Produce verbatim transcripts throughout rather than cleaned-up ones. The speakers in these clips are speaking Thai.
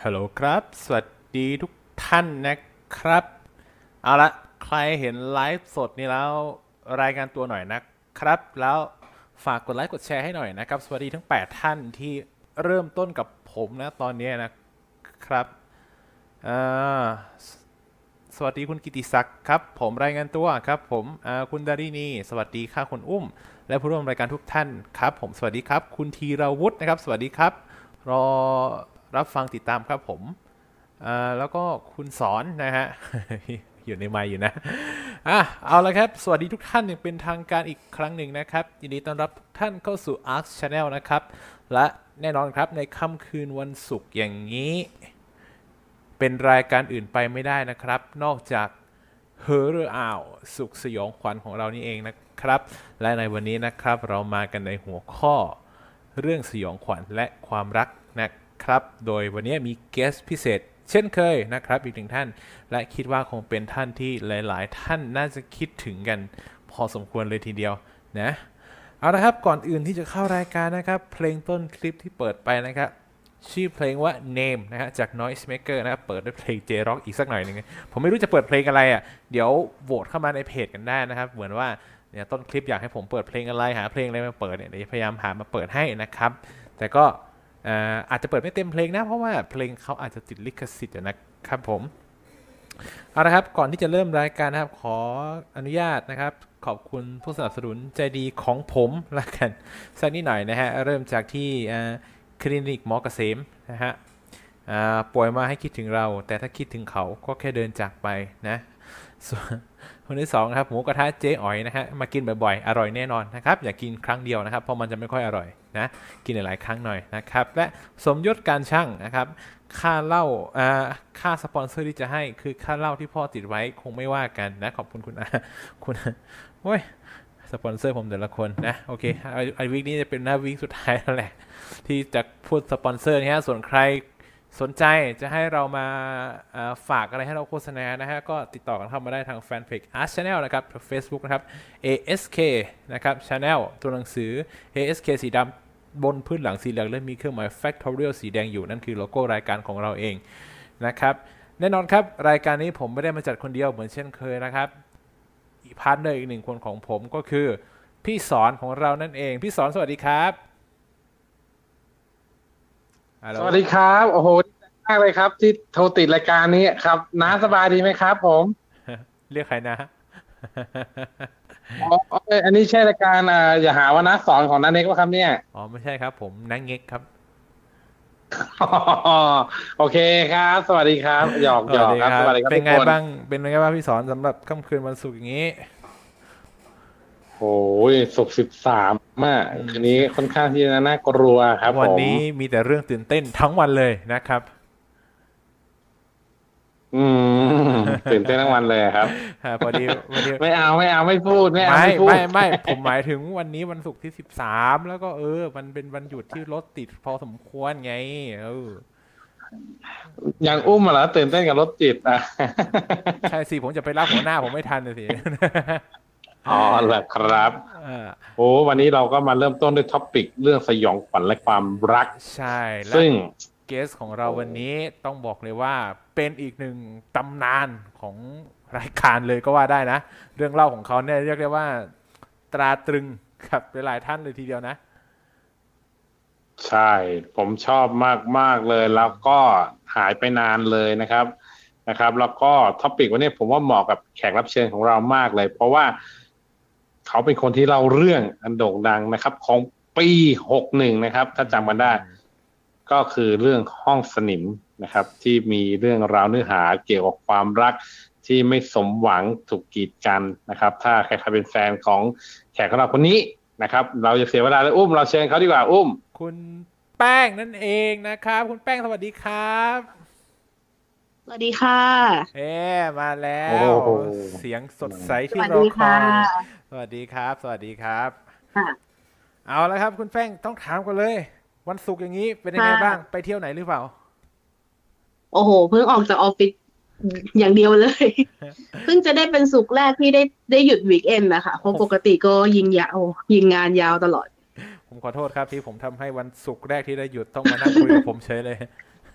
ฮัลโหลครับสวัสดีทุกท่านนะครับเอาละใครเห็นไลฟ์สดนี้แล้วรายงานตัวหน่อยนะครับแล้วฝากกดไลค์กดแชร์ให้หน่อยนะครับสวัสดีทั้งแปดท่านที่เริ่มต้นกับผมนะตอนนี้นะครับอ่าสวัสดีคุณกิติศักดิ์ครับผมรายงานตัวครับผมอ่าคุณดารินีสวัสดีค่ะคุณอุ้มและผู้ร่วมรายการทุกท่านครับผมสวัสดีครับคุณธีรวุฒินะครับสวัสดีครับรอรับฟังติดตามครับผม อ่าแล้วก็คุณสอนนะฮะ อยู่ในไมค์อยู่นะอ่ะเอาละครับสวัสดีทุกท่านอย่างเป็นทางการอีกครั้งหนึ่งนะครับยินดีต้อนรับทุกท่านเข้าสู่ Ark Channel นะครับและแน่นอนครับในค่ำคืนวันศุกร์อย่างนี้เป็นรายการอื่นไปไม่ได้นะครับนอกจาก Horror Hour สุขสยองขวัญของเรานี่เองนะครับและในวันนี้นะครับเรามากันในหัวข้อเรื่องสยองขวัญและความรักนะครับโดยวันนี้มีเกสพิเศษเช่นเคยนะครับอีกหนึ่งท่านและคิดว่าคงเป็นท่านที่หลายๆท่านน่าจะคิดถึงกันพอสมควรเลยทีเดียวนะเอาละครับก่อนอื่นที่จะเข้ารายการนะครับเพลงต้นคลิปที่เปิดไปนะครับชื่อเพลงว่า Name นะฮะจาก Noisemaker นะครับเปิดด้วยเพลง J-Rock อีกสักหน่อยหนึงผมไม่รู้จะเปิดเพลงอะไรอ่ะเดี๋ยวโหวตเข้ามาในเพจกันได้นะครับเหมือนว่าเนี่ยต้นคลิปอยากให้ผมเปิดเพลงอะไรหาเพลงอะไรมาเปิดเนี่ยเดี๋ยวพยายามหามาเปิดให้นะครับแต่ก็อาจจะเปิดไม่เต็มเพลงนะเพราะว่าเพลงเขาอาจจะติดลิขสิทธิ์นะครับผมเอาละครับก่อนที่จะเริ่มรายการนะครับขออนุญาตนะครับขอบคุณผู้สนับสนุนใจดีของผมละกันสักนิดหน่อยนะฮะเริ่มจากที่คลินิกหมอเกษมนะฮะป่วยมาให้คิดถึงเราแต่ถ้าคิดถึงเขาก็แค่เดินจากไปนะส่วนคนที่สองครับหมูกระทะเจ๊อ๋อยนะฮะมากินบ่อยๆอร่อยแน่นอนนะครับอย่ากินครั้งเดียวนะครับเพราะมันจะไม่ค่อยอร่อยนะกินหลายๆครั้งหน่อยนะครับและสมยศการช่างนะครับค่าเหล้าค่าสปอนเซอร์ที่จะให้คือค่าเหล้าที่พ่อติดไว้คงไม่ว่ากันนะขอบคุณคุณคุณโอ้ยสปอนเซอร์ผมแต่ละคนนะโอเคไอวิกนี้จะเป็นหน้าวิกสุดท้ายแล้วแหละที่จะพูดสปอนเซอร์นี่ฮะส่วนใครสนใจจะให้เรามาฝากอะไรให้เราโฆษณานะฮะก็ติดต่อกันเข้ามาได้ทางแฟนเพจ Ark Channel นะครับ Facebook นะครับ เอ เอส เค นะครับ Channel ตัวหนังสือ เอ เอส เค สีดำบนพื้นหลังสีเหลืองและมีเครื่องหมาย Factorial สีแดงอยู่นั่นคือโลโก้รายการของเราเองนะครับแน่นอนครับรายการนี้ผมไม่ได้มาจัดคนเดียวเหมือนเช่นเคยนะครับอีกพาร์ทเนอร์อีกหนึ่งคนของผมก็คือพี่สอนของเรานั่นเองพี่สอนสวัสดีครับสวัสดีครับโอ้โหดีมากเลยครับที่โทรติดรายการนี้ครับน้าสบายดีไหมครับผมเรียกใครนะอ๋ออันนี้ใช่รายการอ่าอย่าหาว่าน้าสอนของน้าเน็กว่าครับเนี่ยอ๋อไม่ใช่ครับผมนังเง็กครับโอเคครับสวัสดีครับหยอกหยอกครับสวัสดีครับเป็นทุกคนไงบ้างเป็นไงบ้างพี่สอนสำหรับค่ำคืนวันศุกร์อย่างนี้โอ้ยศุกร์สิบสามอ่ะคืนนี้ค่อนข้างที่จะน่ากลัวครับผมวันนี้มีแต่เรื่องตื่นเต้นทั้งวันเลยนะครับอืมตื่นเต้นทั้งวันเลยครับพอดีวันนี้ไม่เอาไม่เอาไม่พูดไม่เอาไม่ไม่พูดไม่ไม่ผมหมายถึงวันนี้วันศุกร์ที่สิบสามแล้วก็เออมันเป็นวันหยุดที่รถติดพอสมควรไงเอออย่างอุ้มมาแล้วตื่นเต้นกับรถติดอ่ะใช่สิผมจะไปรับหัวหน้าผมไม่ทันเลยสิอ๋อเหรอครับโอ้วันนี้เราก็มาเริ่มต้นด้วยท็อปิกเรื่องสยองขวัญและความรักใช่และซึ่งเกสของเราวันนี้ต้องบอกเลยว่าเป็นอีกหนึ่งตำนานของรายการเลยก็ว่าได้นะเรื่องเล่าของเขาเนี่ยเรียกได้ว่าตราตรึงกับหลายท่านเลยทีเดียวนะใช่ผมชอบมากมากเลยแล้วก็หายไปนานเลยนะครับนะครับแล้วก็ท็อปิกวันนี้ผมว่าเหมาะกับแขกรับเชิญของเรามากเลยเพราะว่าเขาเป็นคนที่เล่าเรื่องอันโด่งดังนะครับของปีหกสิบเอ็ดนะครับถ้าจำกันได้ก็คือเรื่องห้องสนิมนะครับที่มีเรื่องราวเนื้อหาเกี่ยวกับความรักที่ไม่สมหวังถูกกีดกันนะครับถ้าใครๆเป็นแฟนของแขกของเราคนนี้นะครับเราจะเสียเวลาเลยอุ้มเราเชิญเขาดีกว่าอุ้มคุณแป้งนั่นเองนะครับคุณแป้งสวัสดีครับสวัสดีค่ะเอ๊มาแล้วเสียงสดใสที่รอคอยสวัสดีครับสวัสดีครับเอาแล้วครับคุณแป้งต้องถามกันเลยวันศุกร์อย่างนี้เป็นยังไงบ้างไปเที่ยวไหนหรือเปล่าโอ้โหเพิ่งออกจากออฟฟิศอย่างเดียวเลยเพิ่งจะได้เป็นศุกร์แรกที่ได้ได้หยุดวีคเอนด์นะคะเพราะปกติก็ยิงยาวยิงงานยาวตลอดผมขอโทษครับที่ผมทำให้วันศุกร์แรกที่ได้หยุดต้องมานั่งคุยกับผมเฉยเลย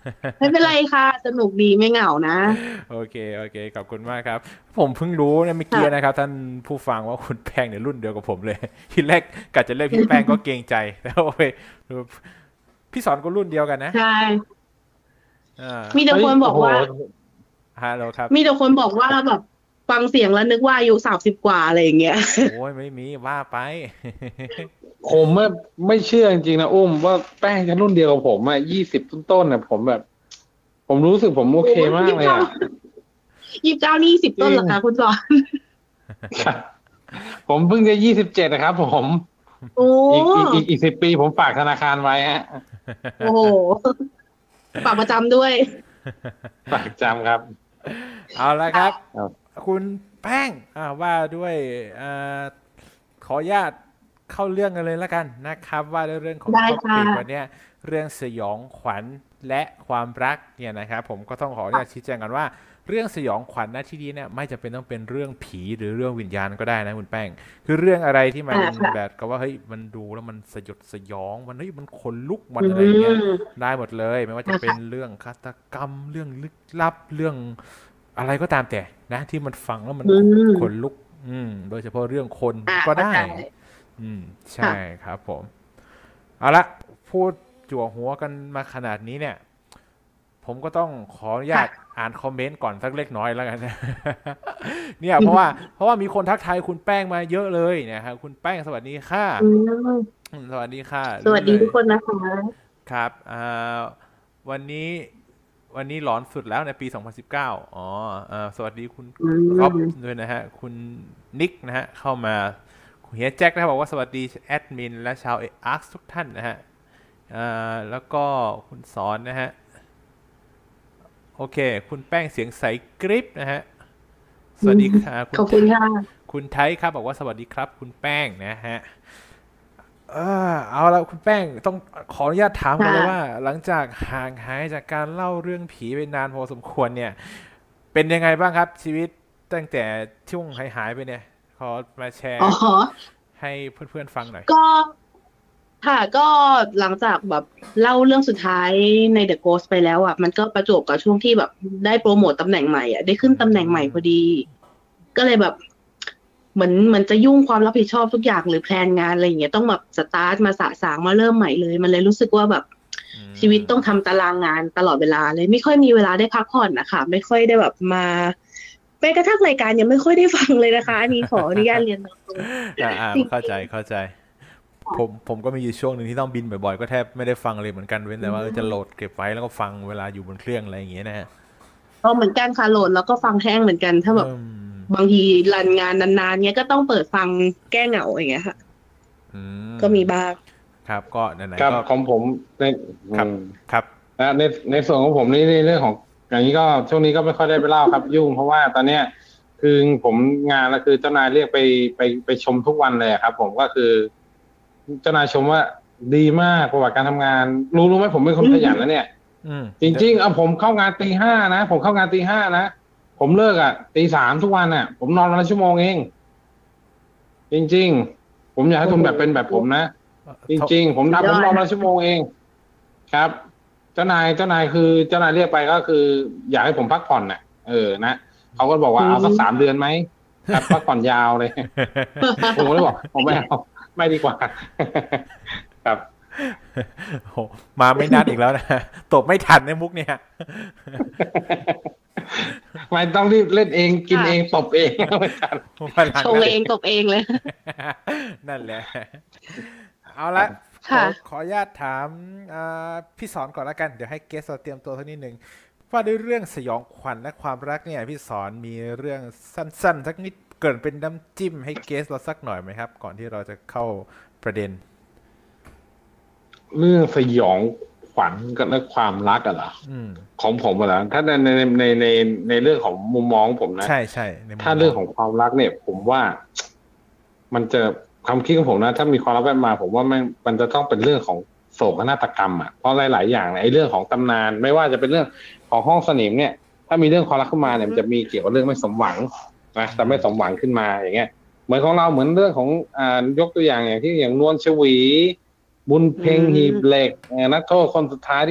ไม่เป็นไรค่ะสนุกดีไม่เหงานะโอเคโอเคขอบคุณมากครับผมเพิ่งรู้เนี่ยเมื่อกี้ค่ะนะครับท่านผู้ฟังว่าคุณแป้งเนี่ยรุ่นเดียวกับผมเลยทีแรกกะจะเรียกพี่แป้งก็เกรงใจแต่โอ้ยพี่สอนก็รุ่นเดียวกันนะใช่อ่ามีแต่เฮ้ยโอ้โหคนบอกว่าฮัลโหลครับมีแต่คนบอกว่าแบบฟังเสียงแล้วนึกว่าอายุสามสิบกว่าอะไรอย่างเงี้ยโอ้ยไม่มีว่าไปผมไม่ไม่เชื่อจริงๆนะอุ้มว่าแป้งจะรุ่นเดียวกับผมอ่ะยี่สิบต้นๆน่ะผมแบบ ผมรู้สึกผมโอเคมากเลยอ่ะยี่สิบเก้านี่สิบจริงต้นเหรอคะคุณสอนครับผมเพิ่งจะยี่สิบเจ็ดนะครับผมโอ้อีกอีกอีกอีกสิบปีผมฝากธนาคารไว้ฮะโอ้โหฝากประจำด้วยฝากจำครับเอาละครับครับคุณแป้งอ่าว่าด้วยอ่าขออนุญาตเข้าเรื่องกันเลยแล้วกันนะครับว่าด้วยเรื่องของได้ท็อค่ะปิกวันเนี้ยเรื่องสยองขวัญและความรักเนี่ยนะครับผมก็ต้องขออนุญาตชี้แจงกันว่าเรื่องสยองขวัญณที่นี้เนี่ยไม่จำเป็นต้องเป็นเรื่องผีหรือเรื่องวิญญาณก็ได้นะคุณแป้งคือเรื่องอะไรที่มันอ่าค่ะแบบกับว่าเฮ้ยมันดูแล้วมันสยดสยองมันเฮ้ยมันขนลุกมัอืนอะไรอย่างเงี้ยมได้หมดเลยไม่ว่าจะอ่าเป็นค่ะเรื่องฆาตกรรมเรื่องลึกลับเรื่อง อะไรก็ตามแต่นะที่มันฟังแล้วมันอืมขนลุกอืมโดยเฉพาะเรื่องคนอ่าก็ได้เข้าใจอืมใช่ค่ะครับผมเอาละพูดจั่วหัวกันมาขนาดนี้เนี่ยผมก็ต้องขออนุญาตค่ะอ่านคอมเมนต์ก่อนสักเล็กน้อยแล้วกันนะเนี่ยเพราะว่าเพราะว่ามีคนทักทายคุณแป้งมาเยอะเลยเนี่ยครับคุณแป้งสวัสดีค่ะอืมอืมสวัสดีค่ะสวัสดีรุ่นเลยทุกคนนะคะครับอ่าวันนี้วันนี้หลอนสุดแล้วในปีสองพันสิบเก้าอ๋ออ่าสวัสดีคุณอืก๊อฟมด้วยนะฮะคุณนิกนะฮะเข้ามาคุณเฮียแจ็คนะครับบอกว่าสวัสดีแอดมินและชาวเอาร์คทุกท่านนะฮะอ่าแล้วก็คุณสอนนะฮะโอเคคุณแป้งเสียงใสกริปนะฮะสวัสดีค่ะคุขอบณไทคุณค่ะคุณไทยครับบอกว่าสวัสดีครับคุณแป้งนะฮะเออเอาละคุณแป้งต้องขออนุญาตถามกันเลยว่าค่ะหลังจากห่างหายจากการเล่าเรื่องผีไปนานพอสมควรเนี่ยเป็นยังไงบ้างครับชีวิตตั้งแต่ช่วงหายหายไปเนี่ยขอมาแชอ๋อร์ ให้เพื่อนๆฟังหน่อยก็ค่ะก็หลังจากแบบเล่าเรื่องสุดท้ายใน The Ghost ไปแล้วอ่ะมันก็ประจวบกับช่วงที่แบบได้โปรโมตตำแหน่งใหม่อ่ะได้ขึ้อืนตำแหน่งใหม่พอมดีก็เลยแบบเหมือนเหมือนจะยุ่งความรับผิดชอบทุกอย่างหรือแพลนงานอะไรอย่างเงี้ยต้องแบบสตาร์ทมาสะสางมาเริ่มใหม่เลยมันเลยรู้สึกว่าแบบอืชีวิตมต้องทำตารางงานตลอดเวลาเลยไม่ค่อยมีเวลาได้พักผ่อนนะคะไม่ค่อยได้แบบมาแม้กระทั่งรายการยังไม่ค่อยได้ฟังเลยนะคะอันนี้ขออนุญาตเรียนตรงอ่าอ่าๆจเข้าใจริงเข้าใจผมผมก็มีอยู่ช่วงหนึ่งที่ต้องบินบ่อยๆก็แทบไม่ได้ฟังเลยเหมือนกันเว้นๆอืแต่ว่าเออจะโหลมดเก็บไว้แล้วก็ฟังเวลาอยู่บนเครื่องอะไรอย่างเงี้ยนะฮะเอาเหมือนกันค่ะโหลดแล้วก็ฟังแห้งเหมือนกันถ้าแบบอืมบางทีรันงานนานๆเนี้ยก็ต้องเปิดฟังแก้เหงาอย่างเงี้ยค่ะอืมก็มีบ้างครับก็ไหนครับๆก็ของผมในอืครับมครับนะในในส่วนของผมนี่ในเรื่องของอย่างนี้ก็ช่วงนี้ก็ไม่ค่อยได้ไปเล่าครับยุ่งเพราะว่าตอนเนี้ยคือผมงานแล้วคือเจ้านายเรียกไปไปไปชมทุกวันเลยครับผมก็คือเจ้านายชมว่าดีมากประวัติการทำงานรู้รู้ไหมผมเป็นคนขอืมยันนะเนี่ยอืมจเดี๋ยวริงๆเอาผมเข้างานตีห้านะผมเข้างานตีห้านะผมเลิกอ่ะตีสามทุกวันอ่ะผมนอนวันละชั่วโมงเองจริงๆผมอยากให้โอ้โหคุณแบบเป็นแบบผมนะจเท่าริงๆผมสุดยทำผมนอนวันอดค่ะละชั่วโมงเอง ครับเจ้านายเจ้านายคือเจ้านายเรียกไปก็คืออยากให้ผมพักผ่อนน่ะเออนะเขาก็บอกอืว่าเอาสักสามมเดือนไหมครับพักผ่อนยาวเลยผมก็เลยบอกผมไม่เอาไม่ดีกว่าครับโหมาไม่นัดอีกแล้วนะตบไม่ทันในมุกเนี่ยไม่ต้องรีบเล่นเองกินค่ะเองตบเองไม่ทันมาหลังแล้วชงเองตบเองเลยนั่นแหละ เอาละขอค่ะขออนุญาตถามอ่าพี่สอนก่อนละกัน เดี๋ยวให้เกสเราเตรียมตัวสักนิดหนึ่งว่าด้วยเรื่องสยองขวัญและความรักเนี่ยพี่สอนมีเรื่องสั้นๆสักนิดเกรินเป็นน้ำจิ้มให้เกสเราสักหน่อยไหมครับ ก่อนที่เราจะเข้าประเด็นเรื่องสยองขวัญกับและความรักอะเหรออืมของผมอะเหรอถ้าในในในในในเรื่องของมุมมองผมนะใช่ใช่ในมุถ้ามมองเรื่องของความรักเนี่ย ผมว่ามันจะความคิดของผมนะถ้ามีความรักแวบมาผมว่ามันมันจะต้องเป็นเรื่องของโศกนาฏกรรมอ่ะเพราะหลายๆอย่างไอ้เรื่องของตำนานไม่ว่าจะเป็นเรื่องของห้องสนิมเนี่ยถ้ามีเรื่องความรักขึ้นมาเนี่ยมันจะมีเกี่ยวกับเรื่องไม่สมหวังนะแต่ไม่สมหวังขึ้นมาอย่างเงี้ยเหมือนของเราเหมือนเรื่องของอ่ายกตัวอย่างอย่างที่อย่างนวลชวีบุญอืเพ็งหีบมเหล็กเอ่อนักโทษคนสุดท้ายที่ถูก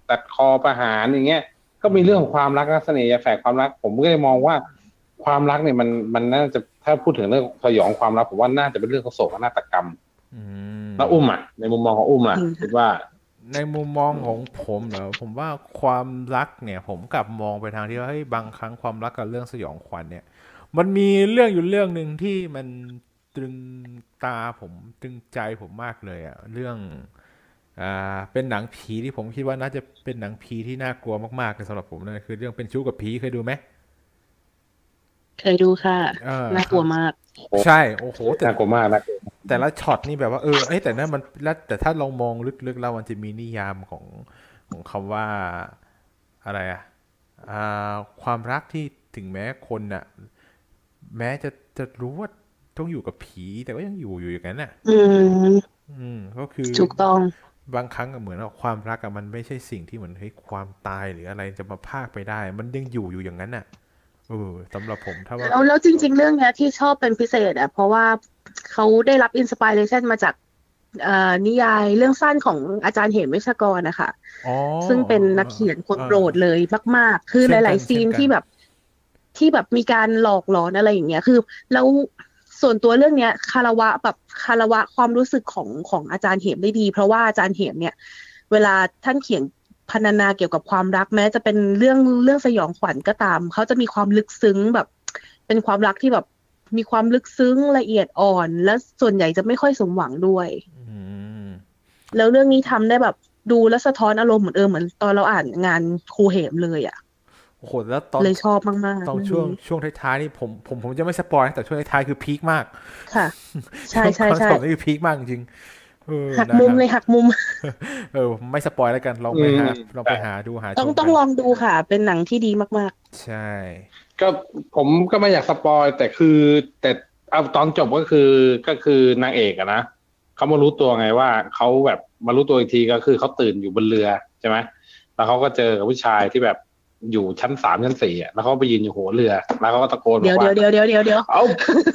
ตัดคอประหารอย่างเงี้ยก็มีเรื่องของความรักนะเสน่ห์ยาแฝกความรักผมก็เลยมองว่าความรักเนี่ยมันมันน่าจะถ้าพูดถึงเรื่องสยองความรักผมว่าน่าจะเป็นเรื่องของโศกนาฏกรรมอืมแล้วอุ้มอ่ะในมุมมองของอุ้มอ่ะอืมคิดว่าในมุมมองของผมเหรอผมว่าความรักเนี่ย ผมกลับมองไปทางที่ว่าเฮ้ยบางครั้งความรักกับเรื่องสยองขวัญเนี่ย มันมีเรื่องอยู่เรื่องหนึ่งที่มันตรึงตาผมตรึงใจผมมากเลยอะเรื่องอ่าเป็นหนังผีที่ผมคิดว่าน่าจะเป็นหนังผีที่น่ากลัวมากๆเลยสำหรับผมนั่นคือเรื่องเป็นชู้กับผีเคยดูไหมเคยดูค่ะเออน่ากลัวมากใช่โอ้โหแต่น่ากลัวมากนะแต่ละช็อตนี่แบบว่าเออเอ้ยแต่นั่นมันแล้วแต่ถ้าเรามองลึกๆแล้วมันจะมีนิยามของของคำว่าอะไรอะอ่าความรักที่ถึงแม้คนน่ะแม้จะจะรู้ว่าต้องอยู่กับผีแต่ก็ยังอยู่อยู่อย่างนั้นน่ะอืมอืมก็คือถูกต้องบางครั้งก็เหมือนว่าความรักอะมันไม่ใช่สิ่งที่เหมือนเฮ้ยความตายหรืออะไรจะมาพรากไปได้ มันยังอยู่อยู่อย่างนั้นน่ะเออสำหรับผมถ้าว่าแล้วแล้วจริง ๆ เรื่องเนี้ยที่ชอบเป็นพิเศษอ่ะเพราะว่าเขาได้รับอินสปิเรชันมาจากเอ่อนิยายเรื่องสั้นของอาจารย์เหมเวชกรนะคะอ๋อซึ่งเป็นนักเขียนคนเออโปรดเลยมาก ๆ คือเช่นหกัลาน ย ๆ ซีนเช่นกันที่แบบที่แบบมีการหลอกหลอนอะไรอย่างเงี้ยคือแล้วส่วนตัวเรื่องเนี้ยคารวะแบบคารวะความรู้สึกของของอาจารย์เหมได้ดี เพราะว่าอาจารย์เหมเนี่ย เวลาท่านเขียนพรรณนาเกี่ยวกับความรักแม้จะเป็นเรื่องเรื่องสยองขวัญก็ตาม เขาจะมีความลึกซึ้งแบบ เป็นความรักที่แบบมีความลึกซึ้งละเอียดอ่อน และส่วนใหญ่จะไม่ค่อยสมหวังด้วยอืมแล้วเรื่องนี้ทำได้แบบดูแลวสะท้อนอารมณ์เหมือนเออเหมือนตอนเราอ่านงานครูเหมเลยอ่ะโอ้โหแล้วตอนเลยชอบมากๆตอนเรื่องช่วงนี้ช่วงท้ายๆนี่ผมผมผมจะไม่สปอยนะแต่ช่วงท้ายๆคือพีคมากค่ะ ใช่ใช่ความใช่จบนี่คือพีคมากจริงๆเออหักนะมุมครับเลยหักมุมเออไม่สปอยแล้วกันลองไปหาอืมลองไปหาดูหาชต้องมต้อกังนลองดูค่ะ เป็นหนังที่ดีมากใช่ก็ผมก็ไม่อยากสปอยแต่คือแต่เอาตอนจบก็คือก็คือนางเอกอะนะเขามารู้ตัวไงว่าเขาแบบมารู้ตัวอีกทีก็คือเขาตื่นอยู่บนเรือใช่ไหมแล้วเขาก็เจอกับผู้ชายที่แบบอยู่ชั้นสามชั้นสี่อะแล้วเขาไปยืนอยู่หัวเรือ แล้วเขาก็ตะโกนๆบเดี๋อยวกว่าเดี๋ยวเดี๋ยวเดี๋ยวเดี๋ยวเดี๋ยวเอ้า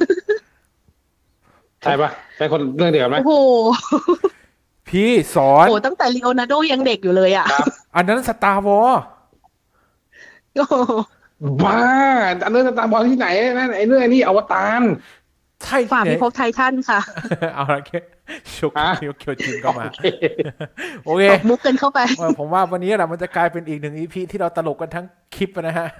ใช่ปะใช่คนเรื่องเดียวกันไหมโอ้โหพี่สอนโอ้ตั้งแต่ลีโอนาร์โดยังเด็กอยู่เลยอ่ะครับอันนั้นสตาร์วอร์โอ้โหบ้าอันนั้นตามบอลที่ไหนนั่นไอ้เรื่องไอ้นี่อวตารใช่ฝ่าที่ไหนพิภพไททันค่ะเอาละแค่ชกฮะเคียวเคียวจินก็มาโอเคโอเคตบมุกกันเข้าไปเออผมว่าวันนี้แหละมันจะกลายเป็นอีกหนึ่งอีพีที่เราตลกกันทั้งคลิปนะฮะ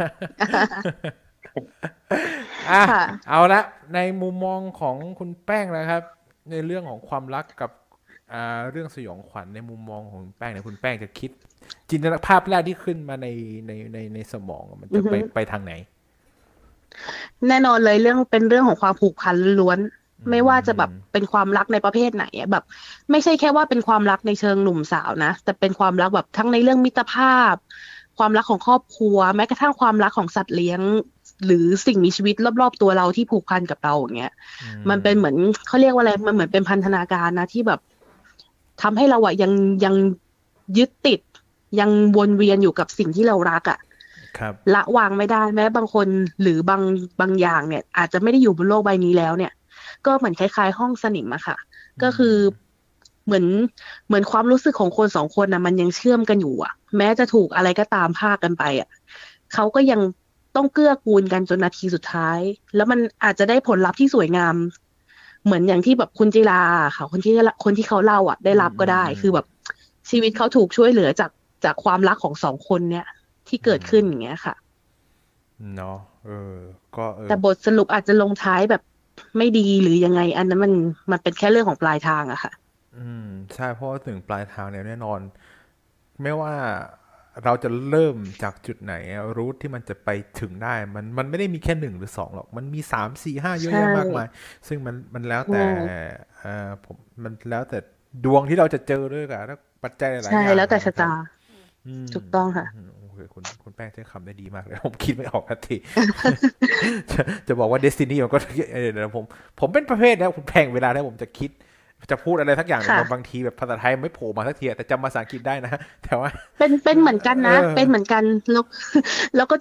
อ่ะค่ะเอาละในมุมมองของคุณแป้งนะครับ ในเรื่องของความรักกับอ่าเรื่องสยองขวัญในมุมมองของคุณแป้งเนี่ยคุณแป้งจะคิด จินตนาภาพแรกที่ขึ้นมาในในในในสมองอะมันจะไปอือฮึไปทางไหนแน่นอนเลยเรื่องเป็นเรื่องของความผูกพันล้วนอืมไม่ว่าจะแบบเป็นความรักในประเภทไหนอะแบบ ไม่ใช่แค่ว่าเป็นความรักในเชิงหนุ่มสาวนะ แต่เป็นความรักแบบทั้งในเรื่องมิตรภาพ ความรักของครอบครัว แม้กระทั่งความรักของสัตว์เลี้ยง หรือสิ่งมีชีวิตรอบๆตัวเราที่ผูกพันกับเราอย่างเงี้ยอืมันเป็นเหมือนเขาเรียกว่าอะไรมันเหมือนเป็นพันธนาการนะที่แบบทำให้เราอะยังยังยึดติด ยังวนเวียนอยู่กับสิ่งที่เรารักอะครับละวางไม่ได้แม้บางคนหรือบางบางอย่างเนี่ย อาจจะไม่ได้อยู่บนโลกใบนี้แล้วเนี่ย ก็เหมือนคล้ายๆห้องสนิมอะค่ะ ก็คือเหมือนเหมือนความรู้สึกของคนสองคนนะมันยังเชื่อมกันอยู่อะแม้จะถูกอะไรก็ตามพากันไปอะเขาก็ยังต้องเกื้อกูลกันจนนาทีสุดท้าย แล้วมันอาจจะได้ผลลัพธ์ที่สวยงาม เหมือนอย่างที่แบบคุณจิราค่ะ คนที่คนที่เขาเล่าอะได้รับก็ได้ คือแบบชีวิตเขาถูกช่วยเหลือจากจากความรักของสองคนเนี่ย ที่เกิดขึ้นอย่างเงี้ยค่ะเนาะเออ ก็เออแต่บทสรุปอาจจะลงท้ายแบบไม่ดีหรือยังไง อันนั้นมันมันเป็นแค่เรื่องของปลายทางอะค่ะอืมใช่เพราะว่าถึงปลายทางเนี่ยแน่นอน ไม่ว่าเราจะเริ่มจากจุดไหนรูทที่มันจะไปถึงได้ มันมันไม่ได้มีแค่หนึ่งหรือสองหรอก มันมีสามสี่ห้าเยอะแยะใช่มากมาย ซึ่งมันมันแล้วแต่อืมเอ่อผมมันแล้วแต่ดวงที่เราจะเจอด้วยกันแล้วปัจจัยหลายๆใช่อย่างแล้วแต่นะคชะรับตาอืมถูกต้องค่ะอืมโอเคคุณคุณแป้งใช้คำได้ดีมากเลย ผมคิดไม่ออกทันที จะจะบอกว่าเดสตินีมันก็เออเดี๋ยวผม ผมเป็นประเภทนะคุณแป้งเวลาที่ผมจะคิด จะพูดอะไรสักอย่างเนี่ยค่ะบางทีแบบภาษาไทยไม่โผล่มาสักทีอะแต่จำภาษาอังกฤษได้นะ แต่ว่าเป็นเป็นเหมือนกันนะเออเป็นเหมือนกันแล้ว แล้วก็จะบอก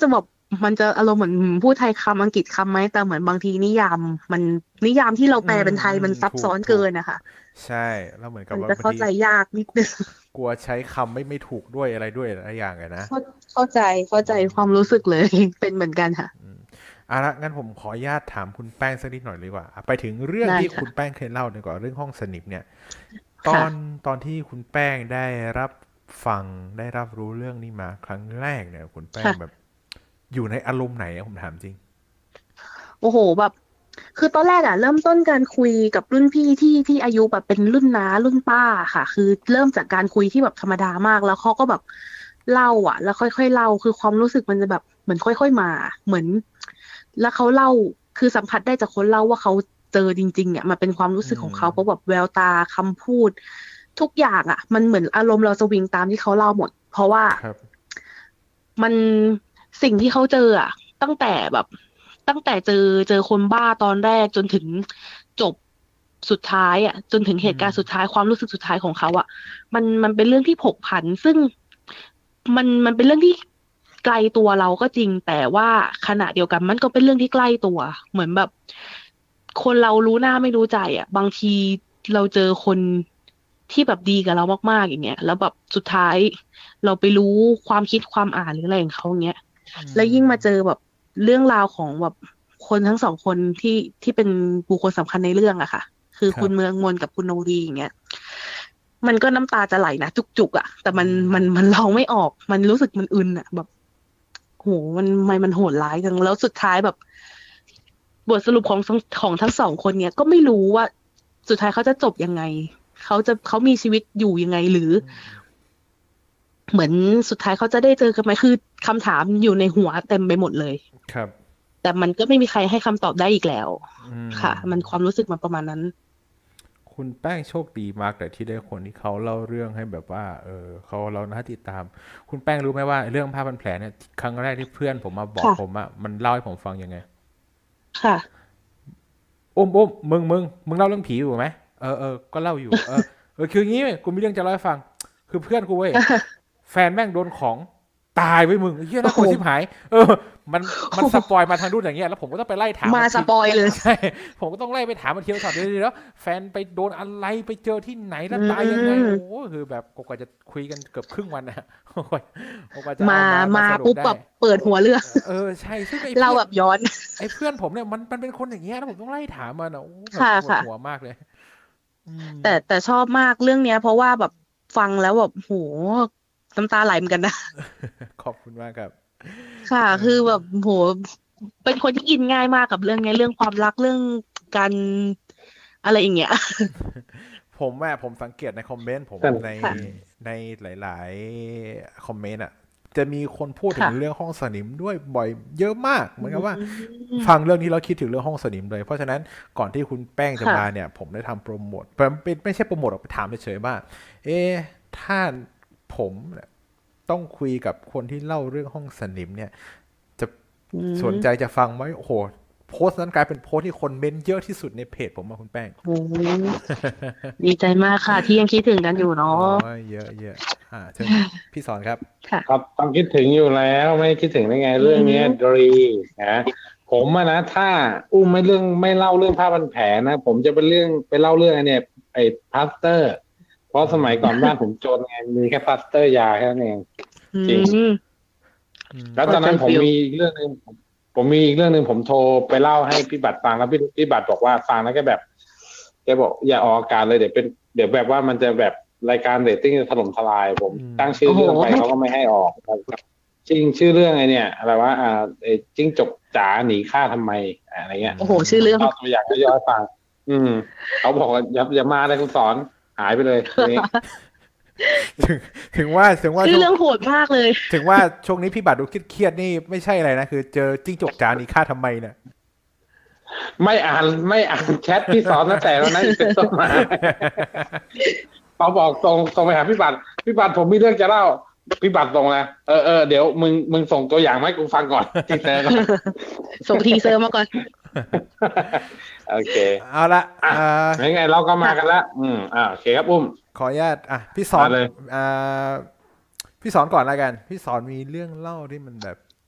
มันจะอารมณ์เหมือนพูดไทยคำอังกฤษคำไหมแต่เหมือนบางทีนิยามมันนิยามที่เราแปลเป็นไทยมันซับซ้อนเกินนะคะใช่แล้วเหมือนกับมันว่าบางทีจะเข้าใจยากนิดนึงกลัวใช้คำไม่ไม่ถูกด้วยอะไรด้วยหลายอย่างเลยนะเข้าเข้าใจเข้าใจความรู้สึกเลย เป็นเหมือนกันค่ะอ่ะละงั้นผมขออนุญาตถามคุณแป้งสักนิดหน่อยดีกว่าไปถึงเรื่องได้ที่คุณค่ะแป้งเคยเล่าดีกว่าเรื่องห้องสนิมเนี่ยตอค่ะนตอนที่คุณแป้งได้รับฟังได้รับรู้เรื่องนี้มาครั้งแรกเนี่ยคุณแป้งแบบค่ะอยู่ในอารมณ์ไหนอะผมถามจริงโอ้โหแบบคือตอนแรกอ่ะเริ่มต้นการคุยกับรุ่นพี่ที่ที่อายุแบบเป็นรุ่นน้ารุ่นป้าค่ะคือเริ่มจากการคุยที่แบบธรรมดามากแล้วเขาก็แบบเล่าอ่ะแล้วค่อยๆเล่าคือความรู้สึกมันจะแบบเหมือนค่อยๆมาเหมือนแล้วเขาเล่าคือสัมผัสได้จากคนเล่าว่าเขาเจอจริงๆเนี่ยมันเป็นความรู้อืสึกของมเขาเพราะแบบแววตาคำพูดทุกอย่างอ่ะมันเหมือนอารมณ์เราสวิงตามที่เขาเล่าหมดเพราะว่าครับมันสิ่งที่เขาเจออะตั้งแต่แบบตั้งแต่เจอเจอคนบ้าตอนแรกจนถึงจบสุดท้ายอะจนถึงเหอืมตุการณ์สุดท้ายความรู้สึกสุดท้ายของเขาอะมันมันเป็นเรื่องที่ผกผันซึ่งมันมันเป็นเรื่องที่ไกลตัวเราก็จริงแต่ว่าขณะเดียวกันมันก็เป็นเรื่องที่ใกล้ตัวเหมือนแบบคนเรารู้หน้าไม่รู้ใจอะบางทีเราเจอคนที่แบบดีกับเรามากๆอย่างเงี้ยแล้วแบบสุดท้าย เราไปรู้ความคิดความอ่านหรืออะไรของเขาอย่างเงี้ยอืแล้วยิ่งมมาเจอแบบเรื่องราวของแบบคนทั้งสองคนที่ที่เป็นบุคคลสำคัญในเรื่องอะค่ะคือครับคุณเมืองมนกับคุณโนรีอย่างเงี้ยมันก็น้ำตาจะไหลนะจุกๆอะแต่มันอืมมันมันร้องไม่ออกมันรู้สึกมันอึนอะแบบโหมันมันมันโหดร้ายจังแล้วสุดท้ายแบบบทสรุปของทั้งของทั้งสองคนเนี้ยก็ไม่รู้ว่าสุดท้ายเขาจะจบยังไงเขาจะเขามีชีวิตอยู่ยังไงหรือ เหมือนสุดท้ายเขาจะได้เจอกันไหมคือคำถามอยู่ในหัวเต็มไปหมดเลยครับแต่มันก็ไม่มีใครให้คำตอบได้อีกแล้วอืค่ะมันมความรู้สึกมันประมาณนั้นคุณแป้งโชคดีมากแต่ที่ได้คนที่เขาเล่าเรื่องให้แบบว่าเออเขาเราน่าติดตามคุณแป้งรู้ไหมว่าเรื่องผ้าพันแผลเนี่ยครั้งแรกที่เพื่อนผมมาบอกผมค่ะอะมันเล่าให้ผมฟังยังไงค่ะอุ้มอุ้มมึงมึงมึงเล่าเรื่องผีอยู่ไหมเออเออก็เล่าอยู่เออเออคืออย่างงี้เว้ยกูมีเรื่องจะเล่าให้ฟังคือเพื่อนกูเว้ยแฟนแม่งโดนของตายไว้มึงเฮียโอ้โหน่ากลัวชิบหายเออมันมันสปอยมาทางรุ่นอย่างเงี้ยแล้วผมก็ต้องไปไล่ถามมามันทีสปอยเลยใช่ผมก็ต้องไล่ไปถามมันทีละช็อตเดียวแล้วแฟนไปโดนอะไรไปเจอที่ไหนแล้อืวตายยังไงโอ้มคือแบบกว่าจะคุยกันเกือบครึ่งวันนะกว่ากว่าจะมาเอามามามาสรุปได้ปุ๊บแบบเปิดหัวเรื่องเออใช่ซึ่งไอ้เราเพื่อนแบบย้อนไอ้เพื่อนผมเนี่ยมันมันเป็นคนอย่างเงี้ยแล้วผมต้องไล่ถามมันอ่ะโอ้แบบค่ะปวดค่ะหัวมากเลยอืมแต่แต่ชอบมากเรื่องเนี้ยเพราะว่าแบบฟังแล้วแบบโหน้ำตาไหลเหมือนกันนะขอบคุณมากครับค่ะเอคืออแบบโหเป็นคนที่อินง่ายมากกับเรื่องเนี้ยเรื่องความรักเรื่องการอะไรอย่างเงี้ยผมอะผมสังเกตในคอมเมนต์ผมท่านในค่ะในหลายๆคอมเมนต์อะจะมีคนพูดถึงเรื่อค่ะงห้องสนิมด้วยบ่อยเยอะมากเหอืมือนกับว่ามฟังเรื่องนี้เราคิดถึงเรื่องห้องสนิมเลยเพราะฉะนั้นก่อนที่คุณแป้งจะค่ะมาเนี่ยผมได้ทำโปรโมทเป็นเป็นไม่ใช่โปรโมทหรอกไปถามเฉยๆว่าเอ๊ะถ้าผมเนี่ยต้องคุยกับคนที่เล่าเรื่องห้องสนิมเนี่ยจะอืสนใจมจะฟังไหมโอ้โหโพสต์นั้นกลายเป็นโพสต์ที่คนเม้นต์เยอะที่สุดในเพจผมมาคุณแป้งโอ้ดีใจมากค่ะที่ยังคิดถึงกันอยู่เนาะอ๋อเยอะเยอะอ่าเชิญพี่สอนครับค่ะครับต้องคิดถึงอยู่แล้วไม่คิดถึงได้ไงอืเรื่องเนี้ยดมรีนะผมอะนะถ้าอุ้มไม่เรื่องไม่เล่าเรื่องผ้าพันแผลนะผมจะเป็นเรื่องไปเล่าเรื่องไอ้เนี่ยไอ้พลาสเตอร์เพราะอืสมัยก่อนบ้านผมจนไงมีแค่พลาสเตอร์ยาแค่นั้นเองอืจริงมมแล้วเข้าใจตอนนั้นผมฟิลมีอีกเรื่องหนึ่งผมผมมีอีกเรื่องหนึ่งผมโทรไปเล่าให้พี่บัตรฟังแล้วพี่พี่บัตรบอกว่าฟังแล้วแกแบบแกบอกอย่าออกอากาศเลยเดี๋ยวเป็นเดี๋ยวแบบว่ามันจะแบบรายการเรตติ้งจะถล่มทลายผมอืมตั้งชื่โอ้โหอเรื่องไปเขาก็ไม่ให้ออกจริงชื่อเรื่องไอเนี่ยอะไรว่าอ่าไอ้จิ้งจกจ๋าหนีข้าทำไมอ่าอะไรเงี้ยโอ้โหชื่อเรื่องผมเอาตัวอย่างย่อยๆฟังอืมเขาบอกว่าอย่าอย่ามาเลยคุณสอนหายไปเลยทีนี้ถึงถึงว่าถึงว่าชื่อช่วงเรื่องโหดมากเลยถึงว่าช่วงนี้พี่บัตรดูเครียดๆนี่ไม่ใช่อะไรนะคือเจอจิ้งจกจานี่ฆ่าทำไมเนี่ยไม่อ่านไม่อ่านแชทที่สอนตั้งแต่วันนั้นเป็นต้นมาเขาบอกตรงตรงไปหาพี่บัตรพี่บัตรผมมีเรื่องจะเล่าพี่บัตรตรงนะเออเออเดี๋ยวมึงมึงส่งตัวอย่างมาให้กูฟังก่อนที่เจอก่อนส่งทีเซอร์มาก่อนโอเคเอาละอ่ะอ่ายังไงเราก็มาค่ะกันแล้วอืมอ่าโอเคครับอุ้มขออนุญาตอ่ะพี่สอนมาเลยอ่าพี่สอนก่อนแล้วกันพี่สอนมีเรื่องเล่าที่มันแบบ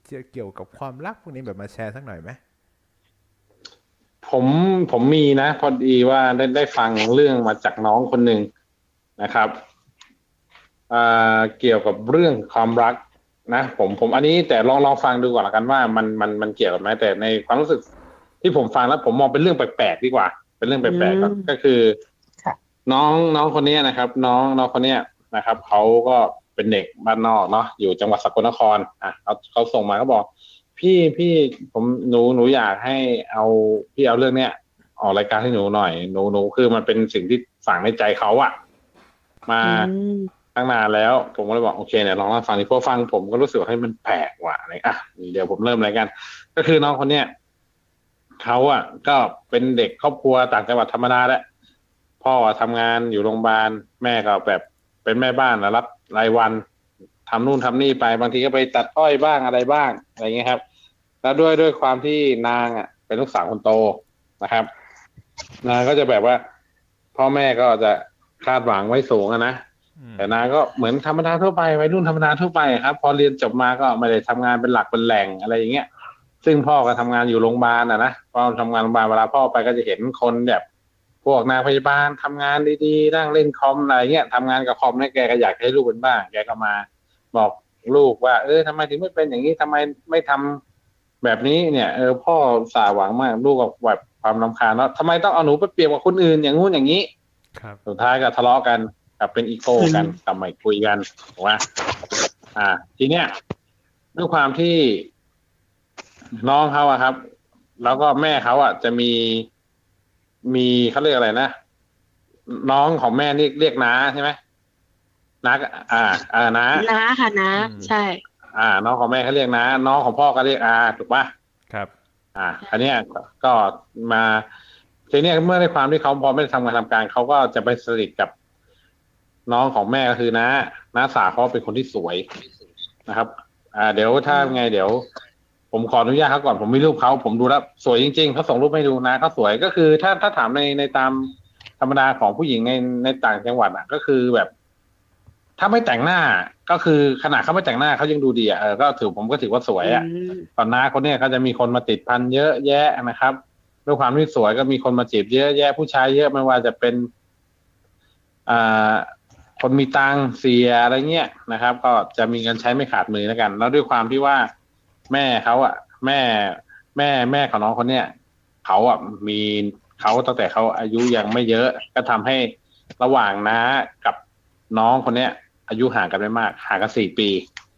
จะเกี่ยวกับความรักพวกนี้แบบมาแชร์สักหน่อยไหมผมผมมีนะพอดีว่าได้ได้ฟังเรื่องมาจากน้องคนหนึ่งนะครับอ่าเกี่ยวกับเรื่องความรักนะผมผมอันนี้แต่ลองลองฟังดูก่อนละกันว่ามันมันมันเกี่ยวกับไหมแต่ในความรู้สึกที่ผมฟังแล้วผมมองเป็นเรื่องแปลกๆดีกว่าเป็นเรื่องแปลกๆก็ก็คือน้องน้องคนนี้นะครับ น้องน้องคนนี้นะครับเขาก็เป็นเด็กบ้านนอกเนาะอยู่จังหวัดสกลนครอ่ะเขาเขาส่งมาเขาบอกพี่พี่ผมหนูหนูอยากให้เอาพี่เอาเรื่องเนี้ยออกรายการให้หนูหน่อยหนูหนูคือมันเป็นสิ่งที่ฝังในใจเขาอะมาตั้งนานแล้วผมก็เลยบอกโอเคเนี่ยลองฟังดิพอฟังผมก็รู้สึกว่าให้มันแปลกว่ะอะไรอ่ะเดี๋ยวผมเริ่มรายการก็คือน้องคนเนี้ยเขาอะก็เป็นเด็กครอบครัวต่างจังหวัดธรรมดาแหละพ่อทำงานอยู่โรงพยาบาลแม่ก็แบบเป็นแม่บ้านแล้วรับรายวันทำนู่นทำนี่ไปบางทีก็ไปตัดอ้อยบ้างอะไรบ้างอะไรเงี้ยครับแล้วด้วยด้วยความที่นางอ่ะเป็นลูกสาวคนโตนะครับนางก็จะแบบว่าพ่อแม่ก็จะคาดหวังไว้สูงอะนะแต่นางก็เหมือนธรรมดาทั่วไปวัยรุ่นธรรมดาทั่วไปครับพอเรียนจบมาก็ไม่ได้ทำงานเป็นหลักเป็นแหล่งอะไรอย่างเงี้ยซึ่งพ่อก็ทำงานอยู่โรงพยาบาลอ่ะนะพอทำงานโรงพยาบาลเวลาพ่อไปก็จะเห็นคนแบบพวกนางพยาบาลทำงานดีๆนั่งเล่นคอมอะไรเงี้ยทำงานกับคอมเนี่ยแกก็อยากให้ลูกเป็นบ้างแกก็มาบอกลูกว่าเออทำไมถึงไม่เป็นอย่างนี้ทำไมไม่ทำแบบนี้เนี่ยเออพ่อสาหวังมากลูกกับแบบความรำคาญเนาะทำไมต้องเอาหนูไปเปรียบกับคนอื่นอย่างงู้นอย่างนี้ครับสุดท้ายก็ทะเลาะกันกับเป็นอีโก้กันกลับมาคุยกันถูกไหมอ่าทีเนี้ยด้วยความที่น้องเขาอะครับแล้วก็แม่เขาอะจะมีมีเขาเรียกอะไรนะน้องของแม่นี่เรียกน้าใช่ไหมน้าอ่าอ่าน้าน้าค่ะน้าใช่อ่าน้องของแม่เขาเรียกน้าน้องของพ่อก็เรียกอาถูกป่ะครับอ่าอันเนี้ยก็มาทีเนี้ยเมื่อในความที่เขาพอไม่ได้ทำงานทำการเขาก็จะไปสนิทกับน้องของแม่ก็คือน้าน้าสาวเขาเป็นคนที่สวยนะครับอ่าเดี๋ยวถ้าไงเดี๋ยวผมขออนุญาตเขาก่อนผมมีรูปเขาผมดูแล้วสวยจริงๆเขาส่งรูปให้ดูนะเขาสวยก็คือถ้าถ้าถามในในตามธรรมดาของผู้หญิงในในต่างจังหวัดอ่ะก็คือแบบถ้าไม่แต่งหน้าก็คือขนาดเขาไม่แต่งหน้าเขายังดูดีอ่ะเออก็ถือผมก็ถือว่าสวยอ่ะตอนน้าคนเนี้ยก็จะมีคนมาติดพันเยอะแยะนะครับด้วยความที่สวยก็มีคนมาจีบเยอะแยะผู้ชายเยอะไม่ว่าจะเป็นอ่าคนมีตังเสียอะไรเงี้ยนะครับก็จะมีเงินใช้ไม่ขาดมือแล้วกันแล้วด้วยความที่ว่าแม่เขาอ่ะแม่แม่แม่ของน้องคนเนี้ยเขาอ่ะมีเขาตั้งแต่เขาอายุยังไม่เยอะก็ทำให้ระหว่างน้ากับน้องคนเนี้ยอายุห่างกันไม่มากห่างกันสี่ปี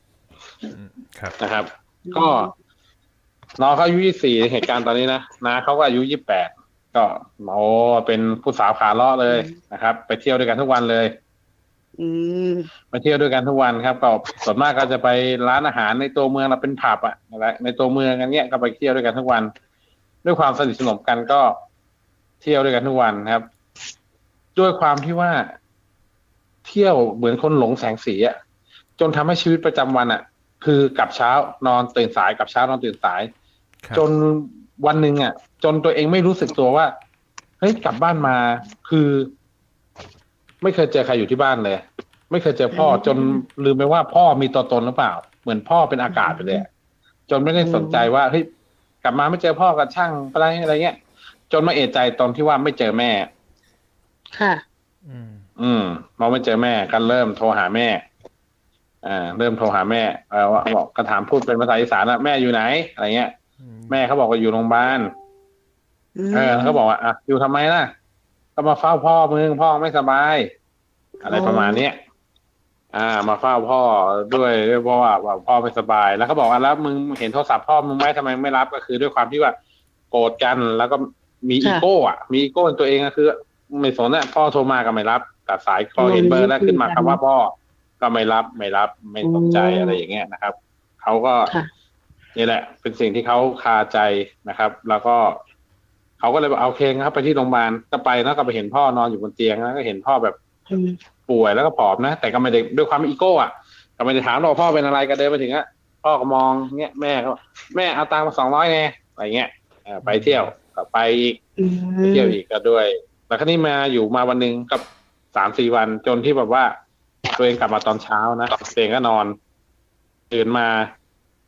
นะครับก็น้องเขาอายุยี่สิบสี่เหตุการณ์ตอนนี้นะน้าเขาก็อายุยี่สิบแปดก็โอ้เป็นผู้สาวขาเลาะเลยนะครับไปเที่ยวด้วยกันทุกวันเลยไปเที่ยวด้วยกันทุกวันครับก็ส่วนมากก็จะไปร้านอาหารในตัวเมืองเราเป็นผับอ่ะอะไรในตัวเมืองกันเนี้ยก็ไปเที่ยวด้วยกันทุกวันด้วยความสนิทสนมกันก็เที่ยวด้วยกันทุกวันครับด้วยความที่ว่าเที่ยวเหมือนคนหลงแสงสีอ่ะจนทำให้ชีวิตประจำวันอ่ะคือกลับเช้านอนตื่นสายกลับเช้านอนตื่นสายจนวันหนึ่งอ่ะจนตัวเองไม่รู้สึกตัวว่าเฮ้ยกลับบ้านมาคือไม่เคยเจอใครอยู่ที่บ้านเลยไม่เคยเจอพ่อจนลืมไปว่าพ่อมีตัวตนหรือเปล่าเหมือนพ่อเป็นอากาศไปเลยจนไม่ได้สนใจว่าเฮ้ยกลับมาไม่เจอพ่อกับช่างอะไรอะไรเงี้ยจนมาเอะใจตอนที่ว่าไม่เจอแม่ค่ะอืมอืมพอไม่เจอแม่ก็เริ่มโทรหาแม่อ่าเริ่มโทรหาแม่เออว่าบอกก็ถามพูดเป็นภาษาอีสานนะแม่อยู่ไหนอะไรเงี้ยแม่เขาบอกว่าอยู่โรงพยาบาลเออเขาบอกว่าอ่ะอยู่ทำไมล่ะก็มาเฝ้าพ่อมึงพ่อไม่สบายอะไรประมาณเนี้ยอ่ามาเฝ้าพ่อด้วยด้วยเพราะว่าพ่อไม่สบายแล้วเขาบอกว่าแล้วมึงเห็นโทรศัพท์พ่อมึงไหมทำไมไม่รับก็คือด้วยความที่ว่าโกรธกันแล้วก็มีอีโก้อ่ะมีอีโก้ตัวเองก็คือไม่สนอ่ะพ่อโทรมาก็ไม่รับตัดสายพอเห็นเบอร์แล้วขึ้นมาคำว่าพ่อก็ไม่รับไม่รับไม่สนใจอะไรอย่างเงี้ยนะครับเขาก็นี่แหละเป็นสิ่งที่เขาคาใจนะครับแล้วก็เขาก็เลยบอกเอาเคงครับไปที่โรงพยาบาลก็ไปแล้วก็ไปเห็นพ่อนอนอยู่บนเตียงแล้วก็เห็นพ่อแบบป่วยแล้วก็ผอมนะแต่ก็ไม่ได้ด้วยความอีโก้อ่ะก็ไม่ได้ถามว่าพ่อเป็นอะไรก็เดินไปถึงอ่ะพ่อก็มองเงี้ยแม่ก็แม่เอาตังค์มาสองร้อยไงอะไรเงี้ยไปเที่ยวก็ไปอีกไปเที่ยวอีกก็ด้วยแล้วคราวนี้มาอยู่มาวันหนึ่งกับสามสี่วันจนที่แบบว่าตัวเองกลับมาตอนเช้านะตัวเองก็นอนตื่นมา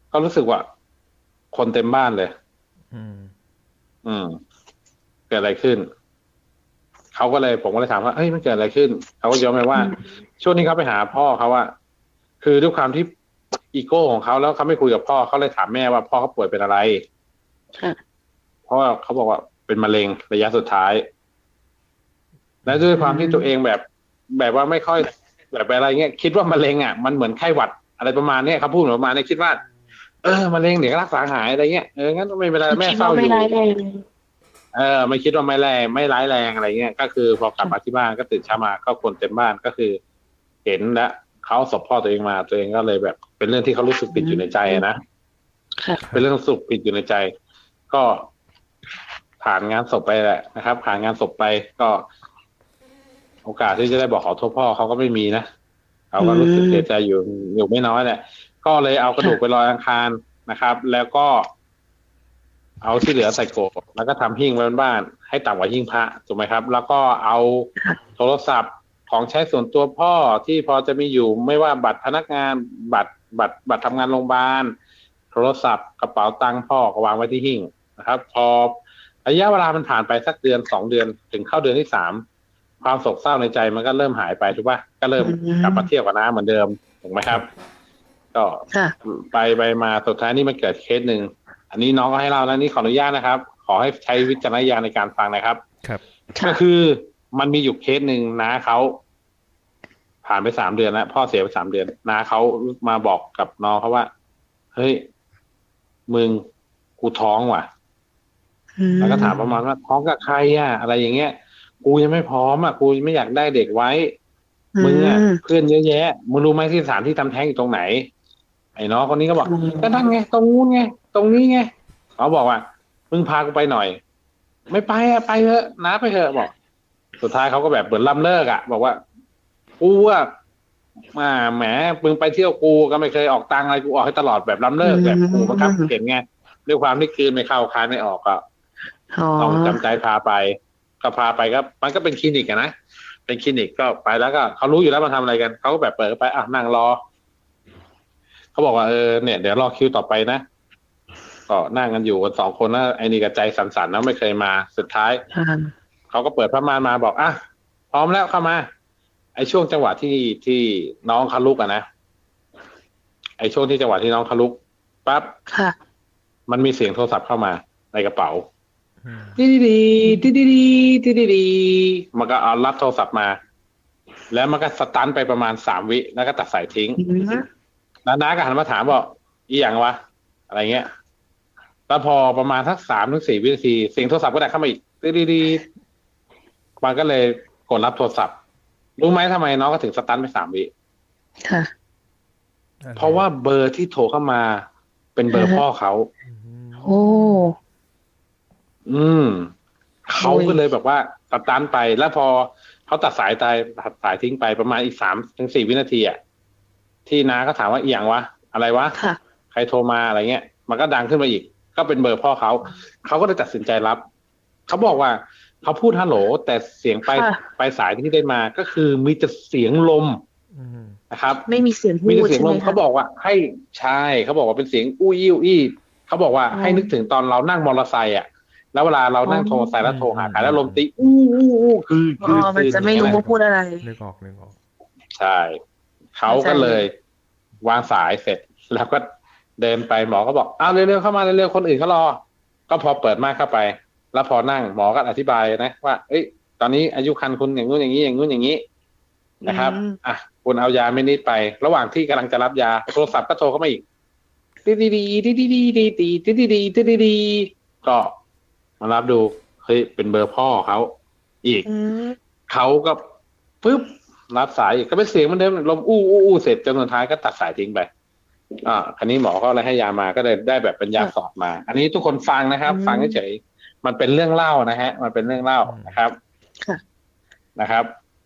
ก็รู้สึกว่าคนเต็มบ้านเลยอืมอืม เกิดอะไรขึ้นเขาก็เลยผมก็เลยถามว่าเอ้ยมันเกิดอะไรขึ้นเขาก็ยอมไปว่า ช่วงนี้เขาไปหาพ่อเขาว่าคือด้วยความที่อีโก้ของเขาแล้วเขาไม่คุยกับพ่อเขาเลยถามแม่ว่าพ่อเขาป่วยเป็นอะไรค่ะเพราะว่าเขาบอกว่าเป็นมะเร็งระยะสุดท้าย และด้วยความที่ตัวเองแบบ แบบว่าไม่ค่อยแบบอะไรเงี้ยคิดว่ามะเร็งอ่ะมันเหมือนไข้หวัดอะไรประมาณเนี้ยเขาพูดประมาณนี้คิดว่าเออมะเร็งเดี๋ยวก็รักษาหายอะไรเงี้ยเอองั้นไม่เป็นไรแม่เศร้าอยู่เออไม่คิดว่าไม่แรงไม่ร้ายแรงอะไรเงี้ยก็คือพอกลับมาที่บ้านก็ตื่นเช้ามาก็คนเต็มบ้านก็คือ เห็นและเขาศพพ่อตัวเองมาตัวเองก็เลยแบบ เป็นเรื่องที่เขารู้สึกผิดอยู่ในใจนะเป็นเรื่องสุขผิดอยู่ในใจ ก็ผ่านงานศพไปแหละนะครับ ผ่านงานศพไปก็ โอกาสที่จะได้บอกขอโทษพ่อเขาก็ไม่มีนะเขาก็รู้สึกเสียใจอยู่อยู่ไม่น้อยแหละก็เลยเอากระดูกไปลอยอังคารนะครับ แล้วก็ เอาที่เหลือใส่โกรธแล้วก็ทำหิ้งไว้บนบ้านให้ต่ำกว่าหิ้งพระถูกไหมครับ แล้วก็เอาโทรศัพท์ของใช้ส่วนตัวพ่อที่พอจะมีอยู่ไม่ว่าบัตรพนักงานบัตรบัตรบัตรทำงานโรงพยาบาลโทรศัพท์กระเป๋าตังค์พ่อก็วางไว้ที่หิ้งนะครับ พอระยะเวลามันผ่านไปสักเดือนสองเดือนถึงเข้าเดือนที่สามความโศกเศร้าในใจมันก็เริ่มหายไปถูกป่ะก็เริ่มกลับมาเที่ยวกับน้าเหมือนเดิมถูกไหมครับ ก็ไปไปมาสุดท้ายนี่มันเกิดเคสหนึ่งอันนี้น้องก็ให้เราแล้วนี่ขออนุญาตนะครับ ขอให้ใช้วิจารณญาณในการฟังนะครับครับก็คือมันมีอยู่เคสหนึ่งน้าเขาผ่านไปสามเดือนแล้วพ่อเสียไปสามเดือนน้าเขามาบอกกับน้องเขาว่าเฮ้ยมึงกูท้องว่ะแล้วก็ถามประมาณว่าท้องกับใครอ่ะอะไรอย่างเงี้ยกูยังไม่พร้อมอ่ะกูไม่อยากได้เด็กไว้มึงอ่ะเพื่อนเยอะแยะมึงรู้ไหมที่สถานที่ทำแท้งอยู่ตรงไหนไอ้น้องคนนี้ก็บอกก็นั่นไงตรงนู้นไงตรงนี้ไงเขาบอกว่ามึงพากูไปหน่อยไม่ไปอ่ะไปเถอะน้าไปเถอะบอกสุดท้ายเขาก็แบบเบิดล่ำเลิกอ่ะบอกว่ากูอ่ะมาแหมมึงไปเที่ยวกูก็ไม่เคยออกตังอะไรกูออกให้ตลอดแบบล่ำเลิกแบบกูบังคับเห็นไงด้วยความที่คืนไม่เข้าคายไม่ออกก็ต้องจำใจพาไปก็พาไปก็มันก็เป็นคลินิกอะนะเป็นคลินิกก็ไปแล้วก็เขารู้อยู่แล้วมาทำอะไรกันเขาก็แบบเปิดไปอ่ะนั่งรอเขาบอกว่าเออเนี่ยเดี๋ยวรอคิวต่อไปนะก็นั่งกันอยู่กันสองคนนะไอ้นี่กับใจสั่นๆนะไม่เคยมาสุดท้ายเขาก็เปิดผ้าม่านมาบอกอ่ะพร้อมแล้วเข้ามาไอ้ช่วงจังหวะที่ที่น้องเขาลุกอะนะไอ้ช่วงที่จังหวะที่น้องเขาลุกปั๊บมันมีเสียงโทรศัพท์เข้ามาในกระเป๋าดีดีดีดีดีดีดีดีมันก็เอารับโทรศัพท์มา แล้วมันก็สตันไปประมาณสามวิแล้วก็ตัดสายทิ้งแล้วน้าก็หันมาถามบอกอีหยังวะอะไรเงี้ยแล้วพอประมาณสักสามถึงสี่วินาทีเสียงโทรศัพท์ก็ได้เข้ามาอีกดีดีดีมันก็เลยกดรับโทรศัพท์รู้ไหมทำไมน้องก็ถึงสตันไปสามวิค่ะเพราะว่าเบอร์ที่โทรเข้ามาเป็นเบอร์พ่อเขาโอ้อืมเขาก็เลยแบบว่าสตันไปแล้วพอเขาตัดสายตายตัดสายทิ้งไปประมาณอีกสามถึงสี่วินาทีอ่ะที่น้าก็ถามว่าอีหยังวะอะไรวะใครโทรมาอะไรเงี้ยมันก็ดังขึ้นมาอีกก็เป็นเบอร์พ่อเขาเขาก็เลยตัดสินใจรับเขาบอกว่าเขาพูดฮัลโหลแต่เสียงไปไปสายที่ได้มาก็คือมีแต่เสียงลมนะครับไม่มีเสียงพูดมีแต่เสียงลมเขาบอกว่าให้ใช่เขาบอกว่าเป็นเสียงอู้อี้อู้อี้เขาบอกว่าให้นึกถึงตอนเรานั่งมอเตอร์ไซค์อ่ะแล้วเวลาเรานั่งโทรสายแล้วโทรหาใครแล้วลมตีอู้อู้อู้คือคือมันจะไม่รู้ว่าพูดอะไรนึกออกนึกออกใช่เขาก็เลยวางสายเสร็จแล้วก็เดินไปหมอก็บอกอ้าวเร็วๆเข้ามาเร็วๆคนอื่นเขารอก็พอเปิดม่านเข้าไปแล้วพอนั่งหมอก็อธิบายนะว่าเอ้ยตอนนี้อายุครรภ์คุณอย่างงู้นอย่างนี้อย่างงู้นอย่างนี้นะครับอ่ะคุณเอายาไม่นิดไประหว่างที่กำลังจะรับยาโทรศัพท์ก็โทรเข้ามาอีกดีดีดีดีดีดีดีดีดีดีดีดีดีก็มารับดูเฮ้ยเป็นเบอร์พ่อเขาอีกเขาก็ปึ๊บรับสายอีกก็เป็นเสียงเหมือนเดิมลมอู้อู้อู้เสร็จจนสุดท้ายก็ตัดสายทิ้งไปอ่าคราวนี้หมอก็เลยให้ยามาก็เลยได้แบบเป็นยาสอดมา อันนี้ทุกคนฟังนะครับฟังเฉยๆมันเป็นเรื่องเล่านะฮะมันเป็นเรื่องเล่านะครับนะครับ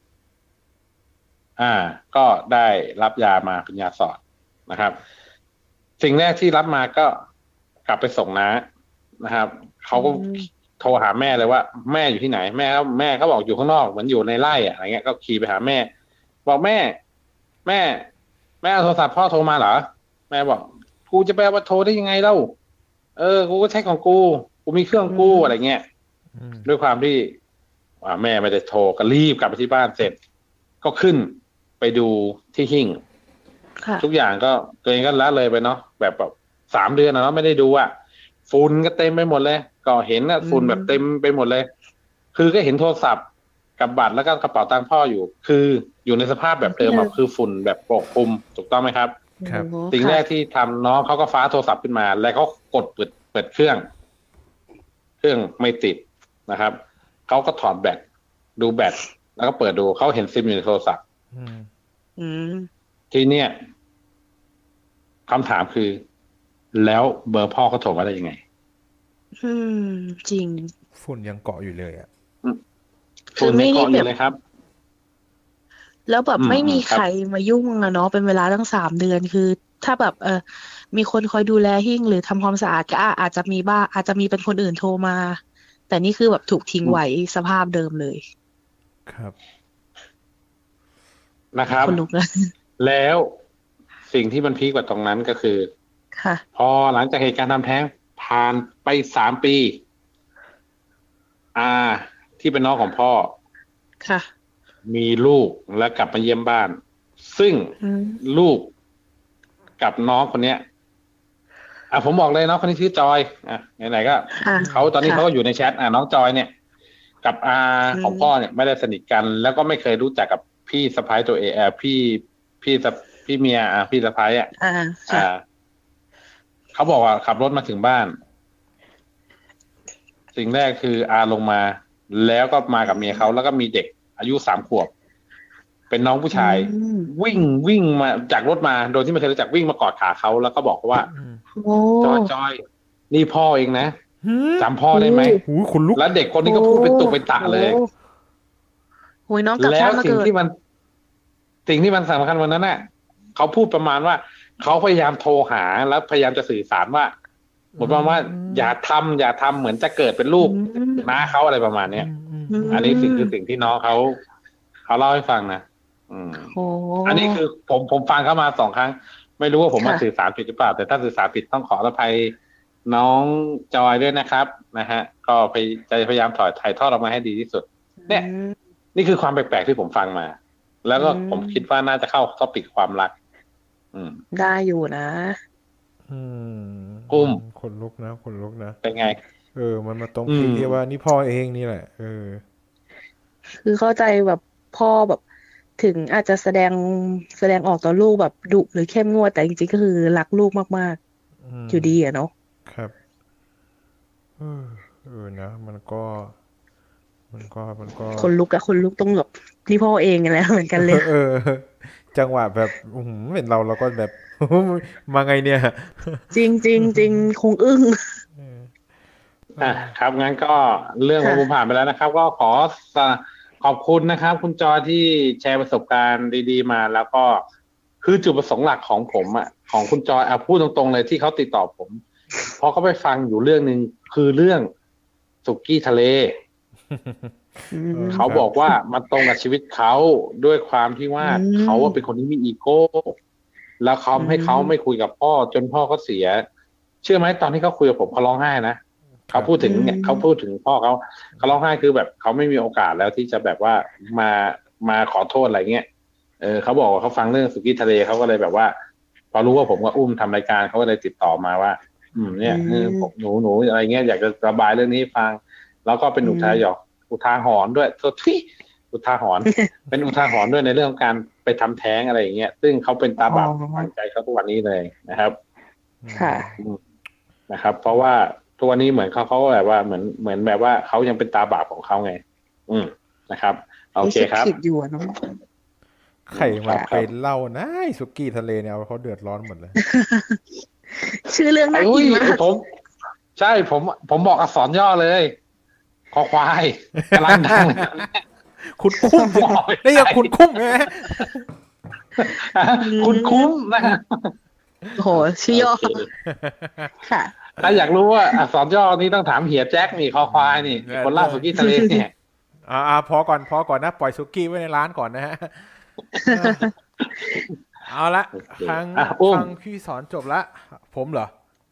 อ่าก็ได้รับยามาเป็นยาสอดนะครับ สิ่งแรกที่รับมาก็กลับไปส่งน้านะครับเขาก็โทรหาแม่เลยว่าแม่อยู่ที่ไหนแม่แม่เขาบอกอยู่ข้างนอกเหมือนอยู่ในไร่อะไรเงี้ยก็ขี่ไปหาแม่บอกแม่แม่แม่เอาโทรศัพท์พ่อโทรมาเหรอแม่บอกกูจะไปเอามาโทรได้ยังไงเล่าเออกูก็ใช้ของกูกูมีเครื่องกูอะไรเงี้ยด้วยความที่แม่ไม่ได้โทรก็รีบกลับไปที่บ้านเสร็จก็ขึ้นไปดูที่หิ้งทุกอย่างก็ตัวเองก็ละเลยไปเนาะแบบแบบสามเดือนนะเนาะไม่ได้ดูอ่ะฝุ่นก็เต็มไปหมดเลยก็เห็นอ่ะฝุ่นแบบเต็มไปหมดเลยคือก็เห็นโทรศัพท์กับบัตรแล้วก็กระเป๋าตังค์พ่ออยู่คืออยู่ในสภาพแบบเดิมแบบคือฝุ่นแบบปกคลุมถูกต้องไหมครับครับสิ่งแรกที่ทำน้องเขาก็ฟ้าโทรศัพท์ขึ้นมาแล้วเขากดเปิดเปิดเครื่องเครื่องไม่ติดนะครับเขาก็ถอดแบตดูแบตแล้วก็เปิดดูเขาเห็นซิมอยู่ในโทรศัพท์ทีเนี้ยคำถามคือแล้วเบอร์พ่อเขาโทรมาได้ยังไงอืมจริงฝุ่นยังเกาะอยู่เลยอ่ะฝุ่นยังเกาะอยู่เลยครับแล้วแบบไม่มีใครมายุ่งอะเนาะเป็นเวลาตั้งสามเดือนคือถ้าแบบเออมีคนคอยดูแลหิ้งหรือทำความสะอาดก็อาจจะมีบ้างอาจจะมีเป็นคนอื่นโทรมาแต่นี่คือแบบถูกทิ้งไว้สภาพเดิมเลยครับนะครับคนลุกเลยแล้วสิ่งที่มันพีคกว่าตรงนั้นก็คือค่ะพอหลังจากเหตุการณ์ทำแท้งผ่านไปสามปีอาที่เป็นน้องของพ่อค่ะมีลูกและกลับมาเยี่ยมบ้านซึ่งลูกกับน้องคนเนี้ยอ่ะผมบอกเลยน้องคนนี้ชื่อจอยอ่ะไหนๆก็เขาตอนนี้เขาก็อยู่ในแชทอ่ะน้องจอยเนี่ยกับอาของพ่อเนี่ยไม่ได้สนิทกันแล้วก็ไม่เคยรู้จักกับพี่สะพ้ายตัวเองพี่พี่พี่เมียอ่ะพี่สะพ้ายอ่ะอ่าเขาบอกว่าขับรถมาถึงบ้านสิ่งแรกคืออาลงมาแล้วก็มากับเมียเขาแล้วก็มีเด็กอายุสามขวบเป็นน้องผู้ชายวิ่งวิ่งมาจากรถมาโดยที่ไม่เคยรู้จักวิ่งมากอดขาเขาแล้วก็บอกว่าจอยจอยนี่พ่อเองนะจำพ่อได้ไหมแล้วเด็กคนนี้ก็พูดเป็นตุเป็นตะเลยแล้วสิ่งที่มันสิ่งที่มันสำคัญวันนั้นน่ะเขาพูดประมาณว่าเขาพยายามโทรหาแล้วพยายามจะสื่อสารว่าเหมือนประมาณว่าอย่าทำอย่าทำเหมือนจะเกิดเป็นลูกน้าเขาอะไรประมาณเนี้ยอันนี้สิ่งคือสิ่งที่น้องเขาเขาเล่าให้ฟังนะอืมอันนี้คือผมผมฟังเขามาสองครั้งไม่รู้ว่าผมมาสื่อสารผิดหรือเปล่าแต่ถ้าสื่อสารผิดต้องขออภัยน้องจอยด้วยนะครับนะฮะก็พยจะพยายามถอยถ่ายทอดออกมาให้ดีที่สุดเนี่ยนี่คือความแปลกๆที่ผมฟังมาแล้วก็ผมคิดว่าน่าจะเข้าท็อปิกความรักอืมได้อยู่นะอืมกุ้มคนลุกนะคนลุกนะเป็นไงเออมันมาตรงที่ว่านี่พ่อเองนี่แหละเออคือเข้าใจแบบพ่อแบบถึงอาจจะแสดงแสดงออกต่อลูกแบบดุหรือเข้มงวดแต่จริงๆก็คือรักลูกมากๆอยู่ดีอะเนาะครับเออเออนะมันก็มันก็มันก็คนลุกอะคนลุกต้องแบบนี่พ่อเองกันแล้วเหมือนกันเลยเออจังหวะแบบอืมเป็นเราเราก็แบบมาไงเนี่ยจริงจริงจริงคงอึ้งอ่ะครับงั้นก็เรื่องของผมผ่านไปแล้วนะครับก็ขอขอบคุณนะครับคุณจอยที่แชร์ประสบการณ์ดีๆมาแล้วก็คือจุดประสงค์หลักของผมอ่ะของคุณจอยอ่ะพูดตรงๆเลยที่เขาติดต่อผมเพราะเขาไปฟังอยู่เรื่องนึงคือเรื่องสุกี้ทะเลเขาบอกว่ามันตรงกับชีวิตเขาด้วยความที่ว่าเขาเป็นคนที่มีอีโก้แล้วเขาให้เขาไม่คุยกับพ่อจนพ่อเขาเสียเชื่อไหมตอนที่เขาคุยกับผมเขาร้องไห้นะเขาพูดถึงเนี่ยเขาพูดถึงพ่อเขาเขาร้องไห้คือแบบเขาไม่มีโอกาสแล้วที่จะแบบว่ามามาขอโทษอะไรเงี้ยเออเขาบอกว่าเขาฟังเรื่องสุกี้ทะเลเขาก็เลยแบบว่าพอรู้ว่าผมก็อุ้มทำรายการเขาก็เลยติดต่อมาว่าอืมเนี่ยผมหนูหนูอะไรเงี้ยอยากจะระบายเรื่องนี้ฟังแล้วก็เป็นอุทาหรณ์อุทาหรณ์ด้วยตัวที่อุทาหรณ์เป็นอุทาหรณ์ด้วยในเรื่องของการไปทำแท้งอะไรอย่างเงี้ยซึ่งเขาเป็นตาบาปฝังใจเขาทุกวันนี้เลยนะครับค่ะนะครับ เพราะว่าทุกวันนี้เหมือนเขาเขาแบบว่าเหมือนเหมือนแบบว่าเขายังเป็นตาบาปของเขาไงอืมนะครับโอเคครับคิดอยู่เนาะใครมาไปเล่านะสุกี้ทะเลเนี่ยเขาเดือดร้อนหมดเลยชื่อเรื่องน่ากินมากผมใช่ผมผมบอกอักษรย่อเลยคอควายกำลังดังคุณคุ้มนี่ยังคุณคุ้มไงคุณคุ้มนะโหชื่อย่อค่ะถ้าอยากรู้ว่าอักษรย่อนี้ต้องถามเหียแจ็คนี่คอควายนี่คนล่าสุกี้ทะเลเนี่ยอ่าพอก่อนพอก่อนนะปล่อยสุกี้ไว้ในร้านก่อนนะฮะเอาละโอเคฟังอ่ะอุ้มฟังพี่สอนจบละ ผมเหรอ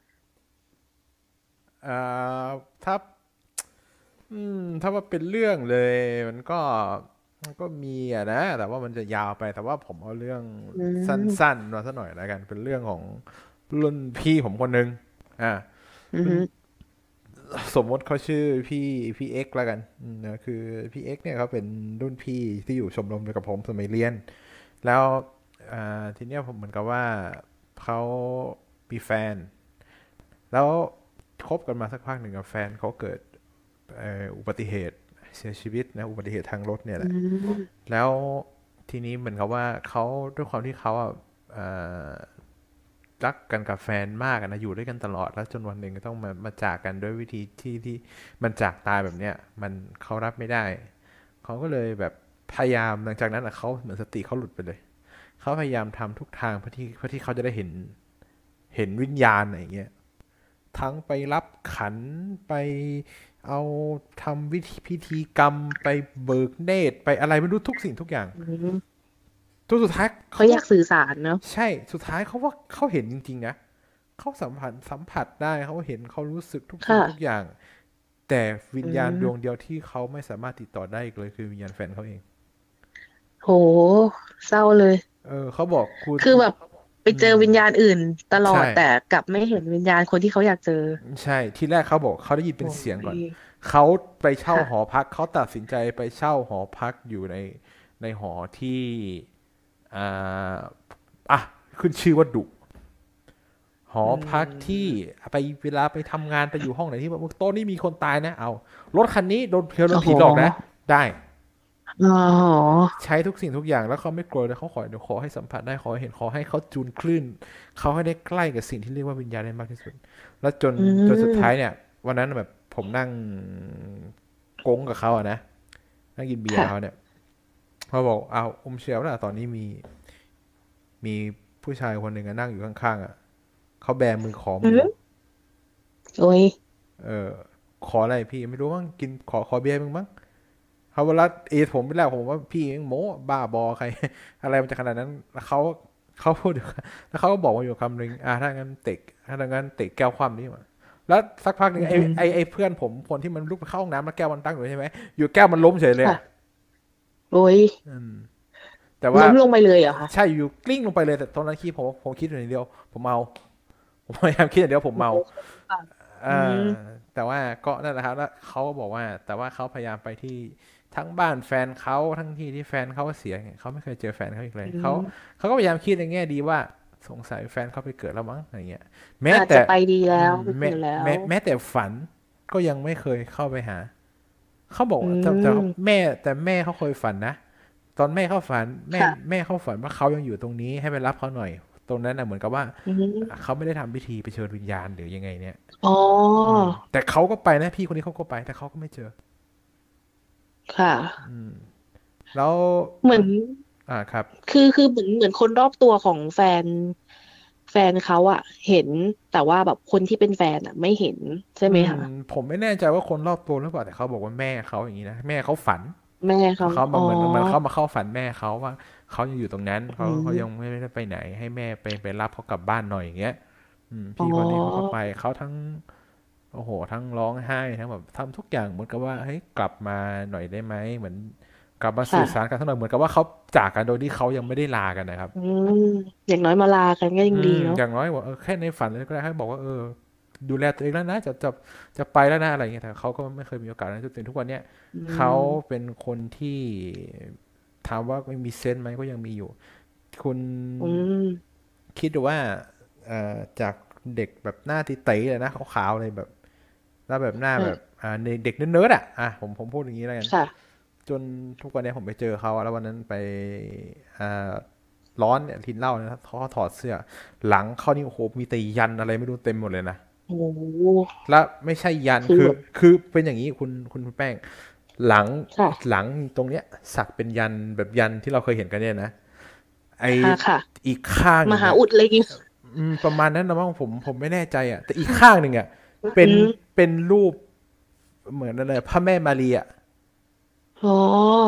เอ่อถ้าอืมถ้าว่าเป็นเรื่องเลย มันก็มันก็มีอะนะ แต่ว่ามันจะยาวไป แต่ว่าผมเอาเรื่องอืสัม้นๆมาสักหน่อยแล้วกัน เป็นเรื่องของรุ่นพี่ผมคนหนึ่งอ่ารุ่นอือฮึสมมติเขาชื่อพี่พี่เอ็กซ์แล้วกันอืมนะคือพี่เอ็กซ์เนี่ยเขาเป็นรุ่นพี่ที่อยู่ชมรมเดียวกับผมสมัยเรียน แล้วอ่าทีเนี้ยผมเหมือนกับว่าเขามีแฟน แล้วคบกันมาสักพักหนึ่งกับแฟนเขาเกิดเอ่ออุบัติเหตุเสียชีวิตนะอุบัติเหตุทางรถเนี่ยแหอืละมแล้วทีนี้เหมือนกับว่าเขาด้วยความที่เขาอ่ะเอ่อรักกันกับแฟนมากอะนะอยู่ด้วยกันตลอดแล้วจนวันหนึ่งก็ต้องมามาจากกันด้วยวิธีที่ที่มันจากตายแบบเนี้ยมันเขารับไม่ได้เขาก็เลยแบบพยายามหลังจากนั้นอะเขาเหมือนสติเขาหลุดไปเลยเขาพยายามทำทุกทางเพื่อที่เพื่อที่เขาจะได้เห็นเห็นวิญญาณอะไรอย่างเงี้ย ทั้งไปรับขันไปเอาทำวิธีพิธีกรรมไปเบิกเนตรไปอะไรไม่รู้ทุกสิ่งทุกอย่างอืมจนสุดท้ายเขาเขาอยากสื่อสารเนาะใช่สุดท้ายเขาว่าเขาเห็นจริงๆนะเขาสัมผัสสัมผัสได้เขาเห็นเขารู้สึกทุกสิ่งค่ะทุกอย่างแต่วิอืญญาณดวงมเดียวที่เขาไม่สามารถติดต่อได้อีกเลยคือวิญญาณแฟนเขาเองโหเศร้าเลยเออเขาบอกคุณคือแบบไปอืมเจอวิญญาณอื่นตลอใช่ดแต่กลับไม่เห็นวิญญาณคนที่เขาอยากเจอใช่ที่แรกเขาบอกเขาได้ยินโอ้เป็นเสียงก่อนยเขาไปเช่าค่ะหอพักเขาตัดสินใจไปเช่าหอพักอยู่ในในหอที่ อ่าอ่ะขึ้นชื่อว่าดุหออืพักที่มไปเวลาไปทำงานไปอยู่ห้องไหนที่แบบโต๊ะนี้มีคนตายนะเอารถคันนี้โดนเพลโดโอ้โหนผีหลอกนะได้อ๋อใช้ทุกสิ่งทุกอย่างแล้วเขาไม่กลัวเลยเขาขอเดี๋ยวขอให้สัมผัสได้ขอให้เห็นขอให้เขาจูนคลื่นเขาให้ได้ใกล้กับสิ่งที่เรียกว่าวิญญาณได้มากที่สุดแล้วจนอืจนสุดท้ายมเนี่ยวันนั้นแบบผมนั่งกงกับเขาอะนะนั่งกินเบียร์ค่ะเขาเนี่ยเขาบอกเอาวอมเชียวนะตอนนี้มีมีผู้ชายคนหนึ่งอะนั่งอยู่ข้างๆอะ เขาแบมือขอมึงอยู่อืมโอ้ยเออขออะไรพี่ไม่รู้มั้งกินขอขอเบียร์มึงมั้งเขาเวลาเอทผมไปแล้วผมว่าพี่ยังโม้บ้าบอใครอะไรมันจะขนาดนั้นแล้วเขาเขาพูดอยู่แล้วเขาก็บอกมาอยู่คำหนึ่งอ่าถ้างั้นเตะถ้างั้นเตะแก้วคว่ำนี่มาแล้วสักพักหนึ่งอืไอ้ไอ้ไอ้มเพื่อนผมคนที่มันลุกไปเข้าห้องน้ำแล้วแก้วมันตั้งอยู่ใช่ไหมอยู่แก้วมันล้มเฉยเลยค่ะอ่ะโอ้ยอืมแต่ว่าล้มลงไปเลยเหรอคะใช่อยู่กลิ้งลงไปเลยแต่ตอนนั้นคิดผมผมคิดอย่างเดียวผมเมาผมพยายามคิดอย่างเดียวผมเมาโอ้โหค่ะอือ่ามแต่ว่าก็นั่นแหละครับแล้วเขาก็บอกว่าแต่ว่าเขาพยายามไปที่ทั้งบ้านแฟนเขาทั้งที่ที่แฟนเขาเสียเนี่ยเขาไม่เคยเจอแฟนเขาอีกเลยอืเขามเขาก็พยายามคิดในแง่ดีว่าสงสัยแฟนเขาไปเกิดแล้วมั้งอะไรเงี้ยแม้แต่อาจจะไปดีอืแล้วมแม้ไปเกิดแล้วแม้แม้แต่ฝันก็ยังไม่เคยเข้าไปหาเขาบอกอืว่าแต่แต่มแม่แต่แม่เขาเคยฝันนะตอนแม่เขาฝันแม่ค่ะแม่เขาฝันว่าเขายังอยู่ตรงนี้ให้ไปรับเขาหน่อยตรงนั้นนะเหมือนกับว่าอืมเขาไม่ได้ทำพิธีไปเชิญวิญญาณหรือยังไงเนี่ยอ๋ออืมแต่เขาก็ไปนะพี่คนนี้เขาก็ไปแต่เขาก็ไม่เจอค่ะอืมแล้วเหมือนอ่าครับคือคือเหมือนเหมือนคนรอบตัวของแฟนแฟนเขาอะเห็นแต่ว่าแบบคนที่เป็นแฟนอะไม่เห็นใช่อืมไหมคะผมไม่แน่ใจว่าคนรอบตัวหรือเปล่าแต่เขาบอกว่าแม่เขาอย่างนี้นะแม่เขาฝันแม่เขาเขาอ๋อมาเหมือนเหมือนเขามาเข้าฝันแม่เขาว่าเขายังอยู่ตรงนั้นอืเขาเขายังมไม่ได้ไปไหนให้แม่ไปไปรับเขากลับบ้านหน่อยอย่างเงี้ยอืมอ๋อพี่คนนี้เขาก็ไปเขาทั้งโอ้โหทั้งร้องไห้ทั้งแบบทำทุกอย่างเหมือนกับว่าเฮ้ยกลับมาหน่อยได้ไหมเหมือนกลับมาสื่อสารค่ะกันสักหน่อยเหมือนกับว่าเขาจากกันโดยที่เขายังไม่ได้ลากันนะครับอืมอย่างน้อยมาลากันก็ยัอืมงดีเนาะอย่างน้อยบอกเออแค่ในฝันเลยก็ได้ให้บอกว่าเออดูแลตัวเองแล้วนะจะจะจะไปแล้วนะอะไรอย่างเงี้ยแต่เขาก็ไม่เคยมีโอกาสนะจนถึงทุกวันเนี้ยอืเขามเป็นคนที่ถามว่าไม่มีเซนส์ไหมก็ยังมีอยู่คุณอืมคิดดูว่าเอ่อจากเด็กแบบหน้าตีๆเลยนะขาวๆเลยแบบแล้วแบบหน้าแบบค่ะอ่าเด็กเนิร์ดๆอ่ะอ่ะผมผมพูดอย่างนี้แล้วกันค่ะจนทุกวันนี้ผมไปเจอเขาแล้ววันนั้นไปอ่า ร้อนเนี่ยทินเหล้าเนี่ยเขาถอดเสื้อหลังเขานี่โอ้โหมีแต่ยันอะไรไม่รู้เต็มหมดเลยนะโอ้โหแล้วไม่ใช่ยันคือคือแบบคือเป็นอย่างนี้คุณคุณคุณแป้งหลังค่ะหลังตรงเนี้ยสักเป็นยันแบบยันที่เราเคยเห็นกันเนี่ยนะไอค่ะค่ะอีกข้างหมหานึ่งอ่ะอุดอะไรอย่างงี้อืมประมาณนั้นนะมั้งผมผมไม่แน่ใจอ่ะแต่อีกข้างหนึ่งอ่ะเป็นอืมเป็นรูปเหมือนอะไรพระแม่มารีอ่ะอ๋อ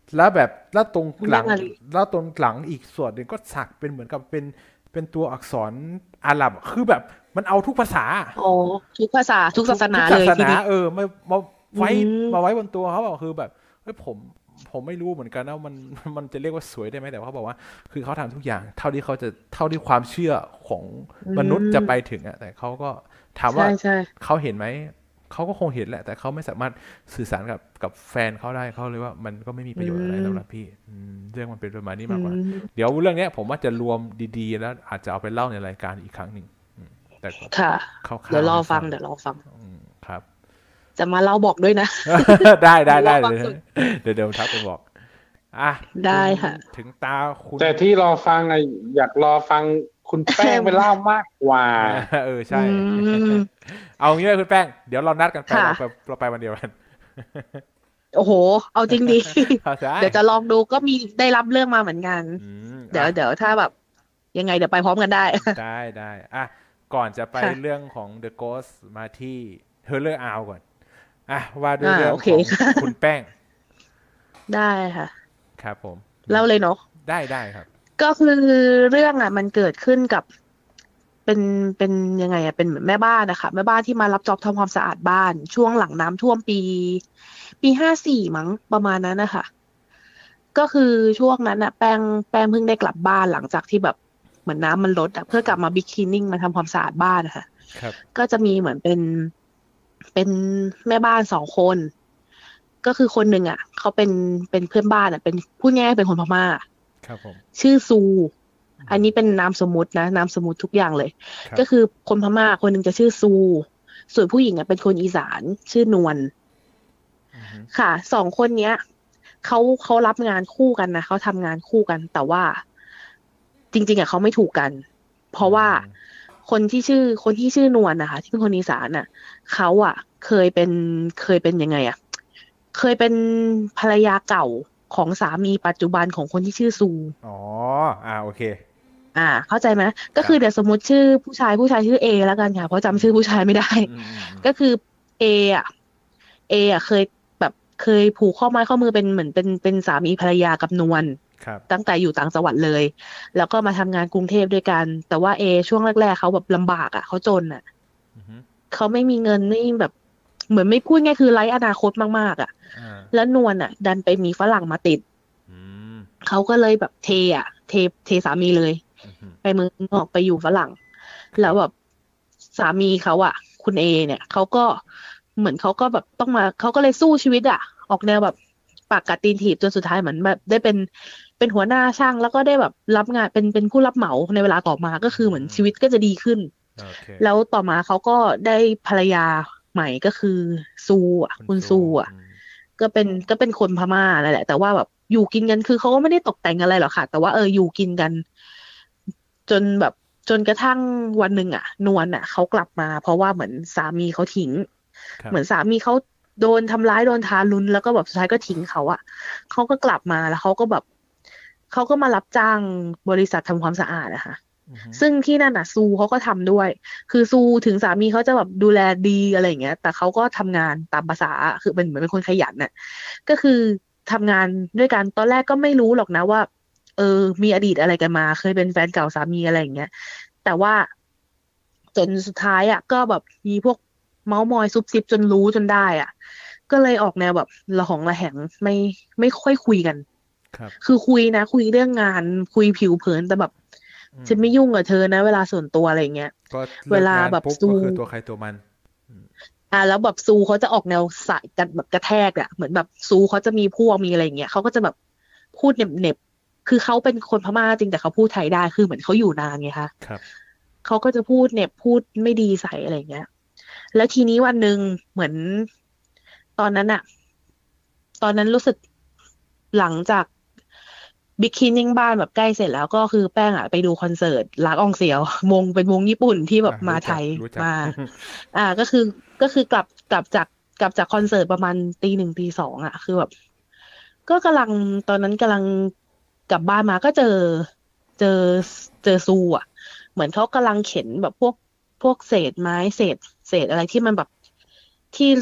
แล้วแบบแล้วตรงหลังเรื่องอะไรแล้วตรงหลังอีกส่วนหนึ่งก็สักเป็นเหมือนกับเป็นเป็นตัวอักษรอาหรับคือแบบมันเอาทุกภาษาอ๋อทุกภาษาทุกศาสนาทุกเลยศาสทีนานี้เออมามาไว้อืมมาไว้บนตัวเขาบอกคือแบบเฮ้ยผมผมไม่รู้เหมือนกันนะมันมันจะเรียกว่าสวยได้ไหมแต่เขาบอกว่า คือเขาทำทุกอย่างเท่าที่เขาจะเท่าที่ความเชื่อของมนุษย์จะไปถึงอะแต่เขาก็ถามว่าใช่ใช่เขาเห็นไหมเขาก็คงเห็นแหละ แต่เขาไม่สามารถสื่อสารกับกับแฟนเขาได้เขาเลยว่ามันก็ไม่มีประโยชน์อะไรอืมสำหรับพี่อืมเรื่องมันเป็นประมาณนี้อืมากกว่ามเดี๋ยวเรื่องเนี้ยผมว่าจะรวมดีๆ แล้วอาจจะเอาไปเล่าในรายการอีกครั้งหนึ่งอืมแต่ก็ค่ะคร่าวๆเดี๋ยวรอให้ฟังเดี๋ยวรอฟังอืมครับจะมาเล่าบอกด้วยนะได้ได้ได้รอฟังเดี๋ยวสุดเดี๋ยวเดี๋ยวทักไปบอกอ่ะได้ถึงค่ะถึงตาคุณแต่ที่รอฟังอะอยากรอฟังคุณแป้งไปเล่ามากกว่าเออใช่อืมเอางี้เลยคุณแป้งเดี๋ยวเรานัดกันไปค่ะเราไปเราไปวันเดียวกันโอ้โห เอาจริงดิเอาได้เดี๋ยวจะลองดูก็มีได้รับเรื่องมาเหมือนกันอืมเดี๋ยวอ่ะเดี๋ยวถ้าแบบ ยังไงเดี๋ยวไปพร้อมกันได้ได้ได้อ่ะก่อนจะไปค่ะเรื่องของ The Ghost มาที่ Horror Hour ก่อนอ่ะว่าด้วยอ่าเรื่องโอขเคองค่ะคุณแป้งได้ค่ะครับผมเล่าเลยเนาะได้ได้ครับก็คือเรื่องอ่ะ มันเกิดขึ้นกับ เป็นเป็นยังไงอ่ะเป็นเหมือนแม่บ้านนะคะแม่บ้านที่มารับจ็อบทำความสะอาดบ้าน ช่วงหลังน้ำท่วมปี ปีห้าสี่มั้งประมาณนั้นนะคะก็คือช่วงนั้นอ่ะ แป้งแป้งเพิ่งได้กลับบ้านหลังจากที่แบบเหมือนน้ำมันลดอ่ะเพื่อกลับมาบิ๊กคลีนนิ่งมาทำความสะอาดบ้านนะคะครับก็จะมีเหมือนเป็นเป็นแม่บ้านสองคน ก็คือคนหนึ่งอ่ะเขาเป็นเป็นเพื่อนบ้านอ่ะเป็นพูดง่ายๆเป็นคนพม่าครับผมชื่อซู อันนี้เป็นนามสมมุตินะนามสมมุติทุกอย่างเลยครับก็คือคนพม่าคนหนึ่งจะชื่อซู ส่วนผู้หญิงอ่ะเป็นคนอีสานชื่อนวลอือฮึค่ะสองคนเนี้ยเขาเขารับงานคู่กันนะเขาทำงานคู่กัน แต่ว่า จริงๆอ่ะเขาไม่ถูกกัน เพราะว่าคนที่ชื่อคนที่ชื่อนวลนะคะที่เป็นคนอีสานน่ะเขาอ่ะ เคยเป็นเคยเป็นยังไงอ่ะ เคยเป็นภรรยาเก่าของสามีปัจจุบันของคนที่ชื่อซูอ๋ออ่าโอเคอ่า เข้าใจไหมก็คือเดี๋ยวสมมติชื่อผู้ชายผู้ชายชื่อเอแล้วกันค่ะเพราะจำชื่อผู้ชายไม่ได้อืมอืมอืมก็คือเออ่ะเออ่ะเคยแบบเคยผูกข้อไม้ข้อมือเป็นเหมือนเป็นเป็นสามีภรรยากับนวลครับตั้งแต่อยู่ต่างจังหวัดเลย แล้วก็มาทำงานกรุงเทพด้วยกัน แต่ว่าเอช่วงแรกๆเขาแบบลำบากอ่ะเขาจนอ่ะอือฮึเขาไม่มีเงินไม่แบบ เหมือนไม่พูดง่ายคือไร้อนาคตมากๆอ่ะอ่าแล้วนวลอ่ะ ดันไปมีฝรั่งมาติดอืมเขาก็เลยแบบเทอ่ะ เทเทสามีเลยอือฮึไปเมืองนอกไปอยู่ฝรั่ง แล้วแบบสามีเขาอ่ะ คุณเอเนี่ยเขาก็เหมือนเขาก็แบบต้องมาเขาก็เลยสู้ชีวิตอ่ะ ออกแนวแบบปากกัดตีนถีบจนสุดท้ายเหมือนแบบได้เป็นเป็นหัวหน้าช่างแล้วก็ได้แบบรับงานเป็นเป็นผู้รับเหมาในเวลาต่อมาก็คือเหมือนชีวิตก็จะดีขึ้นโอเคแล้วต่อมาเขาก็ได้ภรรยาใหม่ก็คือซูอ่ะ คุณซูอ่ะอืมก็เป็นก็เป็นคนพม่านั่นแหละ แต่ว่าแบบอยู่กินกันคือเขาก็ไม่ได้ตกแต่งอะไรหรอกค่ะ แต่ว่าเอออยู่กินกัน จนแบบจนกระทั่งวันหนึ่งอ่ะ นวลอ่ะเขากลับมา เพราะว่าเหมือนสามีเขาทิ้งครับเหมือนสามีเขาโดนทำร้ายโดนทารุณแล้วก็แบบสุดท้ายก็ทิ้งเขาอ่ะเขาก็กลับมาแล้วเขาก็แบบเขาก็มารับจ้างบริษัททำความสะอาดอะค่ะอือฮึซึ่งที่นั่นน่ะซูเขาก็ทำด้วย คือซูถึงสามีเขาจะแบบดูแลดีอะไรอย่างเงี้ย แต่เขาก็ทำงานตามภาษาคือเป็นเหมือนเป็นคนขยันน่ะ ก็คือทำงานด้วยกันตอนแรกก็ไม่รู้หรอกนะว่า เออ มีอดีตอะไรกันมา เคยเป็นแฟนเก่าสามีอะไรอย่างเงี้ย แต่ว่าจนสุดท้ายอ่ะ ก็แบบมีพวกเมาส์มอยซุบซิบจนรู้จนได้อ่ะ ก็เลยออกแนวแบบระหองระแหงไม่ไม่ค่อยคุยกันครับคือคุยนะ คุยเรื่องงานคุยผิวเผินแต่แบบอืมฉันไม่ยุ่งกับเธอนะ เวลาส่วนตัวอะไรอย่างเงี้ยก็เวลาลิกงนแบบปุ๊บซูก็คือตัวใครตัวมันอ่าแล้วแบบซูเขาจะออกแนวสายกันแบบกระแทกอะเหมือนแบบซูเขาจะมีพวกมีอะไรอย่างเงี้ยเขาก็จะแบบพูดเหน็บเน็บคือเขาเป็นคนพม่าจริงแต่เขาพูดไทยได้คือเหมือนเขาอยู่นานไงคะครับเขาก็จะพูดเหน็บพูดไม่ดีใส่อะไรอย่างเงี้ย แล้วทีนี้วันหนึ่งเหมือนตอนนั้นอะตอนนั้นรู้สึกหลังจากบิ๊กคลีนนิ่งบ้านแบบใกล้เสร็จแล้วก็คือแป้งอะไปดูคอนเสิร์ตรักอองเสียววงเป็นวงญี่ปุ่นที่แบบอ่ะมารู้ไทจักยรู้จักมา อ่าก็คือก็คือกลับกลับจากกลับจากคอนเสิร์ตประมาณตีหนึ่งตีสองอ่ะ คือแบบ ก็กำลังตอนนั้นกำลังกลับบ้านมาก็เจอเจอเจอซูอ่ะ เหมือนเขากำลังเข็นแบบพวกพวกเศษไม้เศษเศษอะไรที่มันแบบที่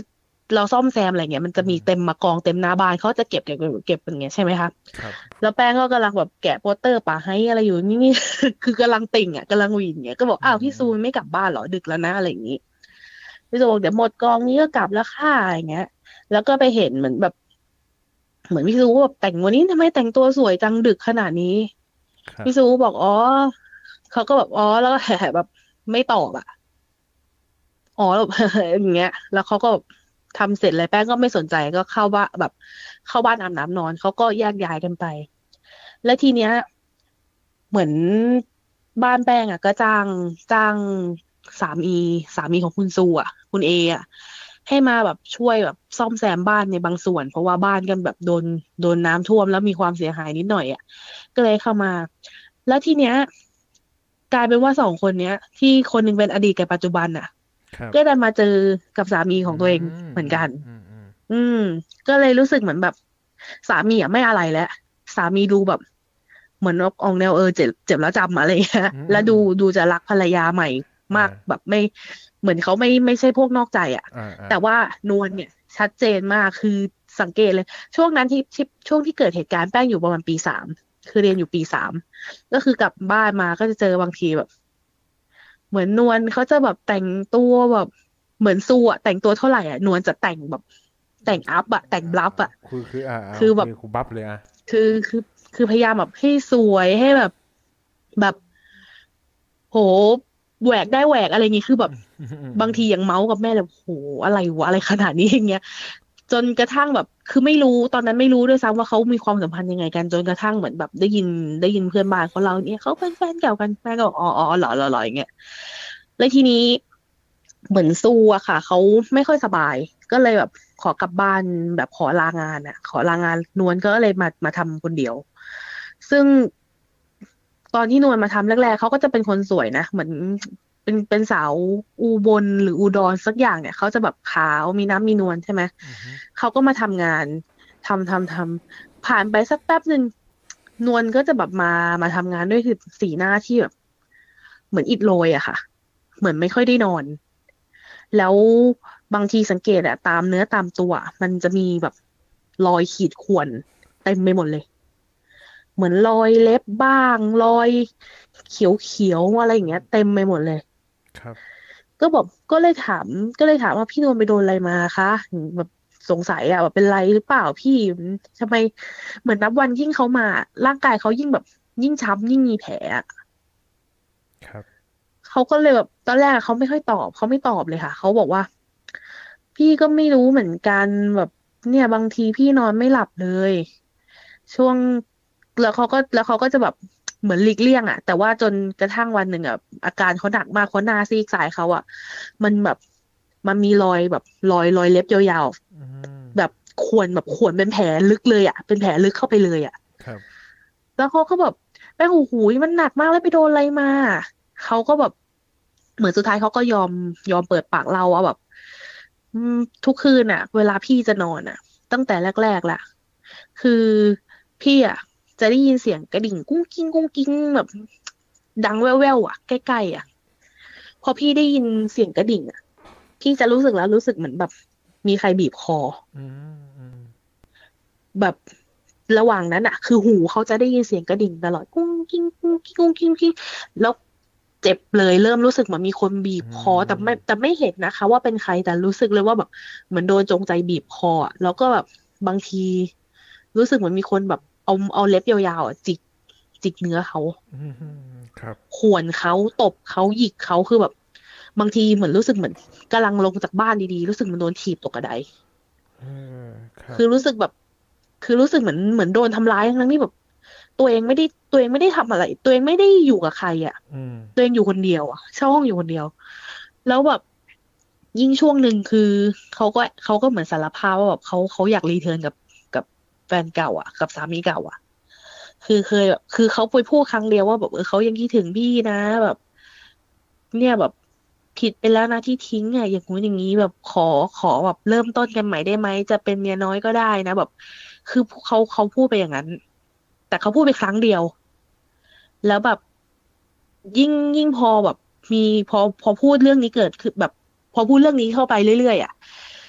เราซ่อมแซมอะไรเงี้ยมันจะมีเต็มมากองเต็มหน้าบ้านเขาจะเก็บเก็บเก็บเก็บอย่างเงี้ยใช่ไหมคะครับแล้วแป้งก็กำลังแบบแกะโปสเตอร์ป่าให้อะไรอยู่นี่นี่ คือกำลังติ่งอ่ะกำลังหวีนเงี้ยก็บอกอือ้าวพี่ซูมไม่กลับบ้านเหรอดึกแล้วนะอะไรอย่างงี้พี่ซูบอกเดี๋ยวหมดกองนี้ก็กลับแล้วค่ะอย่างเงี้ยแล้วก็ไปเห็นเหมือนแบบเหมือนพี่ซูแบบแต่งวันนี้ทำไมแต่งตัวสวยจังดึกขนาดนี้ครับพี่ซูบอกอ๋อเขาก็แบบอ๋อแล้วก็แหะแบบไม่ตอบอ่ะ อ๋อแบบอย่างเงี้ยแล้วเขาก็ทำเสร็จเลยแป้งก็ไม่สนใจก็เข้าบ้านแบบเข้าบ้านอาบน้ำนอนเขาก็แยกย้ายกันไปและทีเนี้ยเหมือนบ้านแป้งอ่ะก็จ้างจ้างสามีสามีของคุณซูอ่ะคุณเออ่ะให้มาแบบช่วยแบบซ่อมแซมบ้านในบางส่วนเพราะว่าบ้านกันแบบโดนโดนน้ำท่วมแล้วมีความเสียหายนิดหน่อยอ่ะก็เลยเข้ามาแล้วทีเนี้ยกลายเป็นว่าสองคนเนี้ยที่คนหนึงเป็นอดีตกับปัจจุบันอ่ะครับก็ได้มาเจอกับสามีขอืองตัวเองมเหมือนกันอืมอืมอืมอืมก็เลยรู้สึกเหมือนแบบสามีอ่ะไม่อะไรแล้วสามีดูแบบเหมือนออกแนวเออเจ็บเจ็บแล้วจำอะไรเงี้ยอืแล้วดูมอืมดูจะรักภรรยาใหม่มากอ่าแบบไม่เหมือนเขาไม่ไม่ใช่พวกนอกใจอ่ะอ่าอ่าแต่ว่านวลเนี่ยชัดเจนมากคือสังเกตเลยช่วงนั้นที่ที่ช่วงที่เกิดเหตุการณ์แป้งอยู่ประมาณปีสามคือเรียนอยู่ปีสามก็คือกลับบ้านมาก็จะเจอบางทีแบบ เหมือนนวลเขาจะแบบแต่งตัวแบบเหมือนซูอะแต่งตัวเท่าไหร่อะนวลจะแต่งแบบแต่งอัพอะแต่งบลัฟอะคือคืออ่าอ่าคือแบบโอเคครูบัฟเลยอ่ะคือคือคือพยายามแบบให้สวยให้แบบแบบโหแหวกได้แหวกอะไรอย่างงี้คือแบบอืมอืมบางอืมทียังเมาส์กับแม่เลยโหอะไรวะอะไรขนาดนี้อย่างเงี้ยจนกระทั่งแบบคือไม่รู้ตอนนั้นไม่รู้ด้วยซ้ำว่าเขามีความสัมพันธ์ยังไงกันจนกระทั่งเหมือนแบบได้ยินได้ยินเพื่อนบ้านเขาเล่าเนี่ยเขาเป็นแฟนเก่ากันแม่ก็บอกอ๋ออ๋อเหรอเหรอเหรออย่างเงี้ย แล้วทีนี้เหมือนซูอะค่ะเขาไม่ค่อยสบายก็เลยแบบขอกลับบ้านแบบขอลางานอะขอลางานนวลก็เลยมามาทำคนเดียวซึ่งตอนที่นวลมาทำแรกๆเขาก็จะเป็นคนสวยนะเหมือนเป็นเป็นสาวอุบลหรืออุดรสักอย่างเนี่ยเขาจะแบบขาวมีน้ำมีนวลใช่ไหมอืมอืมเขาก็มาทำงานทำทำทำผ่านไปสักแป๊บหนึ่งนวลก็จะแบบมามาทำงานด้วยคือสีหน้าที่แบบเหมือนอิดโรยอะค่ะ เหมือนไม่ค่อยได้นอน แล้วบางทีสังเกตอะตามเนื้อตามตัวอะมันจะมีแบบรอยขีดข่วนเต็มไปหมดเลย เหมือนรอยเล็บบ้างรอยเขียวเขียวอะไรอย่างเงี้ยเต็มไปหมดเลยครับก็บอกก็เลยถามก็เลยถามว่าพี่นวลไปโดนอะไรมาคะอืมแบบสงสัยอะแบบเป็นไรหรือเปล่าพี่ทำไมเหมือนนับวันยิ่งเขามาร่างกายเขายิ่งแบบยิ่งช้ำยิ่งมีแผลอะครับเขาก็เลยแบบตอนแรกเขาไม่ค่อยตอบเขาไม่ตอบเลยค่ะเขาบอกว่าพี่ก็ไม่รู้เหมือนกันแบบเนี่ยบางทีพี่นอนไม่หลับเลยช่วงแล้วเขาก็แล้วเขาก็จะแบบเหมือนหลีกเลี่ยงอะแต่ว่าจนกระทั่งวันหนึ่งอะอาการเขาหนักมากเพราะหน้าซีกซ้ายเขาอะมันแบบมันมีรอยแบบรอยรอยเล็บยาวอืมๆแบบข่วนแบบข่วนเป็นแผลลึกเลยอะเป็นแผลลึกเข้าไปเลยอะครับแล้วเขาก็แบบแป้งโอ้โหมันหนักมากแล้วไปโดนอะไรมาเขาก็แบบเหมือนสุดท้ายเขาก็ยอมยอมเปิดปากเล่าว่าแบบอืมทุกคืนน่ะเวลาพี่จะนอนน่ะตั้งแต่แรกๆแหละคือพี่อ่ะจะได้ยินเสียงกระดิ่งกุ้งกิ้งกุ้งกิ้งแบบดังแว่วๆอ่ะใกล้ๆอ่ะพอพี่ได้ยินเสียงกระดิ่งอ่ะพี่จะรู้สึกแล้วรู้สึกเหมือนแบบมีใครบีบคออืมอืมแบบระหว่างนั้นอะคือหูเขาจะได้ยินเสียงกระดิ่งตลอดกุ้งกิ้งกุ้งกิ้งกุ้งกิ้งกิ้งแล้วเจ็บเลยเริ่มรู้สึกเหมือนมีคนบีบอืคอแต่ไม่แต่มไม่เห็นนะคะว่าเป็นใครแต่รู้สึกเลยว่าแบบเหมือนโดนจงใจบีบคออะแล้วก็แบบบางทีรู้สึกเหมือนมีคนแบบเอาเอาเล็บยาวๆอะจิกจิกเนื้อเขาอืมอืมครับข่วนเขาตบเขาหยิกเขาคือแบบบางทีเหมือนรู้สึกเหมือนกำลังลงจากบ้านดีๆรู้สึกเหมันโดนถีบตกกระไดเออครับคือรู้สึกแบบคือรู้สึกเหมือนเหมือนโดนทำร้ายทั้งๆที่แบบตัวเองไม่ได้ตัวเองไม่ได้ทำอะไรตัวเองไม่ได้อยู่กับใครอ่ะอืมตัวเองอยู่คนเดียวอ่ะเช่าห้องอยู่คนเดียวแล้วแบบยิ่งช่วงหนึ่งคือเขาก็เขาก็เหมือนสารภาพว่าแบบเขาเขาอยากรีเทิร์นกับกับแฟนเก่าอ่ะกับสามีเก่าอ่ะคือเคยแบบคือเขาไปพูดครั้งเดียวว่าแบบเออเขายังคิดถึงพี่นะแบบเนี่ยแบบผิดไปแล้วนะที่ทิ้งอ่ะอย่างงู้นอย่างนี้แบบขอขอแบบเริ่มต้นกันใหม่ได้ไหมจะเป็นเมียน้อยก็ได้นะแบบ คือเขาเขาพูดไปอย่างนั้นแต่เขาพูดไปครั้งเดียวแล้วแบบยิ่งยิ่งพอแบบมีพอพอพูดเรื่องนี้เกิดคือแบบพอพูดเรื่องนี้เข้าไปเรื่อยๆอ่ะ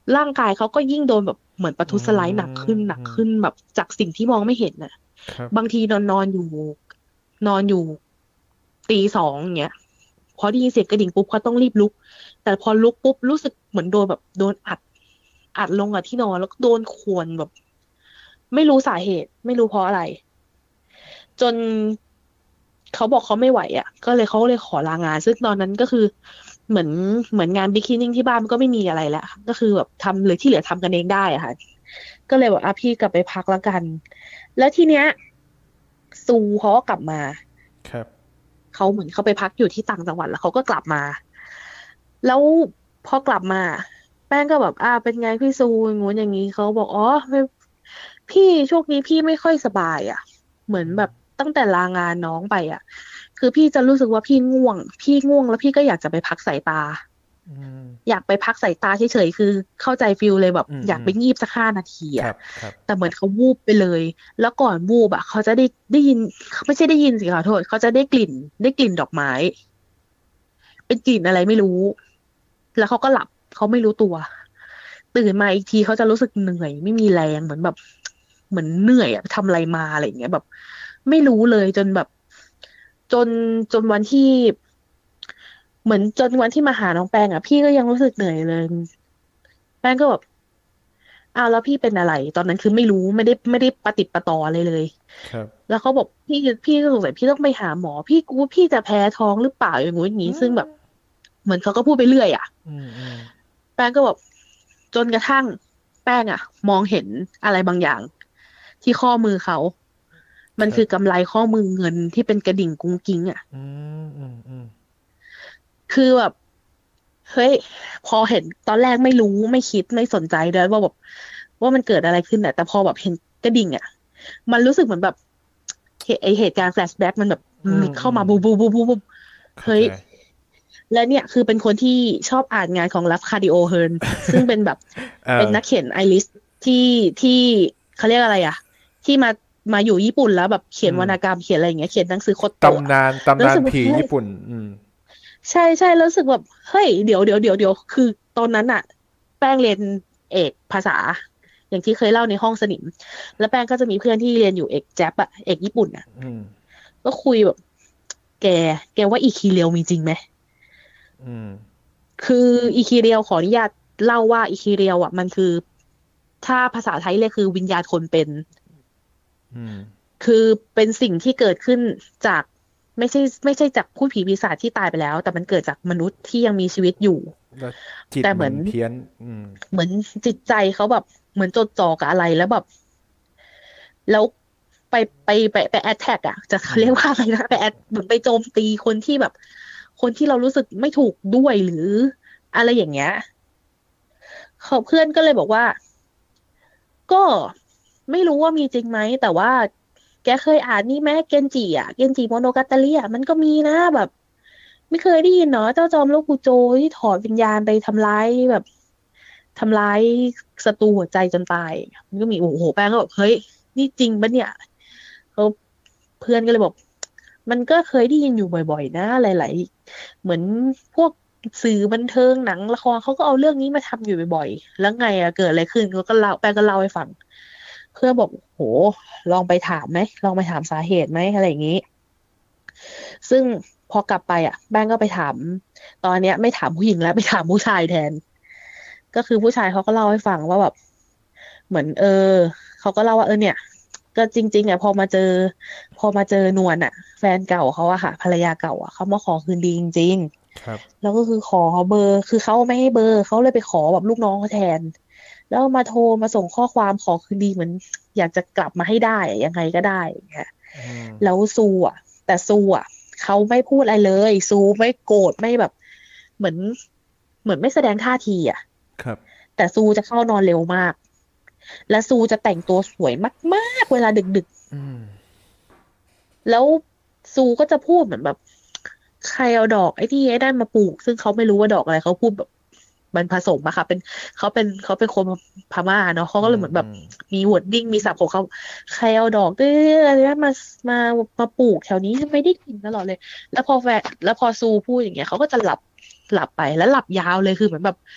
ร่างกายเขาก็ยิ่งโดนแบบเหมือนปะทุสไลด์หนักขึ้นหนักขึ้นแบบจากสิ่งที่มองไม่เห็นน่ะครับบางทีนอนนอนอยู่นอนอยู่ตีสองอย่างเงี้ยพอได้ยินเสียงกระดิ่งปุ๊บเขาต้องรีบลุก แต่พอลุกปุ๊บรู้สึกเหมือนโดนแบบโดนอัดอัดลงกับที่นอนแล้วก็โดนข่วนแบบ ไม่รู้สาเหตุ ไม่รู้เพราะอะไร จนเขาบอกเขาไม่ไหวอ่ะ ก็เลยเขาเลยขอลางาน ซึ่งตอนนั้นก็คือเหมือนเหมือนงานบิ๊กคลีนนิ่งที่บ้านมันก็ไม่มีอะไรแล้วก็คือแบบทำเลยที่เหลือทำกันเองได้อะค่ะ ก็เลยบอกอ่ะพี่กลับไปพักแล้วกัน แล้วทีเนี้ยซูเขาก็กลับมาครับเขาเหมือนเขาไปพักอยู่ที่ต่างจังหวัดแล้วเขาก็กลับมา แล้วพอกลับมา แป้งก็แบบอ่าเป็นไงพี่ซูอย่างงู้นอย่างนี้เขาบอกอ๋อไม่พี่ช่วงนี้พี่ไม่ค่อยสบายอ่ะ เหมือนแบบตั้งแต่ลางานน้องไปอ่ะ คือพี่จะรู้สึกว่าพี่ง่วง พี่ง่วงแล้วพี่ก็อยากจะไปพักสายตาอืมอยากไปพักสายตาเฉยๆคือเข้าใจฟิลเลยแบบอืมอยากไปอืมงีบสักห้านาทีครัอ่ะบครับแต่เหมือนเขาวูบไปเลย แล้วก่อนวูบอ่ะเขาจะได้ได้ยินเขาไม่ใช่ได้ยินสิขอโทษเขาจะได้กลิ่นได้กลิ่นดอกไม้ เป็นกลิ่นอะไรไม่รู้ แล้วเขาก็หลับเขาไม่รู้ตัว ตื่นมาอีกทีเขาจะรู้สึกเหนื่อยไม่มีแรงเหมือนแบบ เหมือนเหนื่อยอะทำอะไรมาอะไรอย่างเงี้ยแบบ ไม่รู้เลยจนแบบ จนจนวันที่ เหมือนจนวันที่มาหาน้องแป้งอ่ะพี่ก็ยังรู้สึกเหนื่อยเลย แป้งก็แบบอ้าวแล้วพี่เป็นอะไร ตอนนั้นคือไม่รู้ไม่ได้ไม่ได้ปะติดปะต่ออะไรเลยครับแล้วเขาบอกพี่พี่ก็สงสัยพี่ต้องไปหาหมอ พี่กูว่าพี่จะแพ้ท้องหรือเปล่าอย่างงู้นอย่างงี้ซึ่งแบบ เหมือนเขาก็พูดไปเรื่อยอ่ะอืมอืมแป้งก็แบบจนกระทั่งแป้งอ่ะ มองเห็นอะไรบางอย่าง ที่ข้อมือเขา มันคือกำไลข้อมือเงินที่เป็นกระดิ่งกุ้งกิ้งอ่ะอืมอืมอืมคือแบบ เฮ้ย พอเห็นตอนแรกไม่รู้ไม่คิดไม่สนใจเลยว่าแบบว่ามันเกิดอะไรขึ้นอ่ะแต่พอแบบเห็นกระดิ่งอ่ะ มันรู้สึกเหมือนแบบเหตุไอเหตุการณ์แฟลชแบ็กมันแบบอืหมลุดเข้ามาอืมบูบูบูบูบูเข้าเฮ้ยใจและเนี่ยคือเป็นคนที่ชอบอ่านงานของลัฟคาดิโอเฮิร์น ซึ่งเป็นแบบเอเป็นอนักเขียนไอริสที่ที่เขาเรียกอะไรอ่ะ ที่มามาอยู่ญี่ปุ่นแล้วแบบเขียนอืมวรรณกรรมเขียนอะไรอย่างเงี้ยเขียนหนังสือโคตโตะตำนานแล้วตำนานรู้สึกว่าผีเฮ้ยญี่ปุ่น อืมใช่ใช่แล้วรู้สึกแบบเฮ้ยเดี๋ยวเดี๋ยวเดี๋ยวเดี๋ยวคือตอนนั้นอะแป้งเรียนเอกภาษา อย่างที่เคยเล่าในห้องสนิม แล้วแป้งก็จะมีเพื่อนที่เรียนอยู่เอกแจ๊บอะเอกญี่ปุ่นอะอืมก็คุยแบบ แก แกว่าอีคีเรียวมีจริงไหมอืมคืออีคีเรียวขออนุญาตเล่าว่าอีคีเรียวอะมันคือ ถ้าภาษาไทยเรียกคือวิญญาณคนเป็นอืมคือเป็นสิ่งที่เกิดขึ้นจากไม่ใช่ไม่ใช่จากพูดผีปีศาจที่ตายไปแล้ว แต่มันเกิดจากมนุษย์ที่ยังมีชีวิตอยู่แล้วจิตแต่เหมืมัอนนเพี้ยน อืมเหมือนจิตใจเขาแบบเหมือนจดจ่อกับอะไรแล้วแบบ แล้วไปไปไปไปแอ t แทกอ่ะจะอืมเรียกว่าอะไรนะไปแอ t เหมือนไปโจมตีคนที่แบบ คนที่เรารู้สึกไม่ถูกด้วยหรืออะไรอย่างเงี้ยเขาเพื่อนก็เลยบอกว่า ก็ไม่รู้ว่ามีจริงไหมแต่ว่า แกเคยอ่านนี่ไหมเกนจิอ่ะเกนจิโมโนกาตาริอ่ะมันก็มีนะแบบ ไม่เคยได้ยินเนาะเจ้าจอมโลกุโจที่ถอดวิญญาณไปทำร้ายแบบทำร้ายศัตรูหัวใจจนตายมันก็มีโอ้โหแป้งก็แบบเฮ้ยนี่จริงปะเนี่ยเขาเพื่อนก็เลยบอก มันก็เคยได้ยินอยู่บ่อยๆนะหลายๆเหมือนพวกสื่อบันเทิงหนังละครเขาก็เอาเรื่องนี้มาทำอยู่บ่อยๆแล้วไงอะเกิดอะไรขึ้นเขาก็เล่าแป้งก็เล่าให้ฟังเพื่อนบอกโหลองไปถามไหมลองไปถามสาเหตุไหมอะไรอย่างนี้ ซึ่งพอกลับไปอ่ะแป้งก็ไปถาม ตอนเนี้ยไม่ถามผู้หญิงแล้วไปถามผู้ชายแทน ก็คือผู้ชายเขาก็เล่าให้ฟังว่าแบบเหมือนเออเขาก็เล่าว่าเออเนี่ย ก็จริงๆอ่ะพอมาเจอ พอมาเจอนวลอ่ะ แฟนเก่าเขาอะค่ะภรรยาเก่าอะเขามาขอคืนดีจริงครับๆแล้วก็คือขอเบอร์คือเขาไม่ให้เบอร์เขาเลยไปขอแบบลูกน้องเขาแทน แล้วมาโทรมาส่งข้อความขอคืนดีเหมือน อยากจะกลับมาให้ได้อะยังไงก็ได้อย่างเงี้ยอืมแล้วซูอ่ะ แต่ซูอ่ะเขาไม่พูดอะไรเลย ซูไม่โกรธไม่แบบ เหมือน เหมือนไม่แสดงท่าทีอ่ะครับแต่ซูจะเข้านอนเร็วมาก และซูจะแต่งตัวสวยมากๆเวลาดึกอืมๆ แล้วซูก็จะพูดเหมือนแบบ ใครเอาดอกไอ้ที่ไอ้นั่นมาปลูก ซึ่งเขาไม่รู้ว่าดอกอะไรเขาพูดแบบมันผสมอะค่ะเป็นเขาเป็นเขาเป็นคนพม่าเนาะเขาก็เลยเหมือนแบบอืมมีวอร์ดดิ้งมีศัพท์ของเขาใครเอาดอกเด้ออะไรนะมามามาปลูกแถวนี้ไม่ได้กินตลอดเลย แล้วพอแฟนแล้วพอซูพูดอย่างเงี้ยเขาก็จะหลับหลับไปแล้วหลับยาวเลยคือเหมือนแบบ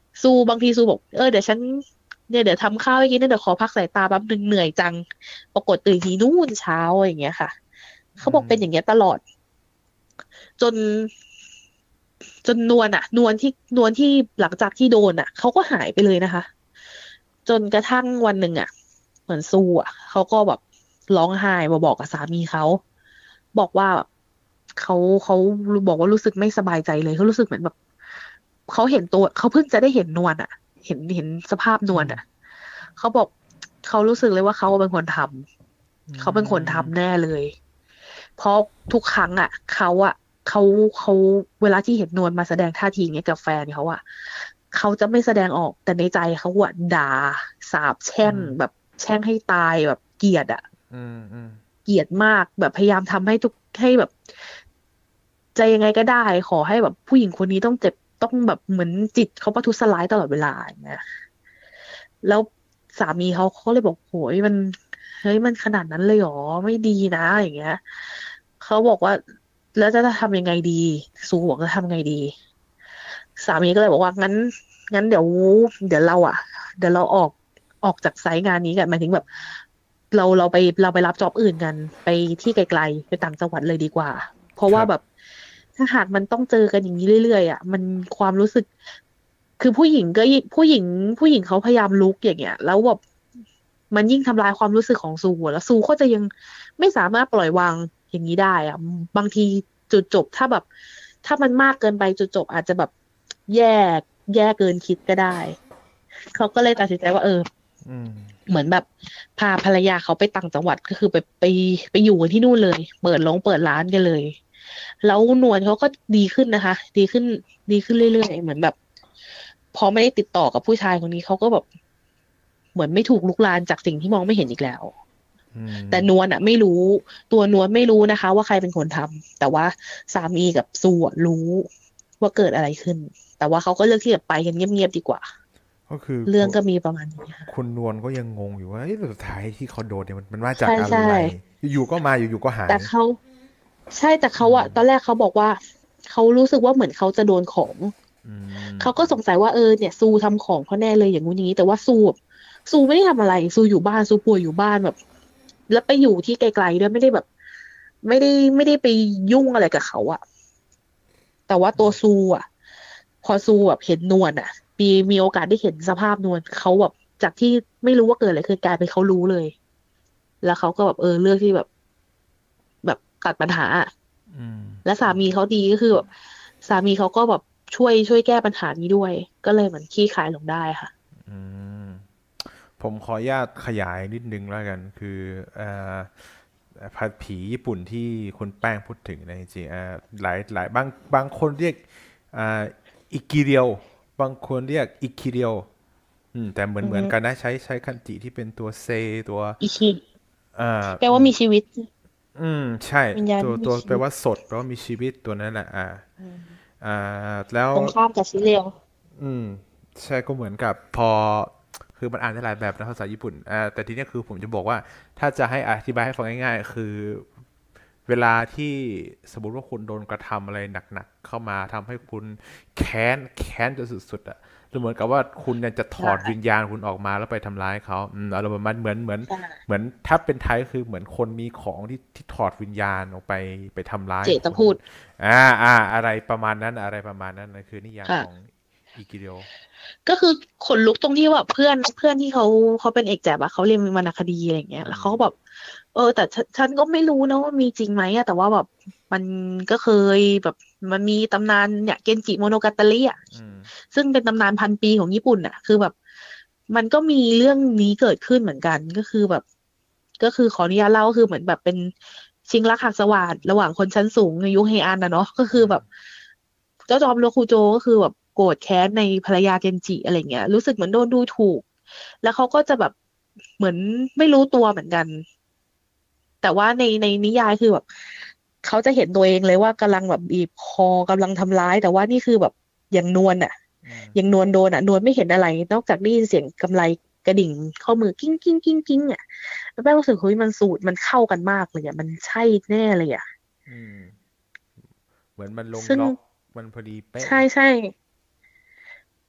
ซูบางทีซูบอกเออเดี๋ยวฉันเนี่ยเดี๋ยวทำข้าวให้กินนะเดี๋ยวขอพักสายตาแป๊บนึงเหนื่อยจังปรากฏตื่นทีนู่นเช้าอย่างเงี้ยค่ะเขาอืมบอกเป็นอย่างเงี้ยตลอดจนจนนวลอะนวลที่นวลที่หลังจากที่โดนอะเขาก็หายไปเลยนะคะจนกระทั่งวันหนึ่งอะเหมือนซูอะเขาก็แบบร้องไห้มาบอกกับสามีเขาบอกว่าแบบเขาเขาบอกว่ารู้สึกไม่สบายใจเลยเขารู้สึกเหมือนแบบเขาเห็นตัวเขาเพิ่งจะได้เห็นนวลอะเห็นเห็นสภาพนอืมวลอะเขาบอกเขารู้สึกเลยว่าเขาเป็นคนทอืำเขาเป็นคนมทำแน่เลย เพราะทุกครั้งอ่ะเขาอ่ะเขาเขาเวลาที่เห็นนวลมาแสดงท่าทีอย่างเงี้ยกับแฟนเขาอ่ะเขาจะไม่แสดงออกแต่ในใจเขาอ่ะด่าสาปแช่อืงมแบบแช่งให้ตายแบบเกลียดอ่ะอืมอืมเกลียดมากแบบพยายามทำให้ทุกให้แบบจะยังไงก็ได้ขอให้แบบผู้หญิงคนนี้ต้องเจ็บต้องแบบเหมือนจิตเขาประทุษร้ายตลอดเวลาอย่างเงี้ยแล้วสามีเขาเขาเลยบอกโหยมันเฮ้ยมันขนาดนั้นเลยเหรอไม่ดีนะอย่างเงี้ยเขาบอกว่าแล้วจะทำยังไงดีสูบอกจะทำไงดีสามีก็เลยบอกว่างั้นงั้นเดี๋ยวเดี๋ยวเราอ่ะเดี๋ยวเราออกออกจากไซต์งานนี้กันหมายถึงแบบเราเราไปเราไปรับจ็อบอื่นกันไปที่ไกลๆไปต่างจังหวัดเลยดีกว่าเพราะครับว่าแบบถ้าหากมันต้องเจอกันอย่างนี้เรื่อยๆอ่ะมันความรู้สึกคือผู้หญิงก็ยิ่งผู้หญิงผู้หญิงเขาพยายามลุกอย่างเงี้ยแล้วแบบมันยิ่งทำลายความรู้สึกของซูอะแล้วซูก็จะยังไม่สามารถปล่อยวางอย่างนี้ได้อ่ะบางทีจุดจบถ้าแบบถ้ามันมากเกินไปจุดจบอาจจะแบบแย่แย่เกินคิดก็ได้เขาก็เลยตัดสินใจว่าเอออืมเหมือนแบบพาภรรยาเขาไปต่างจังหวัดก็คือไปไปไปอยู่กันที่นู่นเลยเปิดลงเปิดร้านกันเลยแล้วนวลเขาก็ดีขึ้นนะคะดีขึ้นดีขึ้นเรื่อยๆเหมือนแบบพอไม่ได้ติดต่อกับผู้ชายคนนี้เขาก็แบบเหมือนไม่ถูกลุกลานจากสิ่งที่มองไม่เห็นอีกแล้วอืมแต่นวลอ่ะไม่รู้ตัวนวลไม่รู้นะคะว่าใครเป็นคนทำแต่ว่าสามีกับซูอะรู้ว่าเกิดอะไรขึ้นแต่ว่าเขาก็เลือกที่จะไปกันเงียบๆดีกว่าก็คือเรื่องก็มีประมาณนี้ค่ะคุณนวลก็ยังงงอยู่ว่าเอ้ยสุดท้ายที่เขาโดนเนี่ยมันมันมาจากใช่ใช่อะไรอยู่ๆก็มาอยู่ๆก็หายแต่เขา ใช่แต่เขาอืมอะตอนแรกเขาบอกว่าเขารู้สึกว่าเหมือนเขาจะโดนของอืมเขาก็สงสัยว่าเออเนี่ยซูทำของเขาแน่เลยอย่างงู้นอย่างนี้แต่ว่าซูแบบซูไม่ได้ทำอะไรซูอยู่บ้านซูป่วยอยู่บ้านแบบแล้วไปอยู่ที่ไกลๆด้วยไม่ได้แบบไม่ได้ไม่ได้ไปยุ่งอะไรกับเขาอะแต่ว่าตัวซูอะพอซูแบบเห็นนวลอะมีมีโอกาสได้เห็นสภาพนวลเขาแบบจากที่ไม่รู้ว่าเกิดอะไรคือกลายเป็นเขารู้เลยแล้วเขาก็แบบเออเลือกที่แบบแบบตัดปัญหาอะอืมและสามีเขาดีก็คือแบบสามีเขาก็แบบช่วยช่วยแก้ปัญหานี้ด้วยก็เลยเหมือนคลี่คลายลงได้ค่ะอืมผมขออนุญาตขยายนิดนึงแล้วกันคือเอ่อผัดผีญี่ปุ่นที่คุณแป้งพูดถึงเนยจริงๆอ่าหลายหลายบางบางคนเรียกอ่าอิกิเรียวบางคนเรียกอิคิเรียวอืมแต่เหมือนอือฮึเหมือนกันนะใช้ใช้คันจิที่เป็นตัวเซตัวอีคิอ่าแปลว่ามีชีวิตอืมใช่วิญญาณตัวตัวที่มีชีวิตแปลว่าสดแปลว่ามีชีวิตตัวนั้นแหละอ่าอืมอ่าแล้วตรงข้ามกับชิเลวอืมใช่ก็เหมือนกับพอคือมันอ่านได้หลายแบบนะภาษาญี่ปุ่นอ่าแต่ทีเนี้ยคือผมจะบอกว่าถ้าจะให้อธิบายให้ฟังง่ายๆคือเวลาที่สมมติว่าคุณโดนกระทำอะไรหนักๆเข้ามาทำให้คุณแค้นแค้นจนสุดๆอ่ะหรือเหมือนกับว่าคุณยังจะถอดวิญใช่ญาณคุณออกมาแล้วไปทำร้ายเขาอืมอารมณ์ประมาณเหมือนเหมือนใช่เหมือนถ้าเป็นไทยก็คือเหมือนคนมีของที่ที่ถอดวิญญาณออกไปไปทำร้ายเจตคนพูดอ่าอ่าอะไรประมาณนั้นอะไรประมาณนั้นนะคือนิยามของค่ะอิกิเดียวก็คือขนลุกตรงที่ว่าเพื่อนเพื่อนที่เขาเขาเป็นเอกแจ๋บอะเขาเรียนวรรณคดีอะไรอย่างเงี้ยอืมแล้วเขาก็แบบเออแต่ฉันฉันก็ไม่รู้นะว่ามีจริงไหมอะแต่ว่าแบบมันก็เคยแบบมันมีตำนานเนี่ยเกนจิโมโนกาตาริอะอืมซึ่งเป็นตำนานพันปีของญี่ปุ่นอะคือแบบมันก็มีเรื่องนี้เกิดขึ้นเหมือนกันก็คือแบบก็คือขออนุญาตเล่าก็คือเหมือนแบบเป็นชิงรักหักสวาทระหว่างคนชั้นสูงในยุคเฮอันนะเนาะก็คืออืมแบบเจ้าจอมโรคุโจก็คือแบบโกรธแค้นในภรรยาเกนจิอะไรเงี้ยรู้สึกเหมือนโดนดูถูกแล้วเขาก็จะแบบเหมือนไม่รู้ตัวเหมือนกันแต่ว่าในในนิยายคือแบบเขาจะเห็นตัวเองเลยว่ากำลังแบบบีบคอกำลังทำร้ายแต่ว่านี่คือแบบอย่างนวลอ่ะอืมอย่างนวลโดนอ่ะนวลไม่เห็นอะไรนอกจากได้ยินเสียงกำไลกระดิ่งข้อมือกิ้งกิ้งกิ้งกิ้งอ่ะแล้วแม่รู้สึกเฮ้ยมันสูตรมันเข้ากันมากเลยอ่ะมันใช่แน่เลยอ่ะอืมเหมือนมันลงซึ่งล็อกมันพอดีเป๊ะใช่ใช่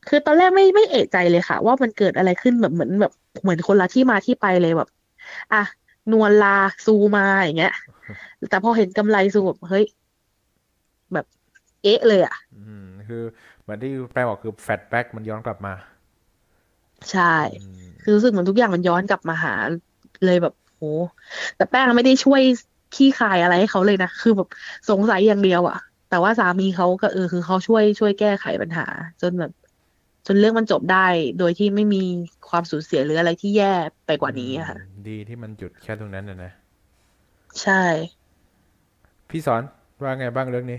คือตอนแรกไม่ไม่เอะใจเลยค่ะว่ามันเกิดอะไรขึ้นแบบเหมือนแบบเหมือนคนละที่มาที่ไปเลยแบบอ่ะนวลลาซูมาอย่างเงี้ยแต่พอเห็นกำไรซูแบบเฮ้ยแบบเอ๊ะเลยอ่ะอืมคือเหมือนที่แปลบอกคือแฟลชแบ็กมันย้อนกลับมาใช่อืมคือรู้สึกเหมือนทุกอย่างมันย้อนกลับมาหาเลยแบบโหแต่แป้งไม่ได้ช่วยขี้คายอะไรให้เขาเลยนะคือแบบสงสัยอย่างเดียวอ่ะแต่ว่าสามีเขาก็เออคือเขาช่วยช่วยแก้ไขปัญหาจนแบบจนเรื่องมันจบได้โดยที่ไม่มีความสูญเสียหรืออะไรที่แย่ไปกว่าอืมนี้อะค่ะดีที่มันหยุดแค่ตรงนั้นนะนะใช่พี่สอนว่าไงบ้างเรื่องนี้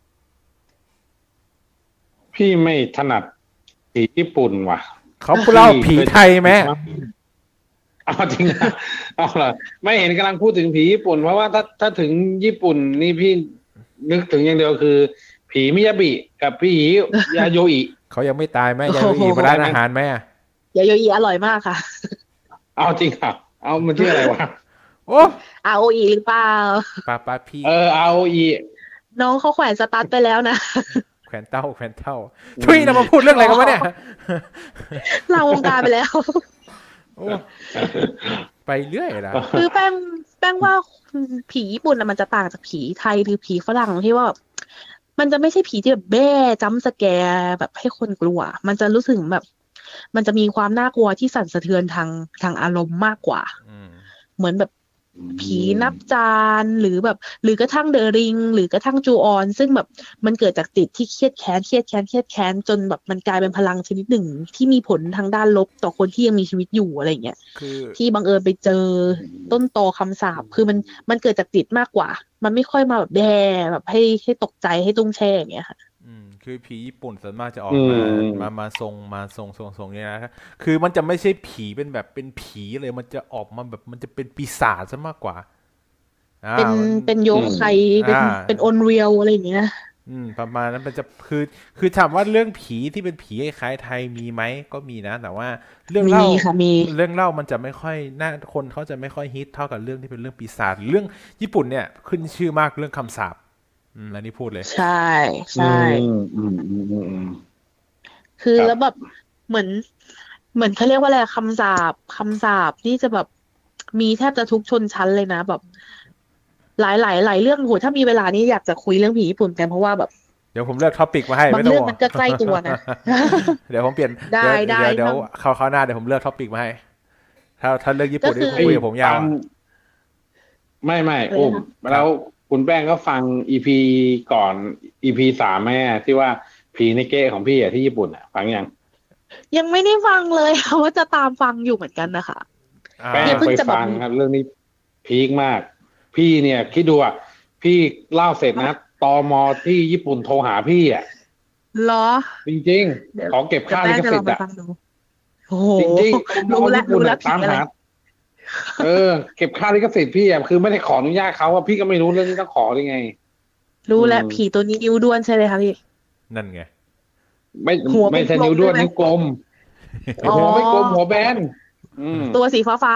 พี่ไม่ถนัดผีญี่ปุ่นว่ะเขาพี่เล่าผีเคยไทยไหมเอาจริงอะเอาล่ะไม่เห็นกำลังพูดถึงผีญี่ปุ่นเพราะว่าถ้าถ้าถึงญี่ปุ่นนี่พี่นึกถึงอย่างเดียวคือผีมิยาบิกับผียาโยอิเขายังไม่ตายไหมโอ้ยายไปอีกมาร้านใช่ไหมอาหารไหมอะยาโยอีอร่อยมากค่ะเอาจริงอ่ะเอามันชื่ออะไรวะโอ้อาโออีหรือเปล่าป้าป้าพี่เออเอาอีน้องเขาแขวนสตาร์ทไปแล้วนะแขวนเต้าแขวนเต้าอืทุยเรามาพูดเรื่องอะไรกันวะเนี่ยลาวงการไปแล้วโอ้ไปเรื่อยนะคือแป้งแป้งว่าผีญี่ปุ่นนะมันจะต่างจากผีไทยหรือผีฝรั่งที่ว่าแบบมันจะไม่ใช่ผีที่แบบแบ้จัมป์สแกร์แบบให้คนกลัว มันจะรู้สึกแบบ มันจะมีความน่ากลัวที่สั่นสะเทือนทางทางอารมณ์มากกว่าอืมเหมือนแบบอืผีมนับจานหรือแบบหรือกระทั่งเดอะริงหรือกระทั่งจูออนซึ่งแบบมันเกิดจากจิตที่เครียดแค้นเครียดแค้นเครียดแค้นจนแบบมันกลายเป็นพลังชนิดหนึ่งที่มีผลทางด้านลบต่อคนที่ยังมีชีวิตอยู่อะไรอย่างเงี้ยคือที่บังเอิญไปเจอต้นตอคำสาปคือมันมันเกิดจากจิตมากกว่า มันไม่ค่อยมาแบบแด่แบบให้ให้ตกใจให้ตุ้งแช่อย่างเงี้ยค่ะอืมคือผีญี่ปุ่นส่วนมากจะอออืกมามามมาทรงมาทรงทรงทรงเนี่ยนะคือมันจะไม่ใช่ผีเป็นแบบเป็นผีเลยมันจะออกมาแบบมันจะเป็นปีศาจซะมากกว่าอ่าเป็นมันเป็นโยอืมไคเป็อ่านเป็นอนเรียลอะไรอย่างเงี้ยอืมประมาณนั้นมันจะคือคือถามว่าเรื่องผีที่เป็นผีคล้ายๆไทยมีไหมก็มีนะแต่ว่าเรื่องมีเล่าค่ะมีเรื่องเล่ามันจะไม่ค่อยน่าคนเขาจะไม่ค่อยฮิตเท่ากับเรื่องที่เป็นเรื่องปีศาจเรื่องญี่ปุ่นเนี่ยขึ้นชื่อมากเรื่องคำสาปอืมอันนี้พูดเลยใช่อืใช่มอืมอืมอืมอืมคือครับแล้วแบบเหมือนเหมือนเขาเรียกว่าอะไรอะคำสาปคำสาปนี่จะแบบมีแทบจะทุกชนชั้นเลยนะแบบหลายหลายหลายเรื่องโหถ้ามีเวลานี้อยากจะคุยเรื่องผีญี่ปุ่นกันเพราะว่าแบบเดี๋ยวผมเลือกท็อปิกมาให้บางเรื่องไม่ต้องห่วงมันก็ใกล้ตัวนะเดี๋ยวผมเปลี่ยนได้เดี๋ยวได้เดี๋ยวเดี๋ยวถ้าเขาเขาวหน้าเดี๋ยวผมเลือกท็อปิกมาให้ถ้าถ้าเรื่องญี่ปุ่นที่ก็คือคุไอ้ยกับผมยาฟังวอ่ะไม่ไม่อะไรอุ้มนะคะครับแล้วคุณแป้งก็ฟังอีพีก่อนอีพีสามแม่ที่ว่าผีในเก้ของพี่อะที่ญี่ปุ่นอะฟังยังยังไม่ได้ฟังเลยว่าจะตามฟังอยู่เหมือนกันนะคะอ่าแป้เนี่ยเพิ่งไปงจะแบบฟังครับเรื่องนี้พีคมากพี่เนี่ยคิดดูอ่ะพี่เล่าเสร็จนะตมที่ญี่ปุ่นโทรหาพี่อ่ะเหรอจริงเดี๋ยวๆขอเก็บค่าเดี๋ยวแป้งจะลลิขสิทธิ์อ่ะองไปฟังดูโอ้โหจริงๆตมรู้แล้วญี่ปุ่นรู้แล้อ่ะตามหาวผีอะไรเออเก็บค่าลิขสิทธิ์พี่อ่ะคือไม่ได้ขออนุญาตเขาอ่ะพี่ก็ไม่รู้เรื่องนี้ต้องขอได้ไงรู้อืแล้วมผีตัวนี้นิ้วด้วนใช่ไหมคะพี่นั่นไงไม่หัวไม่ใช่นิ้วด้วกลมๆใช่ไหมยนิ้วกลมอ๋อหัวไม่กลมหัวแบนอืมตัวสีฟ้าฟ้า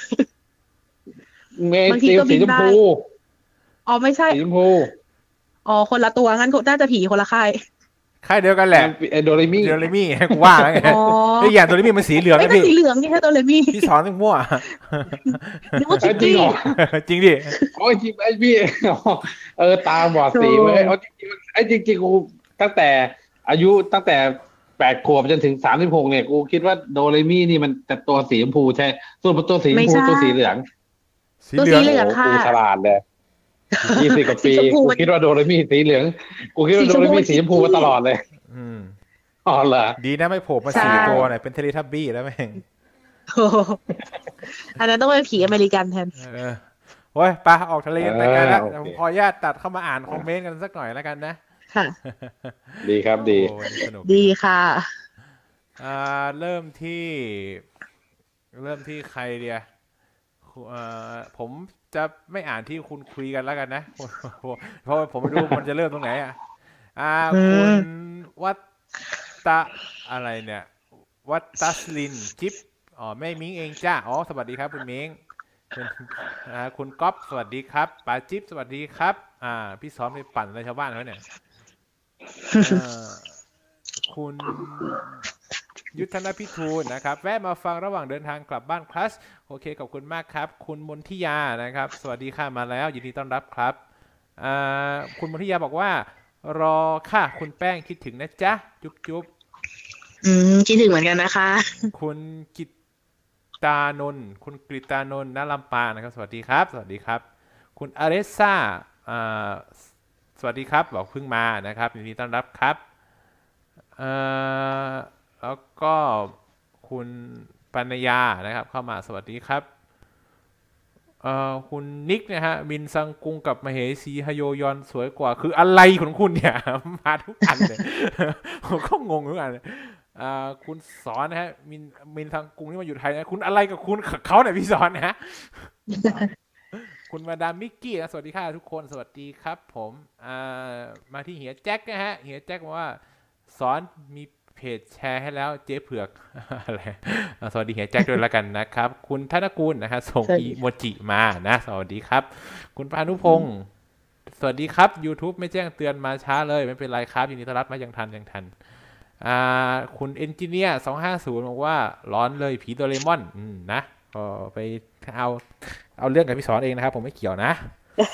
เมบางทีสีก็บินได้สีชมพูอ๋อไม่ใช่สีชมพูอ๋อคนละตัวงั้นน่าจะผีคนละค่ายค่ายเดียวกันแหละงั้นไอ้โดเรมี่เดลมี่ให้กูว่าแล้วไงอ๋อไอ้อย่างตัวนี้มีมันสีเหลืองไอ้ยนะพี่ก็สีเหลืองนี่แค่ตัวเลมี่พี่สอนต้องมั่วนึกว่าเอ้คิตตี้ยจริงเหรอจริงดิโอ้ยจริงไอ้พี่เออตาบอดโธ่สีเว้ยเอาจริงๆไอ้จริงๆกูตั้งแต่อายุตั้งแต่แปดขวบจนถึงสามสิบหกเนี่ยกูคิดว่าโดเรมี่นี่มันแต่ตัวสีชมพูใช่ส่วนตัวสีชมพูไม่ใช่ตัวสีเหลืองตัวสีเหลืองสีเหลืองโอ้โหกูค่ะฉลาดเลยยี่สิบกว่าสีปีชมพูมันกูคิดว่าโดเรมี่สีเหลืองกูคิดสีว่าโดเรมี่ชมพูมันสีชมพูมาคิตตี้ตลอดเลยอืมอ๋อเหรอดีนะไม่โผล่มาใช่สี่ตัวหน่อยเป็นเทเลทับบี้แล้วแม่งโอ้โหอันนั้นต้องเป็นผีอเมริกันแทนเออโอ้ยไปออกทะเลเอกันไปไกลอแล้วโอเคเดี๋ยวผมขออนุญาตตัดเข้ามาอ่านคอมเมนต์กันสักหน่อยแล้วกันนะค่ะดีครับดีโอ้วันนี้สนุกดีสนุกค่ะอ่าเริ่มที่เริ่มที่ใครเดียเอ่อผมจะไม่อ่านที่คุณคุยกันแล้วกันนะเพราะผมไม่รู้มันจะเริ่มตรงไหนอ่ะอ่าอืคุณมวัตตะอะไรเนี่ยวัตตัสลินจิ๊บอ๋อแม่มิงเองจ้าอ๋อสวัสดีครับคุณมิงคุณอ่าคุณก๊อฟสวัสดีครับป้าจิ๊บสวัสดีครับอ่าพี่ซ้อมไปปั่นอะไรชาวบ้านเขาเนี่ยเอ่อคุณยุทธนพิทูลนะครับแวะมาฟังระหว่างเดินทางกลับบ้านคลัสโอเคขอบคุณมากครับคุณมนทิยานะครับสวัสดีค่ะมาแล้วยินดีต้อนรับครับคุณมนทิยาบอกว่ารอค่ะคุณแป้งคิดถึงนะจ๊ะจุ๊บจุ๊บอืมคิดถึงเหมือนกันนะคะคุณกิตานนท์คุณกฤตานนท์ณลำปางนะครับสวัสดีครับสวัสดีครับคุณอเรซ่าสวัสดีครับบอกเพิ่งมานะครับยินดีต้อนรับครับแล้วก็คุณปัญญานะครับเข้ามาสวัสดีครับคุณนิกนะฮะมินซังกุงกับมเหสีฮโยยอนสวยกว่าคืออะไรของคุณเนี่ยมาทุกอันเลยผมก็งงทุกอันคุณสอนนะฮะมินมินซังกุงที่มาอยู่ไทยนะคุณอะไรกับคุณเขาเนี่ยพี่สอนนะฮะคุณมาดามมิกกี้นะสวัสดีค่ะทุกคนสวัสดีครับผมมาที่เฮียแจ็คนะฮะเฮียแจ็คบอกว่าสอนมีเพจแชร์ให้แล้วเจ๊เผือกอะไรสวัสดีเฮียแจ็คด้วยแล้วกันนะครับคุณธนกุลนะฮะส่งอีโมจิมานะสวัสดีครับคุณพานุพงศ์สวัสดีครับ YouTube ไม่แจ้งเตือนมาช้าเลยไม่เป็นไรครับยินดีต้อนรับมายังทันยังทันคุณเอนจิเนียร์สองห้าศูนย์บอกว่าร้อนเลยผีโดเรมอนนะก็ไปเอาเอาเรื่องกับพี่สอนเองนะครับผมไม่เกี่ยวนะ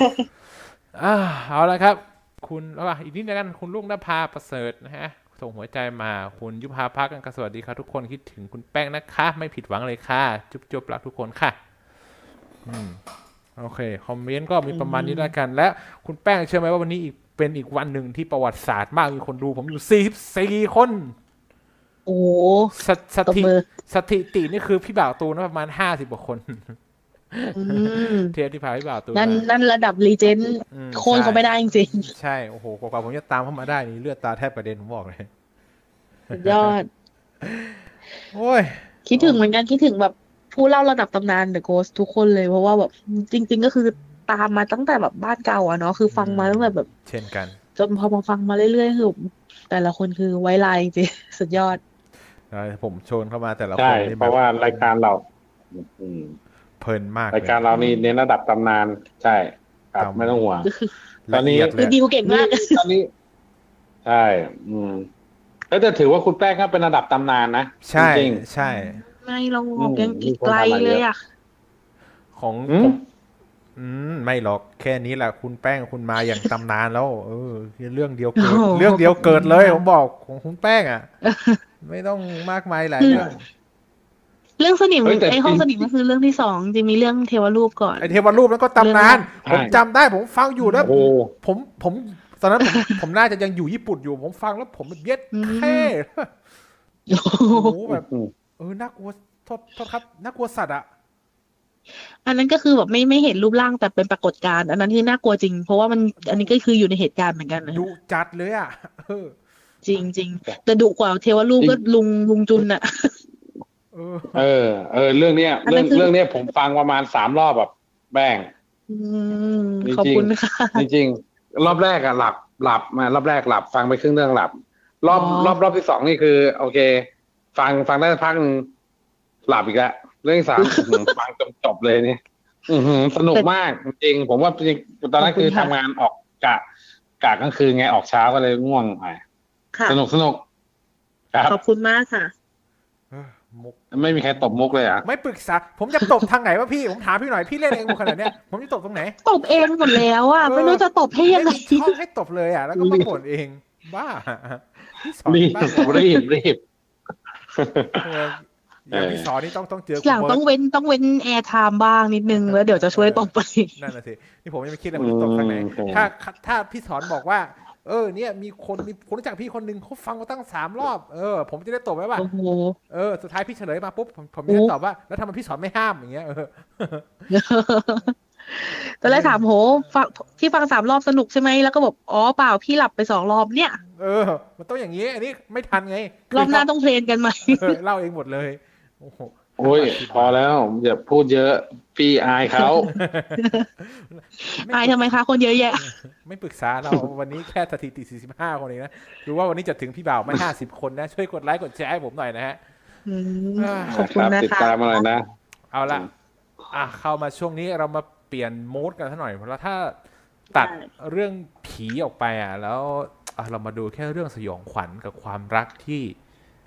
เอาละครับคุณแล้วอีกนิดนึงกันคุณลุงนภาประเสริฐนะฮะส่งหัวใจมาคุณยุพาพักกันสวัสดีครับทุกคนคิดถึงคุณแป้งนะคะไม่ผิดหวังเลยค่ะจุ๊บจุ๊บรักทุกคนค่ะอืมโอเคคอมเมนต์ก็มีประมาณนี้แล้วกันและคุณแป้งเชื่อไหมว่าวันนี้อีกเป็นอีกวันหนึ่งที่ประวัติศาสตร์มากมีคนดูผมอยู่สี่สิบสี่คนโอ้สสถิสถิตินี่คือพี่บ่าวตูนประมาณห้าสิบกว่าคนเทียบที่พาพี่บ่าวตูนนั่นนั่นระดับลีเจนด์โค่นเขาไม่ได้จริงๆใช่โอ้โหกว่าผมจะตามเข้ามาได้นี่เลือดตาแทบกระเด็นผมบอกเลยยอดโอ้ยคิดถึงเหมือนกันคิดถึงแบบผู้เล่าระดับตำนานเดอะโกสทุกคนเลยเพราะว่าแบบจริงๆก็คือตามมาตั้งแต่แบบบ้านเก่าอะเนาะคือฟังมาตั้งแต่แบบเช่นกันจนพอมาฟังมาเรื่อยๆคือแต่ละคนคือไว้ลายจริงสุดยอดผมชวนเข้ามาแต่ละคนใช่เพราะว่ารายการเราเพลินมากรายการเรานี่เน้นระดับตำนานใช่ครับไม่ต้องห่วงตอนนี้คือดิวเก่งมากตอนนี้ใช่อืมแล้วจะถือว่าคุณแป้งก็เป็นระดับตำนานนะใช่ใช่ไม่เรายังอีกไกลเลยอ่ะของอืมไม่หรอกแค่นี้แหละคุณแป้งคุณมาอย่างตำนานแล้วเออเรื่องเดียวเกิดเรื่องเดียวเกิดเลยผมบอกของคุณแป้งอ่ะไม่ต้องมากมายหลายเรื่องเรื่องสนิมไอห้องสนิมก็คือเรื่องที่สองจริงมีเรื่องเทวรูปก่อนไอเทวรูปแล้วก็ตำนานผมจำได้ผมฟังอยู่แล้วผมผมตอนนั้นผมผมน่าจะยังอยู่ญี่ปุ่นอยู่ผมฟังแล้วผมเย็ดแค่โอ้โหแบบเออน่ากลัวโทษโทษครับน่ากลัวสัตว์อ่ะอันนั้นก็คือแบบไม่ไม่เห็นรูปร่างแต่เป็นปรากฏการณ์อันนั้นที่น่ากลัวจริงเพราะว่ามันอันนี้ก็คืออยู่ในเหตุการณ์เหมือนกันนะดุจัดเลยอ่ะจริงจริงแต่ดุกว่าเทวรูปก็ลุงลุงจุนอ่ะเออเออเรื่องเนี้ยเรื่องเรื่องเนี้ยผมฟังประมาณสามรอบแบบแบ่งขอบคุณค่ะจริงๆรอบแรกอะหลับหลับมารอบแรกหลับฟังไปครึ่งเรื่องหลับรอบรอบรอบที่สองนี่คือโอเคฟังฟังได้พักนึงหลับอีกแล้วเรื่องที่สามฟังจนจบเลยนี่สนุกมากจริงผมว่าจริงตอนนั้นคือทำงานออกกะกะกลางคืนไงออกเช้าก็เลยง่วงไปสนุกสนุกขอบคุณมากค่ะมุกไม่มีใครตบมุกเลยอ่ะไม่ปรึกษาผมจะตบทางไหนวะพี่ผมถามพี่หน่อยพี่เล่นเองมุกขนาดเนี้ยผมจะตบตรงไหนตบเองหมดแล้วอ่ะไม่รู้จะตบให้ยังไงชอบให้ตบเลยอ่ะแล้วก็มาบ่นเองบ้าพี่สอนบ้ารีบรีบอย่างพี่สอนนี่ต้องต้องเจอหลังต้องเว้นต้องเว้นแอร์ไทม์บ้างนิดนึงแล้วเดี๋ยวจะช่วยตบไปนั่นแหละสินี่ผมยังไม่คิดเลยผมจะตบทางไหนถ้าถ้าพี่สอนบอกว่าเออเนี่ยมีคนมีคนรู้จักพี่คนหนึ่งเขาฟังมาตั้งสามรอบเออผมจะได้ตบไหมว่าเออสุดท้ายพี่เฉลยมาปุ๊บผมผมจะตอบว่าแล้วทำไมพี่สอนไม่ห้ามอย่างเงี้ยเออตอนแรกถามโหฟังที่ฟังสามรอบสนุกใช่ไหมแล้วก็บอกอ๋อเปล่าพี่หลับไปสองรอบเนี่ยเออมันต้องอย่างนี้อันนี้ไม่ทันไงรอบหน้าต้องเทรนกันไหมเล่าเองหมดเลยโอ้โหโอ้ยพอแล้วอย่าพูดเยอะพี่อายเขาอายทำไมคะคนเยอะแยะไม่ปรึกษาเราวันนี้แค่สถิติสี่สิบห้าคนเองนะดูว่าวันนี้จะถึงพี่บ่าวไม่ห้าสิบคนนะช่วยกดไลค์กดแชร์ให้ผมหน่อยนะฮะขอบคุณนะคะติดตามอะไรนะเอาละอ่ะเข้ามาช่วงนี้เรามาเปลี่ยนโหมดกันสักหน่อยเพราะถ้าตัดเรื่องผีออกไปอ่ะแล้วเรามาดูแค่เรื่องสยองขวัญกับความรักที่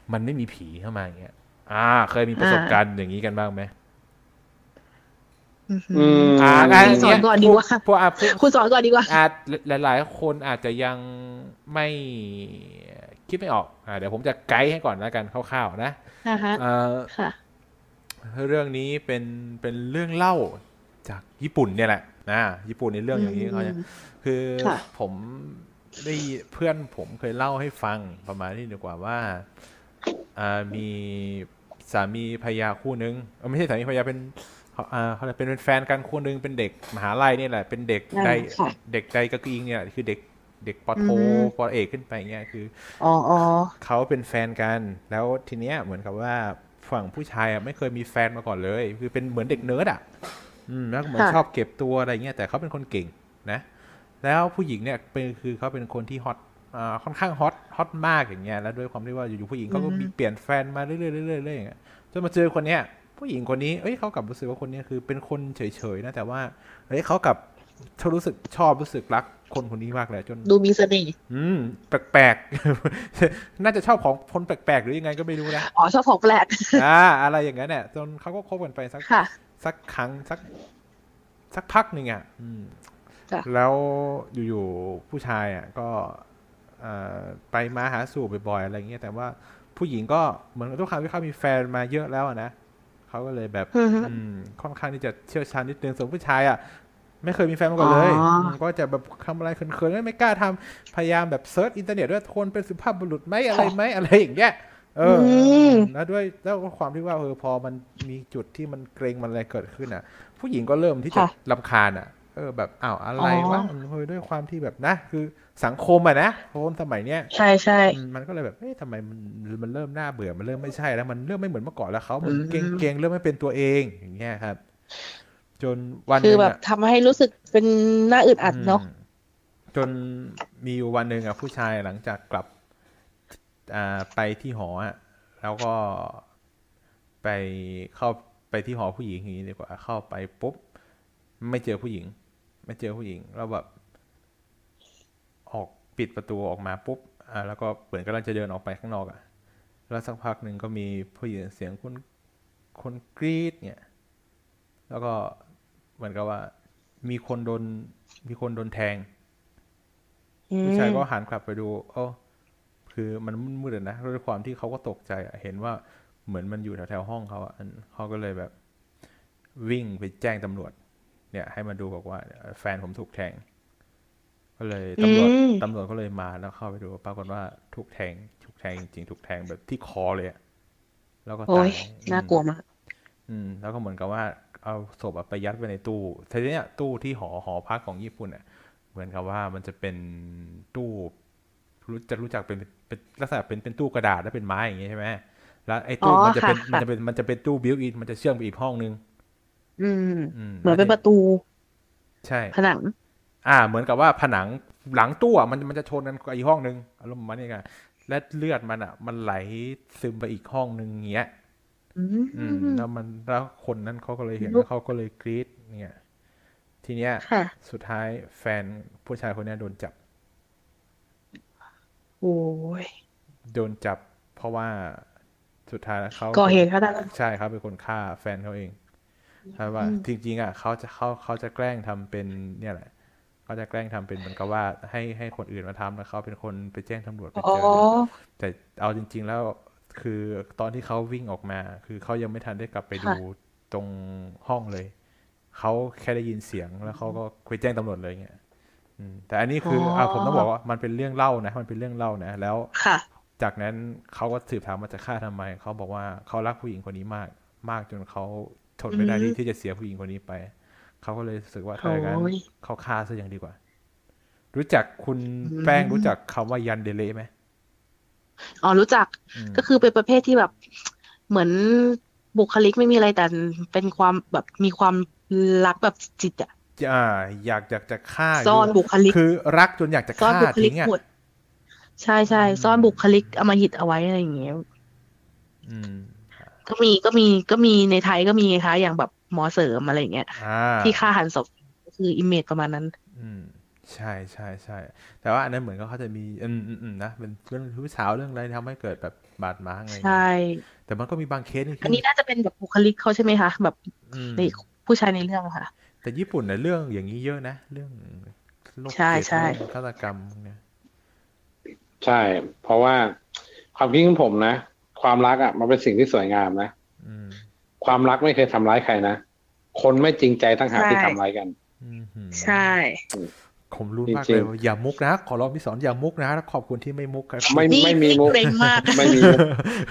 มันไม่มีผีเข้ามาอย่างเงี้ยอ่าเคยมีประอ่าสบการณ์อย่างนี้กันบ้างไหมอือหือืมอ่าออ่าคุณสอนเนี้ยก่อนดีพวกกว่าพวกอ่ะพวกคุณสอนก่อนดีกว่าอาจหลายๆคนอาจจะยังไม่คิดไม่ออกอ่าเดี๋ยวผมจะไกด์ให้ก่อนแล้วกันคร่าวๆนะนะฮะเอ่อค่ะเรื่องนี้เป็นเป็นเรื่องเล่าจากญี่ปุ่นเนี่ยแหละนะญี่ปุ่นในเรื่องอย่างนี้เขาจะอืมคือค่ะผมได้เพื่อนผมเคยเล่าให้ฟังประมาณนี้ดีกว่าว่าอ่ามีสามีภรรยาคู่นึงเออไม่ใช่สามีภรรยาเป็นเขาอ่าเขาเรียกเป็นเป็นแฟนกันคู่นึงเป็นเด็กมหาลัยนี่แหละเป็นเด็กอ่าไดค่ะเด็กไดกะกิงเนี่ยคือเด็กเด็กปอโทอืมปอเอกขึ้นไปเงี้ยคืออ๋ออ๋อเขาเป็นแฟนกันแล้วทีเนี้ยเหมือนกับว่าฝั่งผู้ชายอ่ะไม่เคยมีแฟนมาก่อนเลยคือเป็นเหมือนเด็กเนิร์ดอ่ะอืมแล้วเหมือนค่ะชอบเก็บตัวอะไรเงี้ยแต่เขาเป็นคนเก่งนะแล้วผู้หญิงเนี่ยเป็นคือเขาเป็นคนที่ฮอตอ่าค่อนข้างฮอตฮอตมากอย่างเงี้ยแล้วด้วยความที่ว่าอยู่ๆผู้หญิงเขาก็มีเปลี่ยนแฟนมาเรื่อยๆเรื่อยๆเรื่อยๆอย่างเงี้ยจนมาเจอคนเนี้ยผู้หญิงคนนี้เอ้ยเขากลับรู้สึกว่าคนเนี้ยคือเป็นคนเฉยๆนะแต่ว่าเฮ้ยเขากลับเขารู้สึกชอบรู้สึกรักคนคนนี้มากเลยจนดูมีเสน่ห์อืมแปลกๆ น่าจะชอบของคนแปลกๆหรือยังไงก็ไม่รู้นะอ๋อชอบของแปลกอ่าอะไรอย่างนั้นเนี่ยจนเขาก็คบกันไปสักค่ะสักครั้งสักสักพักหนึ่งอ่ะอืมจ้ะแล้วอยู่ๆผู้ชายอ่ะก็เอ่อไปมาหาสู่บ่อยๆอะไรเงี้ยแต่ว่าผู้หญิงก็เหมือนทุกครั้งที่เขามีแฟนมาเยอะแล้วอะนะเขาก็เลยแบบอือฮึอืมค่อนข้างที่จะเชี่ยวชาญนิดนึงส่วนผู้ชายอ่ะไม่เคยมีแฟนมาก่อ๋อนอเลยอืมก็จะแบบทำอะไรเขินๆไม่กล้าทำพยายามแบบเซิร์ชอินเทอร์เน็ตว่าคนเป็นสุภาพบุรุษไหมอะไรไหมอะไรอย่างเงี้ยเอออมแล้วด้วยแล้วก็ความที่ว่าเออพอมันมีจุดที่มันเกรงมันอะไรเกิดขึ้นอ่ะ ผู้หญิงก็เริ่มที่จะค่ะรำคาญอ่ะเออแบบอ้าวอะไรอ๋อวะมันเฮ้ยด้วยความที่แบบนะคือสังคมอ่ะนะคนสมัยเนี้ยใช่ใช่อืมมันก็เลยแบบเฮ้ยทำไมมันมันเริ่มน่าเบื่อมันเริ่มไม่ใช่แล้วมันเริ่มไม่เหมือนเมื่อก่อนแล้วเขาเหมือนเกรงเกรงเริ่มไม่เป็นตัวเองอย่างเงี้ยครับ จนวันหคือนึ่งแบบอ่ะทำให้รู้สึกเป็นหน้าอึดอัดอืมเนาะจนมีอยู่วันหนึ่งอ่ะผู้ชายหลังจากกลับอ่าไปที่หออ่ะแล้วก็ไปเข้าไปที่หอผู้หญิงอย่างนี้ดีกว่าเข้าไปปุ๊บไม่เจอผู้หญิง ไม่เจอผู้หญิงแล้วแบบออกปิดประตูออกมาปุ๊บอ่าแล้วก็เหมือนกำลังจะเดินออกไปข้างนอกอ่ะแล้วสักพักหนึ่งก็มีผู้หญิงเสียงคนคนกรี๊ดเนี่ยแล้วก็เหมือนกับว่ามีคนโดนมีคนโดนแทงอืผู้ชายมก็หันกลับไปดูเอ้าคือมันมืดๆอะนะด้วยความที่เขาก็ตกใจอะเห็นว่าเหมือนมันอยู่แถวๆห้องเขาอะอันเขาก็เลยแบบวิ่งไปแจ้งตำรวจ เนี่ยให้มาดูบอกว่าแฟนผมถูกแทง ก็เลยอืตำรวจมตำรวจก็เลยมาแล้วเข้าไปดูปรากฏว่าถูกแทงถูกแทงจริงๆถูกแทงแบบที่คอเลยอะแล้วก็โอ้ตาย ยน่ากลัวมากอืมแล้วก็เหมือนกับว่าเอาศพอะไปยัดไว้ในตู้ทีเนี้ยตู้ที่หอหอพักของญี่ปุ่นอะเหมือนกับว่ามันจะเป็นตู้รู้จะรู้จักเป็นเป็นลักษณะเป็นเป็นตู้กระดาษแล้วเป็นไม้อย่างเงี้ยใช่ไหมแล้วไอ้อ๋อตู้มันจะเป็นค่ะมันค่ะจะเป็นมันจะเป็นตู้บิวอินมันจะเชื่อมไปอีกห้องนึงอืมอืมเหมือนแล้วเป็นทีประตูใช่ผนังอ่า เหมือนกับว่าผนังหลังตู้อะมันมันจะชนกันกับอีกห้องนึงอารมณ์ประมันนี่ไงและเลือดมันอ่ะ มันไหลซึมไปอีกห้องนึงเงี้ยอือืมมแล้วมันแล้วคนนั้นเขาก็เลยเห็นลุแล้กวเขาก็เลยกรี๊ดเนี่ยทีเนี้ยค่ะสุดท้ายแฟนผู้ชายคนเนี้ยโดนจับโอ้ยโดนจับ เพราะว่าสุดท้ายแล้วเขาก่อเป็นเหตุฆาตกรรมใช่เขาเป็นคนฆ่าแฟนเขาเองใช่ว่าอืมจริงๆอ่ะเขาจะเขาเขาจะแกล้งทำเป็นเนี่ยแหละเขาจะแกล้งทำเป็นเหมือนกับว่าให้ให้คนอื่นมาทำแล้วเขาเป็นคนไปแจ้งตำรวจไปอ๋อเจอ แต่เอาจริง ๆ แล้วคือตอนที่เขาวิ่งออกมา คือเขายังไม่ทันได้กลับไปดูค่ะตรงห้องเลยเขาแค่ได้ยินเสียงแล้วเขาก็ไปแจ้งตำรวจเลยเงี้ยอืมแต่อันนี้อ๋คืออ่าผมต้องบออกว่ามันเป็นเรื่องเล่านะมันเป็นเรื่องเล่านะแล้วค่ะจากนั้นเขาก็สืบถามมาจะฆ่าทำไมเขาบอกว่าเขารักผู้หญิงคนนี้มาก มากจนเขาทนอืไม่ได้ที่มที่จะเสียผู้หญิงคนนี้ไปเขาก็เลยรู้สึกว่าโอ้ถ้าอย่างนั้นยเขาฆ่าซะอย่างดีกว่า รู้จักคุณอืแป้งรู้มจักคำว่ายันเดเลไหมอ๋อ รู้จักอืมก็คือเป็นประเภทที่แบบ เหมือนบุคลิกไม่มีอะไรแต่เป็นความแบบมีความรักแบบจิตอะอ่าอยากอยากจะฆ่าซ่คืออนบุคลิกคือรักจนอยากจะซ่อนฆ่าบุคลิทิ้กงอ่ะหมด ใช่ใช่อืซ่อนมบุคลิกอำมหิตเอาไว้อะไรอย่างเงี้ยอืมก็มีก็มีก็มีในไทยก็มีไงคะ อย่างแบบหมอเสริมอะไรอย่างเงี้ยอ่าที่ฆ่าหันศพก็คืออิมเมจประมาณนั้นอืมใช่ใช่ใช่แต่ว่าอันนั้นเหมือนก็เขาจะมีอืมอืมอืมนะเป็นเรื่องชู้สาวเรื่องอะไรทำให้เกิดแบบบาดหมางอะไรใช่แต่มันก็มีบางเคสนี่อันนี้น่าจะเป็นแบบบุคลิกเขาใช่ไหมคะแบบในผู้ชายในเรื่องค่ะแต่ญี่ปุ่นเนี่ยเรื่องอย่างนี้เยอะนะเรื่องโรคใช่จิตใช่เรื่องฆาตกรรมเนี่ยใช่ เพราะว่าความคิดของผมนะ ความรักอ่ะมันเป็นสิ่งที่สวยงามนะความรักไม่เคยทำร้ายใครนะคนไม่จริงใจตั้งหากที่ทำร้ายกันใช่ผมรู้มากเลยว่าอย่ามุกนะขอร้องพี่สอนอย่ามุกนะแล้วขอบคุณที่ไม่มุกครับไม่นี่ไม่มีนี่มุกเกรงมากไม่มีมุก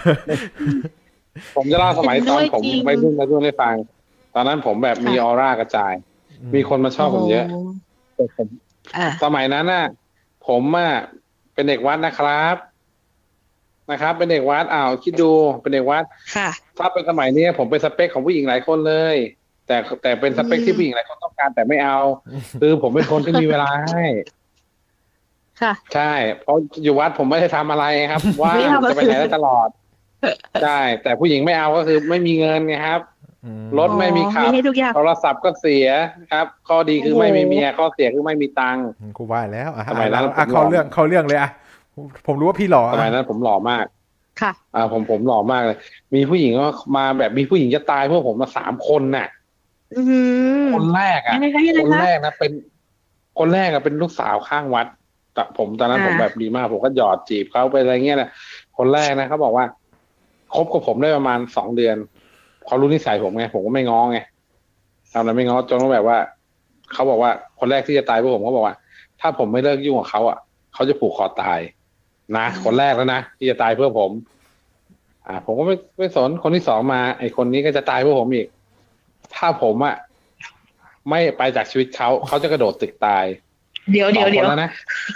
ผมจะเล่าสมัยตอนเห็นด้วยผมจริงไปรุ่นไปรุ่นให้ฟัง ตอนนั้นผมแบบมีออร่ากระจาย มีคนมาชอบผมเยอะโแต่ผมอ่ะสมัยนั้นน่ะ ผมอ่ะเป็นเด็กวัดนะครับนะครับ เป็นเด็กวัดอ้าวคิดดูเป็นเด็กวัดค่ะถ้าเป็นสมัยนี้ผมเป็นสเปคของผู้หญิงหลายคนเลย แต่แต่เป็นสเปคที่ผู้หญิงหลายคนต้องการแต่ไม่เอา คือผมเป็นคนที่มีเวลาให้ค่ะใช่เพราะอยู่วัดผมไม่ได้ทำอะไรครับ ว่าไม่ทำอะไรจะไปไหนได้ตลอด ใช่ แต่ผู้หญิงไม่เอาก็คือไม่มีเงินไงครับรถไม่มีขัมีบให้ทุกอย่างโทรศัพท์ก็เสียครับ ข้อดีคือโอ้โหไม่มีเมียข้อเสียคือไม่มีตังค์กูว่าแล้วอ่ะสมัยนั้นอ่ะผมหล่อเข้าเรื่องเข้าเรื่องเลยอ่ะผมผมรู้ว่าพี่หล่อสมัยนั้นผมหล่อมากค่ะอ่าผมผมหล่อมากเลย มีผู้หญิงก็มาแบบมีผู้หญิงจะตายเพื่อผมมาสามคนน่ะอือหือคนแรกอ่ะยังไงคะยังไงคนคะแรกนะเป็นคนแรกอะเป็นลูกสาวข้างวัดแต่ผมตอนนั้นอ่าผมแบบดีมาก ผมก็หยอดจีบเขาไปอะไรเงี้ยแหละคนแรกนะเขาบอกว่าคบกับผมได้ประมาณสองเดือนเขารู้นิสัยผมไงผมก็ไม่ง้อไงทำอะไรไม่ง้อจนเขาแบบว่าเขาบอกว่าคนแรกที่จะตายเพื่อผมเขาบอกว่า ถ้าผมไม่เลิกยุ่งกับเขาอ่ะเขาจะผูกคอตายนะคนแรกแล้วนะที่จะตายเพื่อผม อ่า ผมก็ไม่ไม่สนคนที่สองมา ไอคนนี้ก็จะตายเพื่อผมอีก ถ้าผมอ่ะไม่ไปจากชีวิตเขาเขาจะกระโดดตึกตายเดี๋ยวเดี๋ยวสองเดี๋คยนวแล้วนะ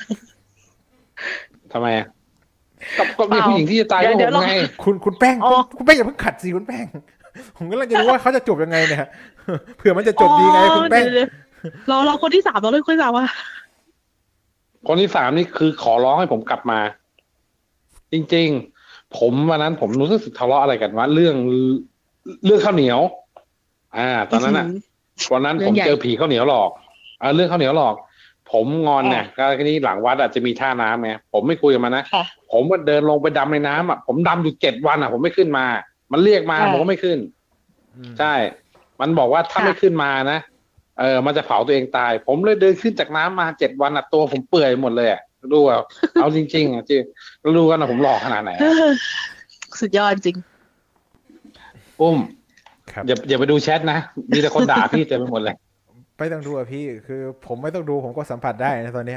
ทำไมอะก็ก็มีเปล่าผู้หญิงที่จะตายเดี๋เพื่ยวอเดี๋ผยวมไงคุณคุณแป้งอ๋อคุณคุณแป้งอย่าเพิ่งขัดสิคุณแป้ง ผมกำลังจะรู้ว่าเขาจะจบยังไงเนี่ย เผื่อมันจะจบดีไงคุณแป้งอ๋อเดี๋ยวๆเราเราคนที่สามเราเล่นคนที่สามว่าคนที่สามนี่คือขอร้องให้ผมกลับมา จริงๆ ผมวันนั้นผมรู้สึกทะเลาะอะไรกันว่าเรื่องเรื่องข้าวเหนียว อ่า ตอนนั้นอ่ะ วันนั้นเรื่ผองมใหญ่เจอผีข้าวเหนียวหลอกอ่าเรื่องข้าวเหนียวหลอก ผมงอนเนี่ยก็ทีนี้หลังวัดอาจจะมีท่าน้ำไงผมไม่คุยกับมันนะค่ะผมก็เดินลงไปดำในน้ำอ่ะผมดำอยู่เจ็ดวันอ่ะ ผมไม่ขึ้นมา มันเรียกมาอ่าผมก็ไม่ขึ้น ใช่ มันบอกว่าถ้าค่ะไม่ขึ้นมานะเออมันจะเผาตัวเองตาย ผมเลยเดินขึ้นจากน้ำมาเจ็ดวันอ่ะตัวผมเปื่อยหมดเลยอ่ะดูอ่ะ เอาจริง ๆอ่ะจริงแล้วดูกันนะผมหลอกขนาดไหนเออะอสุดยอดจริงปุ้มครับอย่าอย่าไปดูแชทนะมีแต่คนด่าพี่เต็มไปหมดเลยไม่ต้องดูอะพี่คือผมไม่ต้องดูผมก็สัมผัสได้นะตอนเนี้ย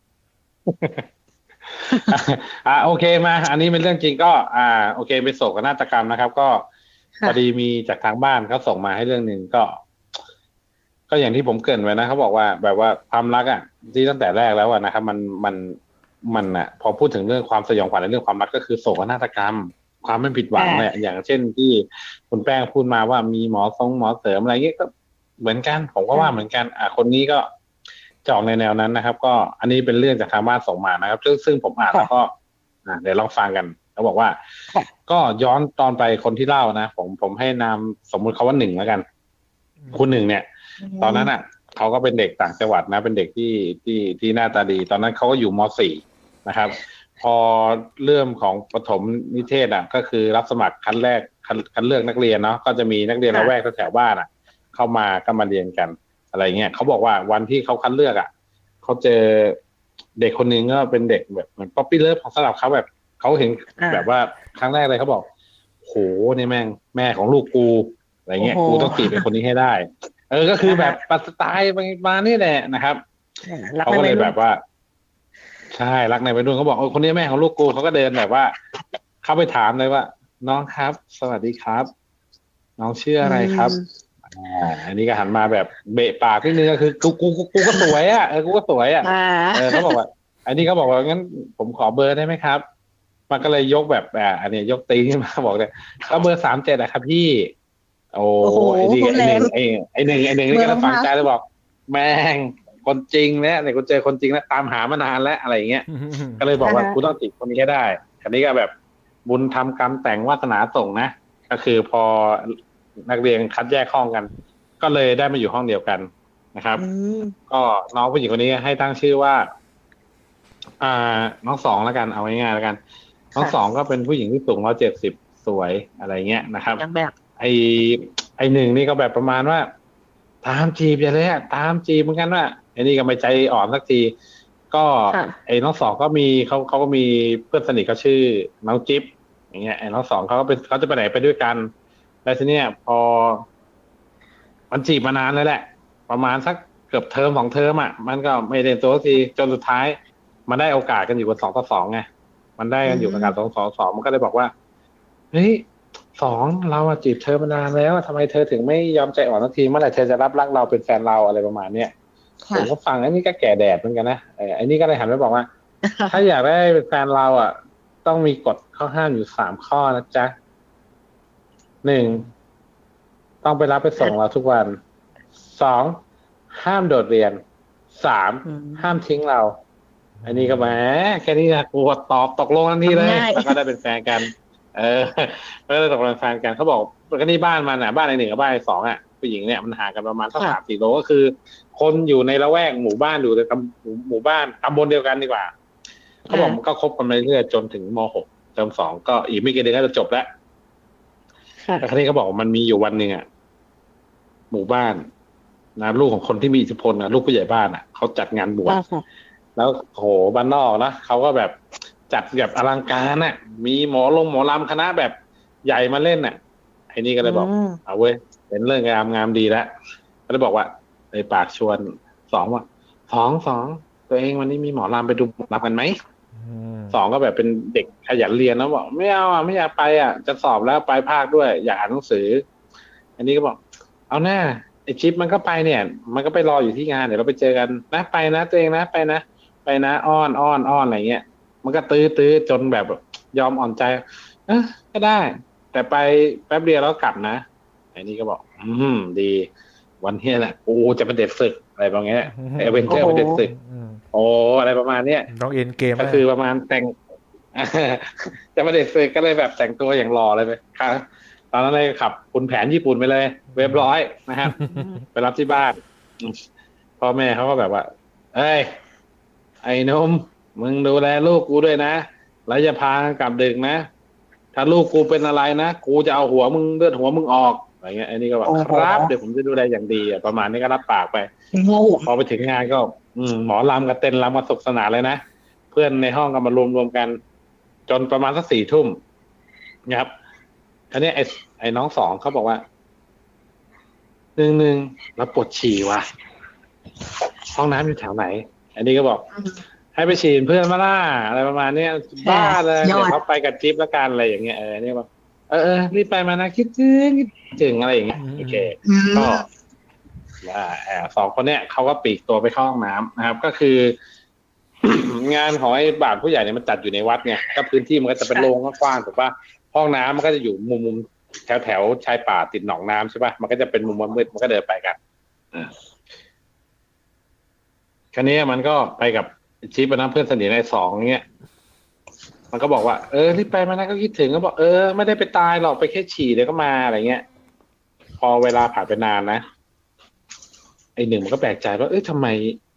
อ่าโอเคมา อันนี้เป็นเรื่องจริงก็ อ่า โอเคเป็นโศกนาฏกรรมนะครับ ก็ค่ะพอดีมีจากทางบ้านเขาส่งมาให้เรื่องหนึ่งก็ ก็อย่างที่ผมเกริ่นไว้นะเขาบอกว่าแบบว่าความรักอ่ะที่ตั้งแต่แรกแล้วอะนะครับ มันมันมันอ่ะ พอพูดถึงเรื่องความสยองขวัญในเรื่องความรักก็คือโศกนาฏกรรม ความไม่ผิดหวังเนี่ยอย่างเช่นที่คุณแป้งพูดมาว่ามีหมอทรงหมอเสริมอะไรเงี้ยก็เหมือนกัน ผมก็ว่าเหมือนกัน อ่าคนนี้ก็จะออกในแนวนั้นนะครับ ก็อันนี้เป็นเรื่องจากทางบ้านส่งมานะครับ ซึ่งซึ่งผมอ่านแล้วก็ อ่าเดี๋ยวลองฟังกันเขาบอกว่าค่ะก็ย้อนตอนไปคนที่เล่านะผมผมให้นามสมมุติเขาว่าหนึ่งแล้วกัน คุณหนึ่งเนี่ย ตอนนั้นอ่ะเขาก็เป็นเด็กต่างจังหวัดนะ เป็นเด็กที่ที่ที่หน้าตาดี ตอนนั้นเขาก็อยู่ม .สี่ นะครับ พอเรื่องของประถมนิเทศอ่ะ ก็คือรับสมัครคัดแรกคัดคัดเลือกนักเรียนเนาะก็จะมีนักเรียนค่ะละแวกแถวๆบ้านอ่ะ เข้ามาก็มาเรียนกันอะไรเงี้ยเขาบอกว่าวันที่เขาคัดเลือกอ่ะเขาเจอเด็กคนนึงก็เป็นเด็กแบบเหมือนป๊อปปี้เลิฟของสำหรับเขาแบบเขาเห็นอ่าแบบว่าครั้งแรกเลยเขาบอกโหนี่แม่งแม่ของลูกกูอะไรเงี้ยโอ้โหกูต้องจีบเป็นคนนี้ให้ได้ เออก็คือแบบปัสไตล์มานี่แหละนะครับอ่ารักเขาในก็วัเลย ยรุ่แบนบว่า ใช่รักในวัยรุ่นเขาบอกเออคนนี้แม่ของลูกกูเขาก็เดินแบบว่า เข้าไปถามเลยว่า น้องครับ สวัสดีครับ น้องชื่ออะไรครับ อ่า อันนี้ก็หันมาแบบเบะปากนิดนึงก็คือกูกูกูกูก็สวยอ่ะเออกูก็สวยอ่ะอ่าเออเขาบอกว่า อันนี้เขาบอกว่างั้นผมขอเบอร์ได้ไหมครับ มันก็เลยยกแบบอ่าอันนี้ยกตีนขึ้นมาบอกเลยก็เบอร์สามเจ็ดอะครับพี่ โอ้โอ้โหไอ้นี่ไอ้หแรนึ่งงไอ้ไอ้หนึ่งไอ้หนึ่งนี่เบอก็ร์ฟังมากใจเลยบอก แม่งคนจริงแล้วเนี่ยกูเจอคนจริงแล้วตามหามานานแล้วอะไรอย่างเงี้ย ก็เลยบอกว่าอ่าฮะกูต้องจีบคนนี้ให้ได้อันนี้ก็แบบบุญทำกรรมแต่งวาสนาส่งนะ ก็คือพอนักเรียนคัดแยกห้องกัน ก็เลยได้มาอยู่ห้องเดียวกันนะครับอืมก็น้องผู้หญิงคนนี้ให้ตั้งชื่อว่า อ่า น้องสองแล้วกันเอาง่ายๆแล้วกันน้องค่ะสองก็เป็นผู้หญิงที่สูงร้อยเจ็ดสิบสวยอะไรเงี้ยนะครับยังแบบไอไอหนึ่งนี่ก็แบบประมาณว่า ตามจีบอย่างเลยอะตามจีบเหมือนกันว่าไอ้นี่ก็ไม่ใจอ่อนสักที ก็ค่ะไอ้น้องสองก็มีเขาเขาก็มีเพื่อนสนิทเขาชื่อน้องจิ๊บอย่างเงี้ยไอ้น้องสองเขาก็เป็นเขาจะไปไหนไปด้วยกันแล้วทีเนี้ยพอมันจีบมานานเลยแหละ ประมาณสักเกือบเทอมสองเทอมอ่ะมันก็ไม่เรียนตัวสักทีจนสุดท้ายมันได้โอกาสกันอยู่กันสองต่อสองไงมันได้กันอยู่กันสองสองสองมันก็เลยบอกว่าเฮ้ยสองเราอะจีบเธอมานานแล้วทำไมเธอถึงไม่ยอมใจอ่อนสักทีเมื่อไหร่เธอจะรับรักเราเป็นแฟนเราอะไรประมาณเนี้ยผค่ะมก็ฟังไอ้นี่ก็แก่แดดเหมือนกันนะเออไอ้นี่ก็เลยหันไปบอกว่า ถ้าอยากได้เป็นแฟนเราอ่ะ ต้องมีกฎข้อห้ามอยู่สามข้อนะจ๊ะหนึ่งต้องไปรับไปส่งเราทุกวันสองห้ามโดดเรียนสามอืมห้ามทิ้งเรา อันนี้ก็แหมแค่นี้นะกูตอบตกลงทันทีเลยง่ายแล้วก็ได้เป็นแฟนกัน เออก็ได้ตกลงเป็นแฟนกันเขาบอกก็นี่บ้านมันอ่ะบ้านไอ้หนึ่งกับบ้านไอ้สองอ่ะผู้หญิงเนี่ยมันห่างกันประมาณสักสามสี่โลก็คือ คนอยู่ในละแวกหมู่บ้านอยู่ในตำหมู่หมู่บ้านตำบลเดียวกันดีกว่าเขาบอกมันก็คบกันมาเรื่อยๆจนถึงม หกเทอมสองก็อีกไม่กี่เดือนก็จะจบแล้วค่ะแต่ครั้นี้เขาบอกว่ามันมีอยู่วันหนึ่งอ่ะหมู่บ้านนะลูกของคนที่มีอิทธิพลนะลูกผู้ใหญ่บ้านอ่ะเขาจัดงานบวชว่าค่ะแล้วโหบ้านนอกนะเขาก็แบบจัดแบบอลังการน่ะ มีหมอลงหมอลำคณะแบบใหญ่มาเล่นน่ะไอ้นี่ก็เลยบอกอืมเอาเว้ยเป็นเรื่องงามงามดีแล้วก็เลยบอกว่าในปากชวนสองว่าสองสองตัวเองวันนี้มีหมอลำไปดูหมอลำกันไหมอืมสองก็แบบเป็นเด็กขยันเรียนนะบอกไม่เอาอ่ะไม่อยากไปอ่ะจะสอบแล้วไปภาคด้วย อยากอ่านหนังสือ อันนี้ก็บอก เอาหน้าไอชิปมันก็ไปเนี่ย มันก็ไปรออยู่ที่งานเดี๋ยวเราไปเจอกันนะไปนะตัวเองนะไปนะไปนะอ้อนอ้อนอ้อนอะไรเงี้ยมันก็ตื้อตื้อจนแบบยอมอ่อนใจเออก็ได้ แต่ไปแป๊บเดียวแล้วกลับนะไอ้นี่ก็บอก อืมดี วันนี้แหละกูจะเป็นเด็กฝึกอะไรประมาณเนี้ยเอเวนเจอร์เป็นเด็กฝึกอืมโอ้อะไรประมาณเนี้ยต้องเอ็นเกมก็คือประมาณแต่ง จะมาเด็กฝึกก็เลยแบบแต่งตัวอย่างหล่อเลยไปครับตอนนั้นเลยขับคุณแผนญี่ปุ่นไปเลย เรียบร้อยนะครับ ไปรับที่บ้านพ่อแม่เขาก็แบบว่า เอ้ย ไอ้หนุ่มมึงดูแลลูกกูด้วยนะ แล้วอย่าพากลับดึกนะ ถ้าลูกกูเป็นอะไรนะ กูจะเอาหัวมึงเลือดหัวมึงออกอะไรเงี้ยไอ้นี่ก็บอกโอ้โหครับเดี๋ยวผมจะดูแลอย่างดีอ่ะประมาณนี้ก็รับปากไปโง่พอไปถึงงานก็ อืมหมอลำกับเต้นรำมาสนุกสนานเลยนะ เพื่อนในห้องก็มารวมรวมกัน จนประมาณสักสี่ทุ่มนะครับอันนี้ไอ้ไอ้น้องสองเขาบอกว่าหนึ่งหนึ่งเราปวดฉี่ว่ะห้องน้ำอยู่แถวไหน อันนี้ก็บอกอืมให้ไปฉี่เพื่อนมาล่าอะไรประมาณเนี้ยบ้าเลยยอดเดี๋ยวเขาไปกับจิ๊บแล้วกันอะไรอย่างเงี้ยเออเนี่ยบอกเออเออรีบไปมานะคิดถึงคิดถึงอะไรอย่างเงี้ยโอเคอืมก็อ่าแอบสองคนเนี้ยเขาก็ปลีกตัวไปเข้าห้องน้ำนะครับ ก็คือ งานของไอ้บาทผู้ใหญ่เนี่ยมันจัดอยู่ในวัดไงก็พื้นที่มันก็จะเป็นโล่งกว้างๆถูกป่ะห้องน้ำมันก็จะอยู่มุมมุมแถวแถวๆชายป่าติดหนองน้ำใช่ป่ะมันก็จะเป็นมุมมืดๆมันก็เดินไปกันอ่าคราวนี้มันก็ไปกับชิปนะเพื่อนสนิทในสองเงี้ยมันก็บอกว่าเออรีบไปมานะก็คิดถึงก็บอกเออไม่ได้ไปตายหรอกไปแค่ฉี่เดี๋ยวก็มาอะไรเงี้ย พอเวลาผ่านไปนานนะไอหนึ่งมันก็แปลกใจว่าเอ้ยทำไม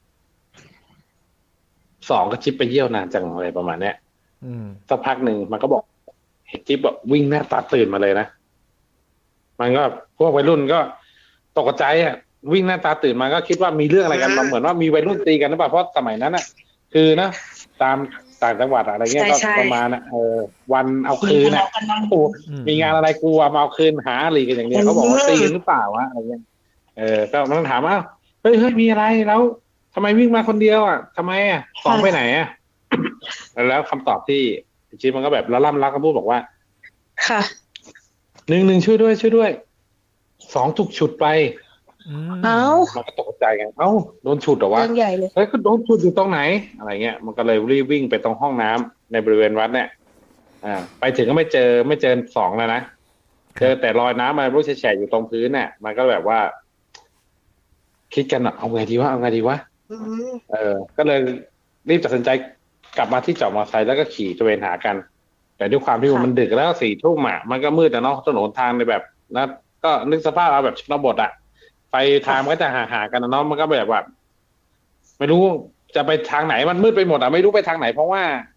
สองก็จิ๊บไปเยี่ยวนานจังอะไรประมาณเนี้ยอืมสักพักหนึ่งมันก็บอกเห็นจิ๊บแบบวิ่งหน้าตาตื่นมาเลยนะมันก็พวกวัยรุ่นก็ตกใจอ่ะวิ่งหน้าตาตื่นมาก็คิดว่ามีเรื่องอะไรกันมาเหมือนว่ามีวัยรุ่นตีกันหรือเปล่าเพราะสมัยนั้นอ่ะ คือนะตามต่างจังหวัดอะไรเงี้ยก็ใช่ๆประมาณน่ะเออวันเอาคืนน่ะกูมีงานอะไรกูเอามาเอาคืนหาอะไรกันอย่างเนี้ยเขาบอกว่าตีกันหรือเปล่าวะอะไรเงี้ยเออก็มันถามว่าเฮ้ยเฮ้ยมีอะไรแล้วทำไมวิ่งมาคนเดียวอ่ะทำไมอ่ะสองไปไหนอ่ะ แล้วคำตอบที่จิ๊บมันก็แบบละล่ำลักก็พูดบอกว่าค่ะหนึ่งหนึ่งช่วยด้วยช่วยด้วยสองถูกฉุดไปอืมเอ้ามันก็ตกใจกันเอ้าโดนฉุดเหรอวะเรื่องใหญ่เลยเฮ้ยก็โดนฉุดอยู่ตรงไหนอะไรเงี้ยมันก็เลยรีบวิ่งไปตรงห้องน้ำในบริเวณวัดเนี่ยอ่าไปถึงก็ไม่เจอไม่เจอสองแล้วนะเจอแต่รอยน้ำมันรู้แฉะๆอยู่ตรงพื้นเนี่ยมันก็แบบว่า คิดกันอ่ะเอาไงดีวะเอาไงดีวะอืมเออ ก็เลยรีบตัดสินใจกลับมาที่จอดมอเตอร์ไซค์แล้วก็ขี่ตระเวนหากัน แต่ด้วยความที่ค่ะมันดึกแล้วสี่ทุ่มอ่ะมันก็มืดแต่เนาะถนนทางในแบบนะก็นึกสภาพเอาแบบชนบทอ่ะไฟทางมันก็จะหาหากันนะเนาะมันก็แบบว่า ไม่รู้จะไปทางไหนมันมืดไปหมดอ่ะไม่รู้ไปทางไหน เพราะว่า ไอ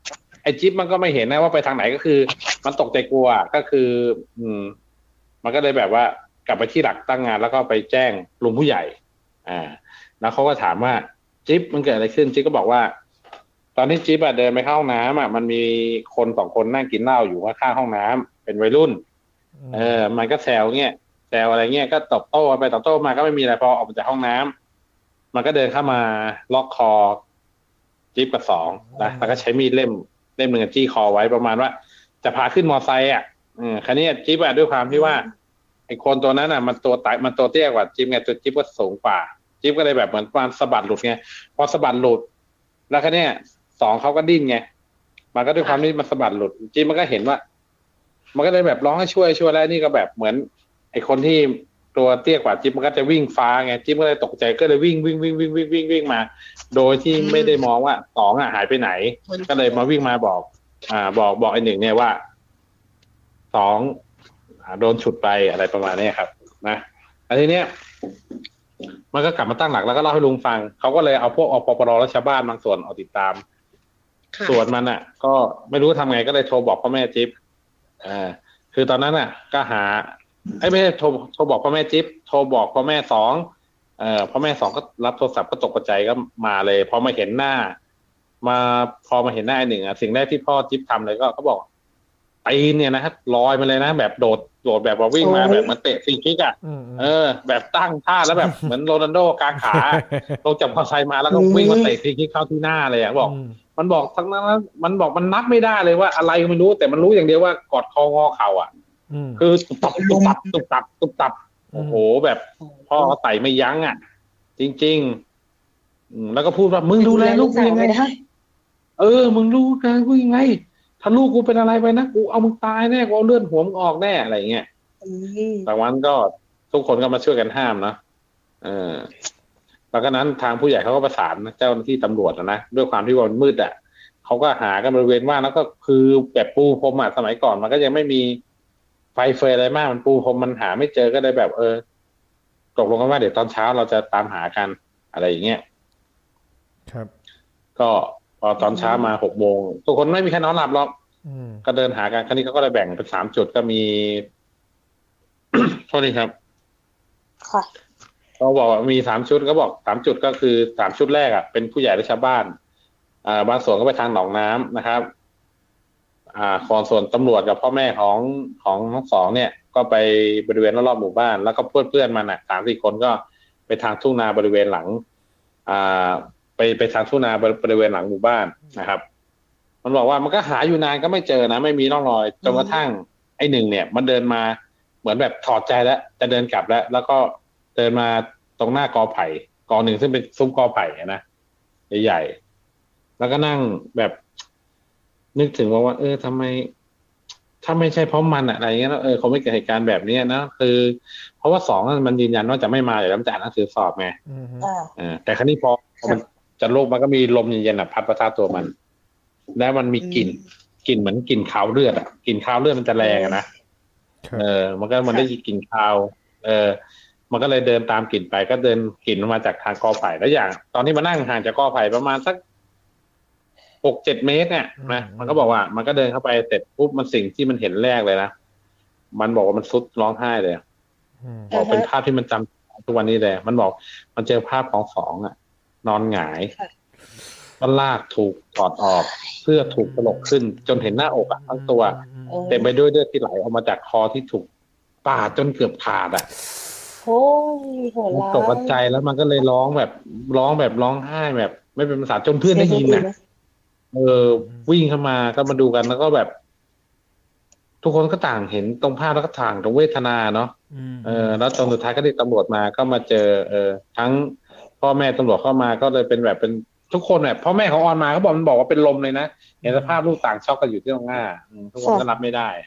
อ้จิ๊บมันก็ไม่เห็นนะว่าไปทางไหนก็คือ มันตกใจกลัวก็คือ อืม มันก็เลยแบบว่ากลับไปที่หลักตั้งงานแล้วก็ไปแจ้งลุงผู้ใหญ่ อ่า แล้วเขาก็ถามว่าจิ๊บมันเกิดอะไรขึ้นจิ๊บก็บอกว่า ตอนที่จิ๊บอะเดินไปเข้าห้องน้ำอะมันมีคนสองคนนั่งกินเหล้าอยู่ข้างห้องน้ำเป็นวัยรุ่น เออ มันก็แซวเงี้ยแซวอะไรเงี้ยก็ตอบโต้ไปตอบโต้มาก็ไม่มีอะไรพอออกมาจากห้องน้ำมันก็เดินเข้ามาล็อกคอจิ๊บกับสองนะแล้วก็ใช้มีดเล่มเล่มหนึ่งจี้คอไว้ประมาณว่าจะพาขึ้นมอไซค์อ่ะอืมคราวนี้จิ๊บอะด้วยความที่ว่าไอ้คนตัวนั้นอ่ะมันตัวไตมันตัวเตี้ยกว่าจิ๊บไงตัวจิ๊บก็สูงกว่าจิ๊บก็เลยแบบเหมือนความสะบัดหลุดไงพอสะบัดหลุดแล้วคราวนี้สองเขาก็ดิ้นไงมันก็ด้วยความที่มันสะบัดหลุดจิ๊บมันก็เห็นว่ามันก็เลยแบบร้องให้ช่วยช่วยแล้วนี่ก็แบบเหมือนไอ้คนที่ตัวเตี้ยกว่าจิ๊บมันก็จะวิ่งฟ้าไงจิ๊บก็เลยตกใจก็เลยวิ่งวิ่งวิ่งวิ่งวิ่งวิ่งวิ่งมาโดยที่ไม่ได้มองว่าสองอ่ะหายไปไหนก็เลยมาวิ่งมาบอก อ่าบอกบอกไอ้หนึ่งเนี่ยว่าสองโดนฉุดไปอะไรประมาณนี้ครับนะอันทีเนี้ยมันก็กลับมาตั้งหลักแล้วก็เล่าให้ลุงฟังเขาก็เลยเอาพวกอปปรและชาวบ้านบางส่วนออกติดตามส่วนมันอ่ะ ก็ไม่รู้ทำไงก็เลยโทรบอกพ่อแม่จิ๊บอ่าคือตอนนั้นอ่ะ ก็หาไอ้ไม่ใช่โทรโทรบอกพ่อแม่จิ๊บโทรบอกพ่อแม่สองเอ่อพ่อแม่สองก็รับโทรศัพท์ก็ตกใจก็มาเลยพอมาเห็นหน้ามาพอมาเห็นหน้าไอ้หนึ่งอ่ะสิ่งแรกที่พ่อจิ๊บทำเลยก็เขาบอกตีนเนี่ยนะครับลอยมาเลยนะแบบโดดโดดแบบว่าวิ่งมาแบบมันเตะฟรีคิกอ่ะเออแบบตั้งท่าแล้วแบบเหมือนโรนัลโดกางขาลงจากมอเตอร์ไซค์มาแล้วก็วิ่งมาเตะฟรีคิกเข้าที่หน้าเลยอ่ะบอกมันบอกทั้งนั้นมันบอกมันนับไม่ได้เลยว่าอะไรก็ไม่รู้แต่มันรู้อย่างเดียวว่ากอดคองอเข่าอ่ะคือตุบตับตุบตับตุบตับตุบตับโอ้โหแบบพ่อไต่ไม่ยั้งอ่ะจริงๆแล้วก็พูดว่ามึงดูแลลูกกูยังไงเออมึงรู้กันกูยังไงถ้าลูกกูเป็นอะไรไปนะกูเอามึงตายแน่กูเอาเลือดหัวมึงออกแน่อะไรเงี้ยแต่วันก็ทุกคนก็มาช่วยกันห้ามนะเออหลังจากนั้นทางผู้ใหญ่เขาก็ประสานเจ้าหน้าที่ตำรวจนะด้วยความที่วันมืดอ่ะเขาก็หากันบริเวณว่างแล้วก็คือแบบปูพรมอ่ะสมัยก่อนมันก็ยังไม่มีไฟเฟยอะไรมากมันปูพรมมันหาไม่เจอก็เลยแบบเออตกลงกันว่าเดี๋ยวตอนเช้าเราจะตามหากันอะไรอย่างเงี้ยครับก็พอตอนเช้ามาหกโมงทุกคนไม่มีใครนอนหลับหรอกก็เดินหากันครั้นี้เขาก็เลยแบ่งเป็นสามจุดก็มี โทษทีครับค่ะเขาบอกว่ามีสามชุดก็บอกสามจุดก็คือสามชุดแรกอ่ะเป็นผู้ใหญ่และชาวบ้านอ่าบางส่วนก็ไปทางหนองน้ำนะครับอ่าของส่วนตำรวจกับพ่อแม่ของของทั้งสองเนี่ยก็ไปบริเวณรอบๆหมู่บ้านแล้วก็เพื่อนเพื่อนมันอ่ะสามสี่คนก็ไปทางทุ่งนาบริเวณหลังอ่าไปไปทางทุ่งนาบริเวณหลังหมู่บ้านนะครับมันบอกว่ามันก็หาอยู่นานก็ไม่เจอนะไม่มีร่องรอยจนกระทั่งไอ้หนึ่งเนี่ยมันเดินมาเหมือนแบบถอดใจแล้วจะเดินกลับแล้วแล้วก็เดินมาตรงหน้ากอไผ่กอหนึ่งซึ่งเป็นซุ้มกอไผ่นะใหญ่ๆแล้วก็นั่งแบบนึกถึงว่าว่าเออทำไมถ้าไม่ใช่เพราะมันอะไรเงี้ยเออเขาไม่เกิดเหตุการณ์แบบนี้นะคือเพราะว่าสองมันยืนยันว่าจะไม่มาเดี๋ยวมันจะอ่านหนังสือสอบไงอ่าแต่ครั้นี้พอมันจะโลกมันก็มีลมเย็นๆอ่ะพัดประทะตัวมันแล้วมันมีกลิ่นกลิ่นเหมือนกลิ่นคาวเลือดอ่ะกลิ่นคาวเลือดมันจะแรงนะเออมันก็มันได้กลิ่นคาวเออมันก็เลยเดินตามกลิ่นไปก็เดินกลิ่นมาจากทางกอไผ่แล้วอย่างตอนที่มานั่งห่างจากกอไผ่ประมาณสักหกเจ็ดเมตรเนี่ยนะมันก็บอกว่ามันก็เดินเข้าไปเสร็จปุ๊บมันสิ่งที่มันเห็นแรกเลยนะมันบอกว่ามันซุดร้องไห้เลยบอกเป็นภาพที่มันจำทุกวันนี้เลยมันบอกมันเจอภาพของสองอ่ะนอนหงายก็ลากถูกถอดออกเพื่อถูกตลกขึ้นจนเห็นหน้าอกอ่ะทั้งตัวเต็มไปด้วยเลือดที่ไหลออกมาจากคอที่ถูกปาดจนเกือบขาดอ่ะโอ้ยโหดร้ายตกใจแล้วมันก็เลยร้องแบบร้องแบบร้องไห้แบบไม่เป็นภาษาจนเพื่อนได้ยินน่ะเออวิ่งเข้ามาก็มาดูกันแล้วก็แบบทุกคนก็ต่างเห็นตรงภาพแล้วก็ต่างตรงเวทนาเนาะเออแล้วจนสุดท้ายก็ได้ตำรวจมาก็มาเจอเออทั้งพ่อแม่ตำรวจเข้ามาก็เลยเป็นแบบเป็นทุกคนแบบพ่อแม่ของออนมาเขาบอกมันบอกว่าเป็นลมเลยนะเห็นสภาพลูกต่างช็อกกันอยู่ที่ตรงหน้าทุกคนก็รับไม่ได้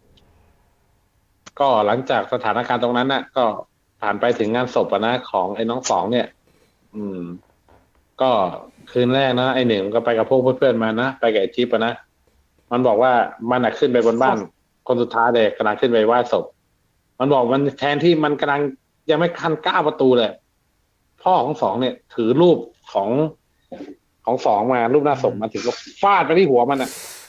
ก็หลังจากสถานการณ์ตรงนั้นน่ะก็ผ่านไปถึงงานศพนะของไอ้น้องสองเนี่ยอืมก็คืนแรกนะไอ้หนึ่งก็ไปกับพวกเพื่อนๆมานะไปกับไอ้จิ๊บนะมันบอกว่ามันน่ะขึ้นไปบนบ้านคนสุดท้ายเลยกำลังขึ้นไปไหว้ศพมันบอกมันแทนที่มันกำลังยังไม่คันก้าวประตูเลยพ่อของสองเนี่ยถือรูปของของสองมารูปหน้าศพมาถึงก็ฟาดไปที่หัวมันอ่ะ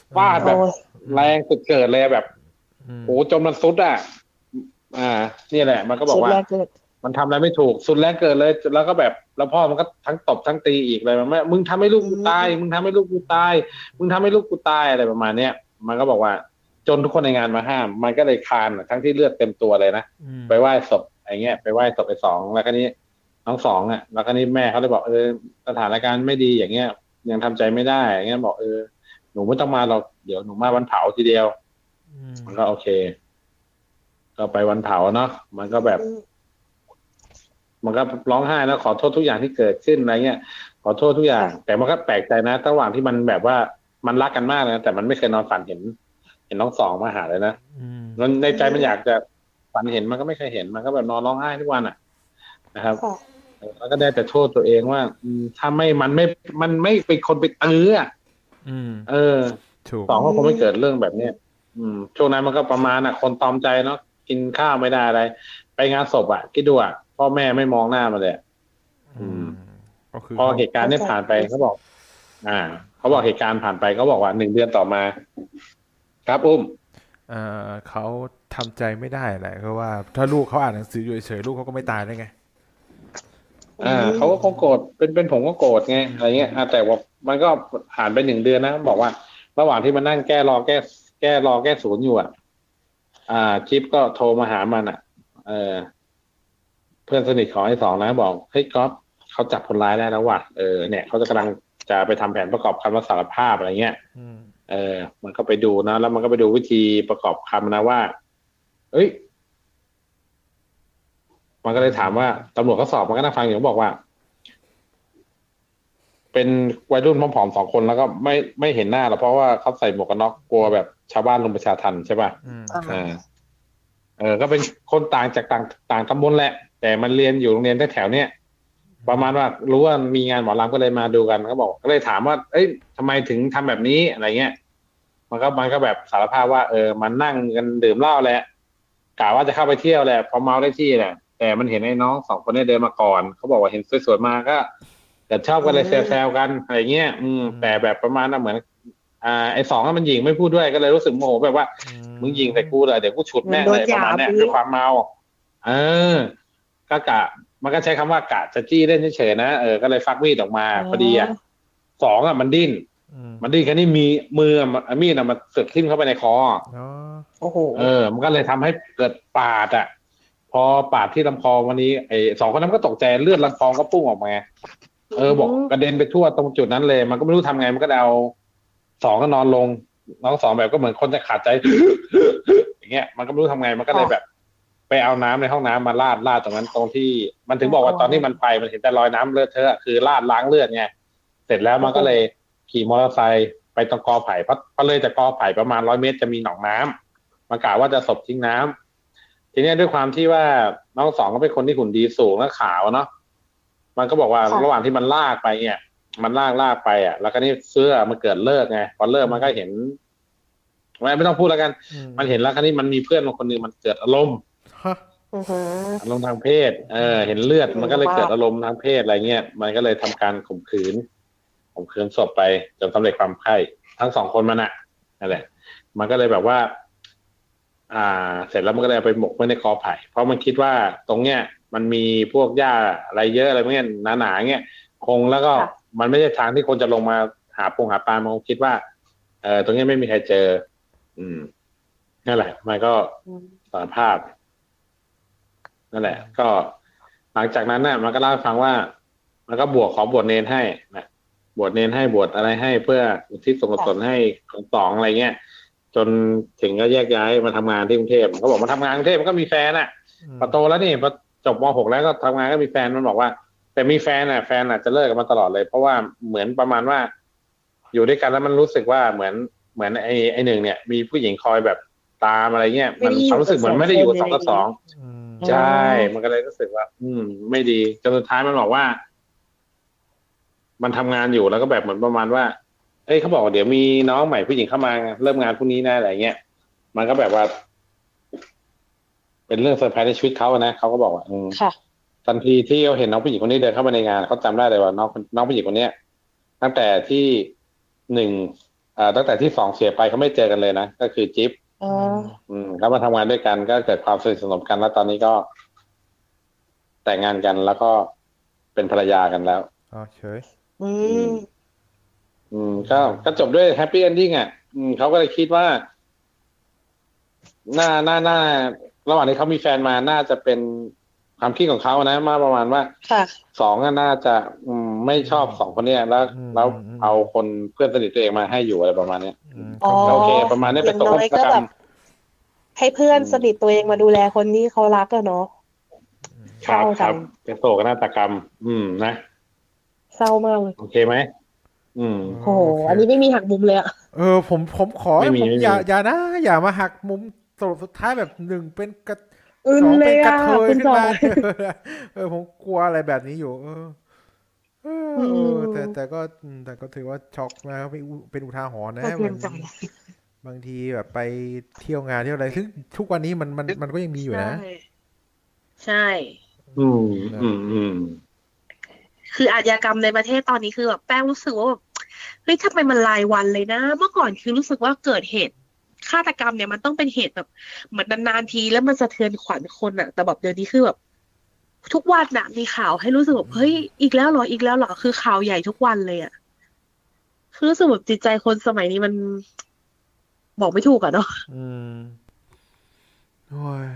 ฟาดแบบโอ้ยแรงสุดเกิดเลยแบบอืมโอ้จนมันซุดอ่ะอ่านี่แหละ มันก็บอสุกดว่าแรกเกิดมันทำอะไรไม่ถูกสุดแรงเกิดเลยแล้วก็แบบแล้วพ่อมันก็ทั้งตบทั้งตีอีกเลยมันไม่มึงทำให้ลูกกูตายมึงทำให้ลูกกูตายมึงทำให้ลูกกูตายอะไรประมาณเนี้ยมันก็บอกว่าจนทุกคนในงานมาห้าม มันก็เลยคานทั้งที่เลือดเต็มตัวเลยนะอืมไปไหว้ศพอะไรเงี้ยไปไหว้ศพไอ้สองแล้วก็นี้น้องสองอ่ะแล้วก็นี้แม่เขาเลยบอกเออสถานการณ์ไม่ดีอย่างเงี้ย ยังทำใจไม่ได้อย่างเงี้ยบอกเออหนูไม่ต้องมาเราเดี๋ยวหนูมาวันเผาทีเดียวอืมมันก็โอเค ก็ไปวันเผาเนาะมันก็แบบ มันก็ร้องไห้แล้วขอโทษทุกอย่างที่เกิดขึ้นอะไรเงี้ยขอโทษทุกอย่าง แต่มันก็แปลกใจนะระหว่างที่มันแบบว่ามันรักกันมากนะแต่มันไม่เคยนอนฝันเห็น เห็นน้องสองมาหาเลยนะอืมมันในใจมันอยากจะฝันเห็นมันก็ไม่เคยเห็นมันก็แบบนอนร้องไห้ทุกวันอ่ะนะครับค่ะแล้วก็ได้แต่โทษตัวเองว่าอืมถ้าไม่มันไม่มันไม่เป็นคนไปตื้ออ่ะอืมเออถูกสองก็คงไม่เกิดเรื่องแบบเนี้ยอืมช่วงนั้นมันก็ประมาณอ่ะ คนตอมใจเนาะกินข้าวไม่ได้อะไร ไปงานศพอ่ะคิดดูอ่ะพ่อแม่ไม่มองหน้ามาเลยอะอืมก็คือพอเหตุการณ์เนี้ผ่านไปเขาบอก อ่าเขาบอกเหตุการณ์ผ่านไปเขาบอกว่าหนึ่งเดือนต่อมา ครับอุ้มเอ่อเขาทำใจไม่ได้แหละเพราะว่า ถ้าลูกเขาอ่านหนังสืออยู่เฉยๆลูกเขาก็ไม่ตายได้ไงอ่าเขาก็คงโกรธเป็นเป็นผมก็โกรธไงอะไรเงี้ยอ่าแต่ว่ามันก็ผ่านไปหนึ่งเดือนนะบอกว่า ระหว่างที่มันนั่งแก้รอแก้แก้รอแก้ศูนย์อยู่อ่ะ อ่าจิ๊บก็โทรมาหามันอ่ะ เออเพื่อนสนิทของไอ้สองนะบอกเฮ้ยก๊อฟเขาจับคนร้ายได้แล้วว่ะเออเนี่ยเขาจะกำลังจะไปทำแผนประกอบคำรับสารภาพอะไรเงี้ยอืมเออ มันก็ไปดูนะ แล้วมันก็ไปดูวิธีประกอบคำนะว่า เอ้ย มันก็เลยถามว่าตำรวจเขาสอบมันก็นั่งฟังอยู่บอกว่า เป็นวัยรุ่นผอมๆสองคนแล้วก็ไม่ไม่เห็นหน้าหรอกเพราะว่าเขาใส่หมวกกันน็อกกลัวแบบชาวบ้านรุมประชาทันใช่ป่ะอืมอ่าเออ เออ ก็เป็นคนต่างจากต่างต่างตำบลแหละ แต่มันเรียนอยู่โรงเรียนแถวๆเนี้ย ประมาณว่ารู้ว่ามีงานหมอลำก็เลยมาดูกันก็บอกก็เลยถามว่า เอ้ยทำไมถึงทำแบบนี้อะไรเงี้ย มันก็มันก็แบบสารภาพว่าเออมันนั่งกันดื่มเหล้าแหละกะว่าจะเข้าไปเที่ยวแหละพอเมาได้ที่แหละแต่มันเห็นไอ้น้องสองคนนี้เดินมาก่อนเขาบอกว่าเห็นสวยๆมาก็เกิดชอบกันเลยแซวๆกันอะไรเงี้ยอืมแต่แบบประมาณน่ะเหมือน อ่าไอ้สองมันหยิงไม่พูดด้วยก็เลยรู้สึกโมโหแบบว่า มึงยิงใส่กูเลยเดี๋ยวกูฉุดแม่งเลยประมาณเนี้ยด้วยความเมา เออ ก็กะ มันก็ใช้คำว่ากะจะจี้เล่นเฉยๆนะเออก็เลยฟักมีดออกมาพอดีอ่ะสองอ่ะมันดิ้นอืมมันดิ้นแค่นี้มีมืออะมันมีดอ่ะมันเสือกทิ่มเข้าไปในคอเนาะโอ้โหเออ มันก็เลยทำให้เกิดปาดอ่ะ พอปาดที่ลำคอวันนี้ไอ้สองคนนั้นก็ตกใจเลือดลำคอก็พุ่งออกมาเออบอกกระเด็นไปทั่วตรงจุดนั้นเลย มันก็ไม่รู้ทำไงมันก็เอาสองก็นอนลงน้องสองแบบก็เหมือนคนจะขาดใจ อย่างเงี้ยมันก็ไม่รู้ทำไงมันก็เลยแบบ ไปเอาน้ำในห้องน้ำมาราดราดตรงนั้นตรงที่มันถึงบอกว่าตอนที่มันไปมันเห็นแต่รอยน้ำเลือดเธอะคือราดล้างเลือดไงเสร็จแล้วมันก็เลยขี่มอเตอร์ไซค์ไปตรงกอไผ่เพราะเพราะเลยจากกอไผ่ประมาณร้อยเมตรจะมีหนองน้ำมันกะว่าจะศพทิ้งน้ำทีนี้ด้วยความที่ว่าน้องสองก็เป็นคนที่หุ่นดีสูงและขาวเนาะมันก็บอกว่าค่ะระหว่างที่มันลากไปเนี่ย มันลากลากไปอ่ะ แล้วก็นี่เสื้อมันเกิดเลิกไงพอเลิกมันก็เห็นไม่ไม่ต้องพูดแล้วกันอืมมันเห็นแล้วคราวนี้มันมีเพื่อนคนหนึงมันเกิดอารมณ์ฮะอือหืออารมณ์ทางเพศ เออ เห็นเลือด มันก็เลยเกิดอารมณ์ทางเพศอะไรเงี้ย มันก็เลยทำการข่มขืน ข่มขืนศพไปจนสำเร็จความใคร่ทั้งสองคนมันอะนั่นแหละ มันก็เลยแบบว่า อ่า เสร็จแล้วมันก็เลยเอาไปหมกไว้ในกอไผ่ เพราะมันคิดว่าตรงเนี้ย มันมีพวกหญ้าอะไรเยอะอะไรเงี้ยหนาๆเงี้ย คงแล้วก็ค่ะมันไม่ใช่ทางที่คนจะลงมาหาปงหาปลา มันคงคิดว่า เออตรงเนี้ยไม่มีใครเจอ อืม นั่นแหละ มันก็อืมสารภาพ นั่นแหละ ก็หลังจากนั้นน่ะ มันก็เล่าให้ฟังว่า มันก็บวชขอบวชเนรให้นะบวชเนรให้บวชอะไรให้เพื่ออุทิศส่วนกุศลให้ของสองอะไรเงี้ย จนถึงก็แยกย้ายมาทำงานที่กรุงเทพเขาบอกมาทำงานกรุงเทพมันก็มีแฟนอ่ะอืมพอโตแล้วนี่พอจบม หกแล้วก็ทำงานก็มีแฟนมันบอกว่า แต่มีแฟนอ่ะแฟนอ่ะจะเลิกกันมาตลอดเลย เพราะว่าเหมือนประมาณว่า อยู่ด้วยกันแล้วมันรู้สึกว่าเหมือนเหมือนไอ้ไอ้หนึ่งเนี่ย มีผู้หญิงคอยแบบตามอะไรเงี้ยมันความรู้สึกเหมือนไม่ได้อยู่กับสองกับสองอืมใช่ มันก็เลยรู้สึกว่า อืม ไม่ดี จนสุดท้ายมันบอกว่า มันทำงานอยู่แล้วก็แบบเหมือนประมาณว่า เอ้ยเขาบอกว่าเดี๋ยวมีน้องใหม่ผู้หญิงเข้ามาเริ่มงานพรุ่งนี้นะอะไรเงี้ย มันก็แบบว่า เป็นเรื่องเซอร์ไพรส์ในชีวิตเขาอะนะเขาก็บอกว่าอืมค่ะทันทีที่เขาเห็นน้องผู้หญิงคนนี้เดินเข้ามาในงานเขาจำได้เลยว่าน้องน้องผู้หญิงคนเนี้ย ตั้งแต่ที่หนึ่งอ่าตั้งแต่ที่สองเสียไปเขาไม่เจอกันเลยนะก็คือจิ๊บอ๋ออืมเขามาทำงานด้วยกันก็เกิดความสนิทสนมกันแล้วตอนนี้ก็แต่งงานกันแล้วก็เป็นภรรยากันแล้วโอเคอือืมมอืมก็ก็จบด้วยแฮปปี้เอนดิ้งอ่ะอืมเขาก็เลยคิดว่าน่าน่าน่าระหว่างที่เขามีแฟนมาน่าจะเป็นความคิดของเขานะมาประมาณว่าค่ะสองอะน่าจะอืมไม่ชอบสองคนเนี้ยแล้วอืมแล้วอืมเอาคนเพื่อนสนิทตัวเองมาให้อยู่อะไรประมาณเนี้ยอืมอ๋อเขาโอเคบอกประมาณนี้อไปย่างตกน้ลอยงก็กัแบนบ ให้เพื่อนอืมสนิทตัวเองมาดูแลคนที่เขารักอะเนาะคเศรัร้าบคจัรับงเป็นโศกนาฏกรรม อืมนะเศร้ามากเลยโอเคไหมอืมโอ้โฮโอเคอันนี้ไม่มีหักมุมเลยอะเออผมผมขอไม่มีผมไม่อย่ามีอย่านะ อย่ามาหักมุมสรุปสุดท้ายแบบหนึ่งเป็นกระอึนสองเลเป็นยกอระเทยคุณขึ้นสอมานเออผมกลัวอะไรแบบนี้อยู่ เออ เอออืเออ แต่มแต่ก็ อืม แต่ก็ถือว่าช็อกนะครับ เป็นอุ เป็นอุทาหรณ์นะสะเทืเหมอือนนใจบางทีแบบไปเที่ยวงานเที่ยวอะไร ซึ่งทุกวันนี้มันมันมันก็ยังมีอใชยู่่นะใช่อืมนะอืมอืมคืออาชญากรรมในประเทศตอนนี้คือแบบแป้งรู้สึกว่าแบบเฮ้ยทำไมมันรายวันเลยนะ เมื่อก่อนคือรู้สึกว่าเกิดเหตุฆาตกรรมเนี่ยมันต้องเป็นเหตุแบบเหมือนนานๆทีแล้วมันสะเทือนขวัญคนอะแต่แบบเดี๋ยวนี้คือแบบทุกวันน่ะมีข่าวให้รู้สึกแบบเฮ้ยอีกแล้วเหรออีกแล้วเหรอคือข่าวใหญ่ทุกวันเลยอะคือรู้สึกแบบจิตใจคนสมัยนี้มัน บอกไม่ถูกอะเนาะอืม โอ๊ย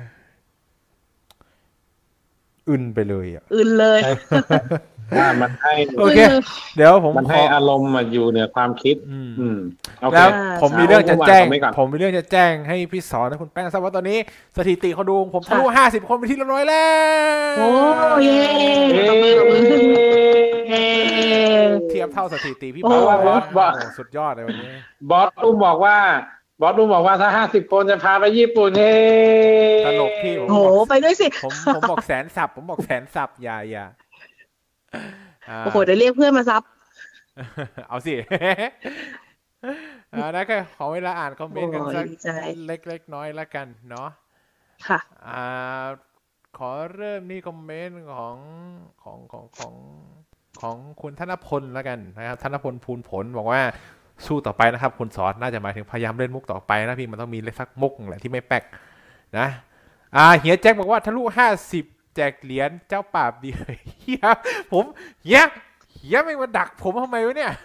อึนไปเลยอะอึนเลยใช่ ว่ามันให้โอเค เดี๋ยวผมมันขให้ออารมณ์อะอยู่เหนือความคิดอืมอืม โอเคแล้วอ่าผมใช่มีเรื่องจะเอาแจ้งเอาไว้ก่อนผมมีเรื่องจะแจ้งให้พี่สอนและคุณแป้งทราบว่าตอนนี้สถิติเขาดูผมทะลุค่ะห้าสิบคนไปนที่เรียบร้อยแล้วโอ้เย้เอ๊ตบมือตบมือเย้เทียบเท่าสถิติพี่โอ้บาเพราะว่าบอสสนะบอโอ้สโหสุดยอดเลยวันนี้บอสตุ้มบอกว่า บอสตุ้มบอกว่าถ้าห้าสิบคนจะพาไปญี่ปุ่นเฮ้ตลกพี่ผมโหบอกไปด้วยสิผมผมบอกแสนสับผมบอกแสนสับอย่าอย่าอ่าโอ้โหเดี๋ยวเรียกเพื่อนมาซับเอาสิ อ่านะก็ขอเวลาอ่านคอมเมนต์กันโอ้ยสักดีใจเล็กๆน้อยๆแล้วกันเนาะค่ะอ่าขอเริ่มนี่คอมเมนต์ของของของของของคุณธนพลแล้วกันนะครับธนพลภูลผลบอกว่าสู้ต่อไปนะครับคุณสอนน่าจะหมายถึงพยายามเล่นมุกต่อไปนะพี่มันต้องมีเล่นสักมุกแหละที่ไม่แป๊กนะอ่าเฮียแจ็คบอกว่าทะลุห้าสิบแจกเหรียญเจ้าป่าเบียร์เฮียผมเฮียเฮียไม่มาดักผมทำไมวะเนี่ย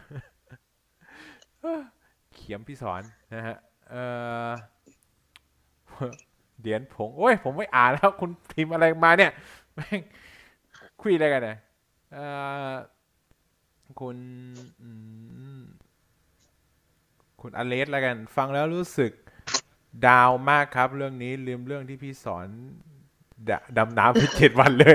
เขียมพี่สอนนะฮะเออเหรียญผงโอ้ยผมไม่อ่านแล้วคุณพิมพ์อะไรมาเนี่ยแม่งคุยอะไรกันเนี่ยเอ่อคุณอืมคุณอเลสแล้วกันฟังแล้วรู้สึกดาวมากครับเรื่องนี้ลืมเรื่องที่พี่สอนดดำน้ำไปเจ็ดวันเลย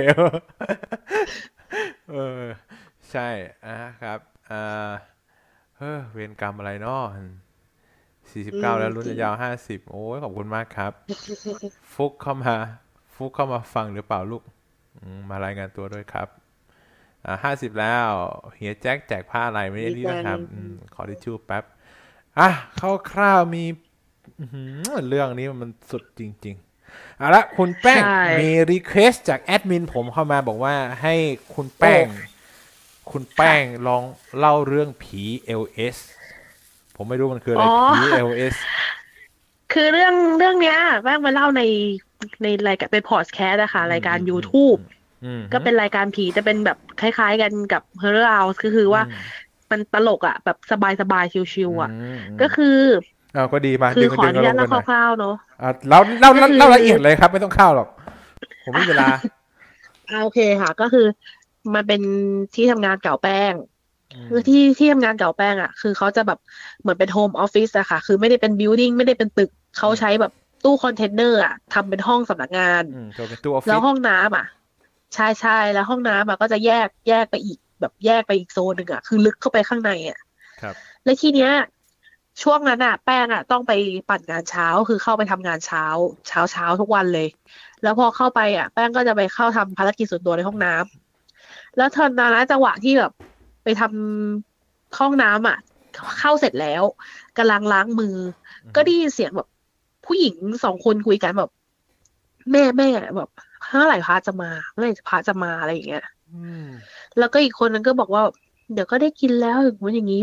เออใช่อ่ะครับอ่าเฮ้อเวรกรรมอะไรเนาะสี่สิบอืเก้าม แล้วรุ่นจริงยาวห้าสิบโอ้ยขอบคุณมากครับ ฟุกเข้ามาฟุกเข้ามาฟังหรือเปล่าลูกอืมมารายงานตัวด้วยครับอ่าห้าสิบแล้วเฮียแจ็คแจกผ้าอะไรไม่ได้ดีรีใจบนะครับอืมขอทิชชู่แป๊บอ่ะคร่าวๆมีอื้อหือเรื่องนี้มันสุดจริงๆเอาละคุณแป้งใช่มีรีเควสจากแอดมินผมเข้ามาบอกว่าให้คุณแป้ง คุณแป้งลองเล่าเรื่องผี แอล เอส ผมไม่รู้มันคืออะไรอ๋อผี แอล เอสคือเรื่องเรื่องเนี้ยแป้งมาเล่าในในรายการเป็นพอดแคสต์อะค่ะอืมรายการอืม YouTube อืมก็เป็นรายการผีจะเป็นแบบคล้ายๆกันกับ Horror House ก็คือว่าอืมมันตลกอะแบบสบายๆชิวๆอะอืมอืมก็คืออ้าวก็ดีมาคืดึอง ขอดึอง นุญาตอารมณ์เล่ากันหน่อยคร่าวๆเนาะอ่ะเล่าเล่าก็เล่าคือเล่าละเอียดเลยครับ ไม่ต้องเข้าหรอก ผมไม่มีเวลาอ่าโอเคค่ะ ก็คือมันเป็นที่ทำงานเก่าแป้งอืมคือที่ที่ทำงานเก่าแป้งอะคือเขาจะแบบเหมือนเป็นโฮมออฟฟิศอะค่ะ คือไม่ได้เป็นบิลดิ้งไม่ได้เป็นตึกเขาใช้แบบตู้คอนเทนเนอร์อะทำเป็นห้องสำนักงานอืมตัวเป็นตู้ออฟแล้ฟิวศห้องน้ำอ่ะใช่ใช่แล้วห้องน้ำอ่ะก็จะแยกแยกไปอีกแบบแยกไปอีกโซนหนึ่งอ่ะคือลึกเข้าไปข้างในอ่ะครับแล้วทีเนี้ยช่วงนั้นอ่ะแป้งอ่ะต้องไปปั่นงานเช้าคือเข้าไปทำงานเช้าเช้าเช้าทุกวันเลย แล้วพอเข้าไปอ่ะแป้งก็จะไปเข้าทำภารกิจส่วนตัวในห้องน้ำแล้วเธอนานะจังหวะที่แบบไปทำห้องน้ำอ่ะ เข้าเสร็จแล้วกำลังล้างมือ ก็ได้ยินเสียงแบบ ผู้หญิงสองคนคุยกันแบบ แม่แม่แบบเมื่อไหร่พระจะมาเมื่อไหร่พระจะมาอะไรอย่างเงี้ยอืมแล้วก็อีกคนนึงก็บอกว่า เดี๋ยวก็ได้กินแล้วอย่างงู้นอย่างนี้แบบ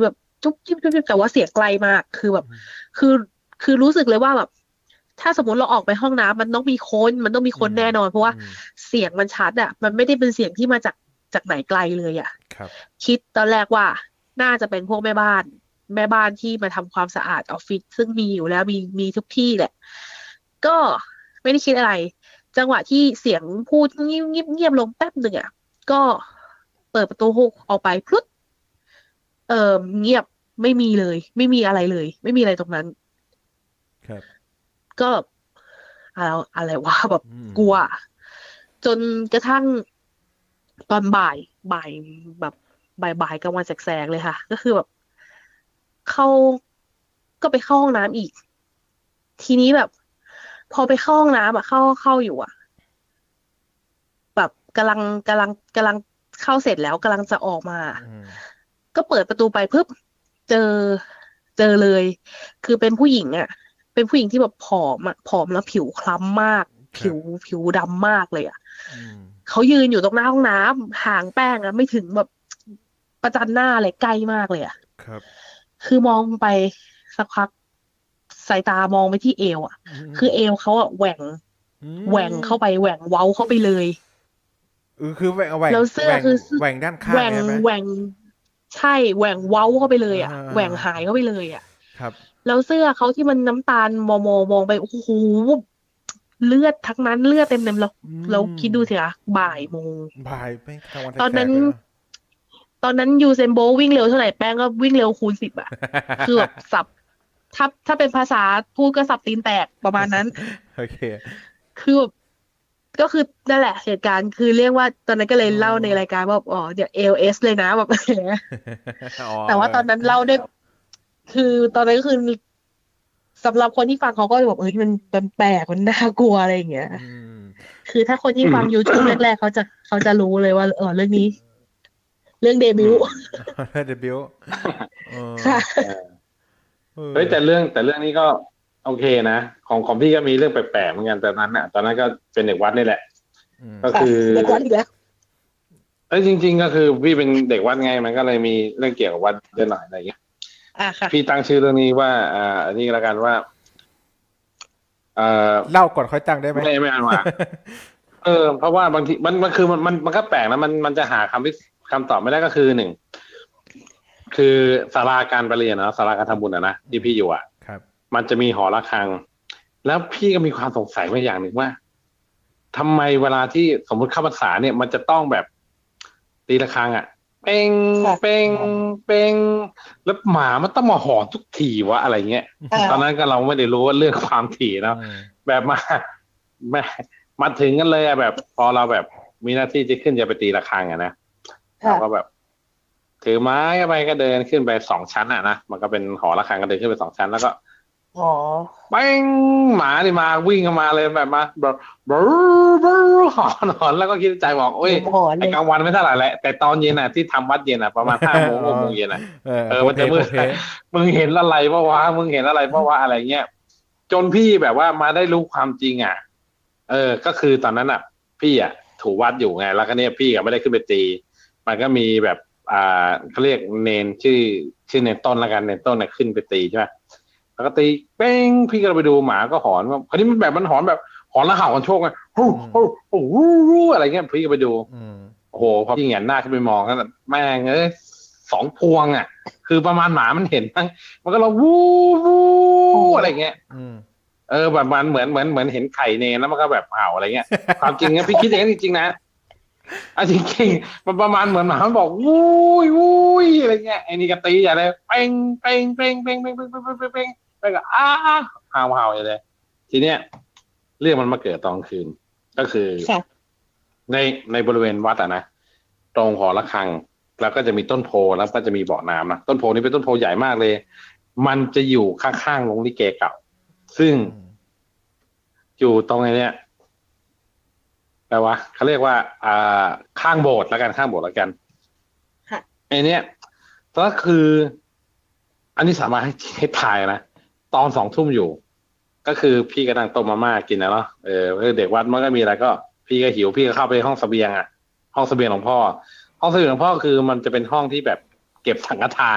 จุ๊บจิ๊บจุ๊บจิ๊บแต่ว่าเสียงไกลมากคือแบบ คือคือรู้สึกเลยว่าแบบ ถ้าสมมติเราออกไปห้องน้ำมันต้องมีคนมันต้องมีคนแน่นอน เพราะว่าเสียงมันชัดอ่ะ มันไม่ได้เป็นเสียงที่มาจากจากไหนไกลเลยอ่ะครับคิดตอนแรกว่าน่าจะเป็นพวกแม่บ้าน แม่บ้านที่มาทำความสะอาดออฟฟิศซึ่งมีอยู่แล้วมีมีทุกที่แหละ ก็ไม่ได้คิดอะไร จังหวะที่เสียงพูดเงียบเงียบเงียบลงแป๊บหนึ่งอ่ะ ก็เปิดประตูออกไปพลุดเออเงียบไม่มีเลย ไม่มีอะไรเลย ไม่มีอะไรตรงนั้นครับก็อะไรอะไรวะแบบอืมกลัว จนกระทั่งตอนบ่ายบ่ายแบบบ่ายบ่ายกลางวันแสกๆเลยค่ะ ก็คือแบบ เข้าก็ไปเข้าห้องน้ำอีก ทีนี้แบบ พอไปเข้าห้องน้ำอะเข้าเข้าอยู่อะแบบกำลังกำลังกำลังเข้าเสร็จแล้วกำลังจะออกมาอืมก็เปิดประตูไปปุ๊บเจอเจอเลย คือเป็นผู้หญิงอะเป็นผู้หญิงที่แบบผอมอะผอมแล้วผิวคล้ำมาก ผิวผิวดำมากเลยอะอืมเขายืนอยู่ตรงหน้าห้องน้ำห่างแป้งอะไม่ถึงแบบประจันหน้าเลยใกล้มากเลยอะครับคือมองไปสักพักสายตามองไปที่เอวอะคือเอวเขาอะแหว่งอืมแหว่งเข้าไปแหว่งเว้าเข้าไปเลยเออคือแหว่งแหว่งแล้วเสื้อแหว่งคือแหว่งด้านข้างแหว่งใช่ไหมแหว่งใช่แหว่งเว้าเข้าไปเลยอะอ่าแหว่งหายเข้าไปเลยอะครับแล้วเสื้อเขาที่มันน้ำตาลมอมอมองไปโอ้โหเลือดทั้งนั้นเลือดเต็มเต็มแล้วอืมแล้วคิดดูสิคะบ่ายโมงบ่ายไม่กลางวันแสกๆตอนนั้นเลยะตอนนั้นยูเซนโบล์วิ่งเร็วเท่าไหร่แป้งก็วิ่งเร็วคูณสิบอะ คือแบบสับถ้าถ้าเป็นภาษาพูดก็สับตีนแตกประมาณนั้นโอเคคือแบบก็คือนั่นแหละเหตุการณ์คือเรียกว่าตอนนั้นก็เลยอ๋อเล่าในรายการว่าอ๋อเดี๋ยว เอ แอล เอส เลยนะแบบอ๋อแต่ว่าตอนนั้นเล่าด้วยคือตอนนั้นก็คือสำหรับคนที่ฟังเขาก็จะบอกเอ้ยมันมันแปลกมันน่ากลัวอะไรอย่างเงี้ยอืมคือถ้าคนที่ฟัง YouTube แรกๆเขาจะเขาจะรู้เลยว่าเออเรื่องนี้ เรื่องเดบิวต์เดบิวต์เออค่ะออเฮ้ยแต่เรื่องแต่เรื่องนี้ก็โอเคนะของของพี่ก็มีเรื่องแปลกๆเหมือนกันแต่นั้นอ่ะตอนนั้นก็เป็นเด็กวัดนี่แหละอืมก็คือเด็กวัดอีกแล้วเอ้ยจริง ๆ ก็คือพี่เป็นเด็กวัดไงมันก็เลยมีเรื่องเกี่ยวกับวัดเยอะหน่อยอะไรอย่างเงี้ยอ่ะค่ะพี่ตั้งชื่อเรื่องนี้ว่าอ่าอันนี้ละกันว่าเอ่อเล่าก่อนค่อยตั้งได้ไหมไม่ไม่เอันว่า เออเพราะว่าบางทีมันมันคือมันมันมันก็แปลกนะมันมันจะหาคำวิคำตอบไม่ได้ก็คือหนึ่งคือศาลาการประเรียนเนาะศาลาการทำบุญอะนะที่พี่อยู่อ่ะครับมันจะมีหอระฆัง แล้วพี่ก็มีความสงสัยมาอย่างหนึ่งว่าทำไมเวลาที่สมมติเข้าพรรษาเนี่ยมันจะต้องแบบตีระฆังอ่ะ เป้งค่ะเป้งเป้งแล้วหมามันต้องมาหอนทุกทีวะอะไรเงี้ยอ่าตอนนั้นก็เราไม่ได้รู้ว่าเรื่องความถี่เนาะอืมแบบมาแม่มาถึงกันเลยอะแบบ พอเราแบบมีหน้าที่จะขึ้นจะไปตีระฆังอะนะค่ะเราก็แบบ ถือไม้ก็ไปก็เดินขึ้นไปสองชั้นอะนะมันก็เป็นหอระฆังก็เดินขึ้นไปสองชั้นแล้วก็อ๋อเป้งหมาดิมาวิ่งเข้ามาเลยแบบมาแบบบรบรหอนหอนแล้วก็คิดในใจบอกโอ้ยหอนเลไอ้ยกลางวันไม่เท่าไหร่แหละแต่ตอนเย็นอะที่ทำวัดเย็นอะประมาณห้าโมงหกโมงเย็นอะเออเออโพมันเพจะมืดโพเพมึงเห็นอะไรปะวะ มึงเห็นอะไรปะวะอะไรเงี้ย จนพี่แบบว่ามาได้รู้ความจริงอ่ะ เออ ก็คือตอนนั้นอ่ะ พี่อ่ะถูวัดอยู่ไง แล้วก็เนี่ยพี่ก็ไม่ได้ขึ้นไปตี มันก็มีแบบ อ่าเขาเรียกเนนชื่อ ชื่อเนนต้นละกัน เนนต้นน่ะขึ้นไปตีใช่ไหมแล้วก็ตีเป้ง พี่ก็ไปดูหมาก็หอนว่าคราวนี้มันแบบมันหอนแบบหอนแล้วเห่ากันโชคไงฮู้ฮู้ฮู้ฮู้อะไรเงี้ย พี่ก็ไปดูอืมโอ้โหพอพี่แหงนหน้าขึ้นไปมองกันแม่งเอ้ยสองพวงอ่ะ คือประมาณหมามันเห็นทั้งมันก็ร้องวู้วู้อะไรเงี้ยอืมเออแบบมันเหมือนเหมือนเหมือนเห็นไข่เนนแล้วมันก็แบบเห่าอะไรเงี้ย ความจริงนะพี่คิดอย่างนั้นจริงๆนะอ่ะจริงๆมันประมาณเหมือนหมามันบอกวู้ยวู้ยอะไรเงี้ยไอ้นี่ก็ตีอย่างไรเป้งเป้งเป้งเป้งเป้งเป้งเป้งเป้งเป้งเป้งแล้วก็อ้าเห่าเห่าอย่างเลยทีเนี้ยเรื่องมันมาเกิดตอนคืน ก็คือค่ะในในบริเวณวัดอะนะตรงหอระฆัง แล้วก็จะมีต้นโพแล้วก็จะมีบ่อน้ำนะต้นโพนี้เป็นต้นโพใหญ่มากเลย มันจะอยู่ข้างๆโรงลิเกเก่า ซึ่งอยู่ตรงไอ้เนี้ยแปลว่าเขาเรียกว่าอ่าข้างโบสถ์แล้วกันข้างโบสถ์แล้วกันค่ะไอ้เนี้ยก็คือ อันนี้สามารถให้ให้ทายนะตอนสองทุ่มอยู่ ก็คือพี่กำลังต้มมาม่ากินนะเนาะเออเด็กวัดมันก็มีอะไรก็ พี่ก็หิวพี่ก็เข้าไปห้องเสบียงอ่ะ ห้องเสบียงหลวงพ่อ ห้องเสบียงหลวงพ่อคือมันจะเป็นห้องที่แบบเก็บสังฆทานอ่ะ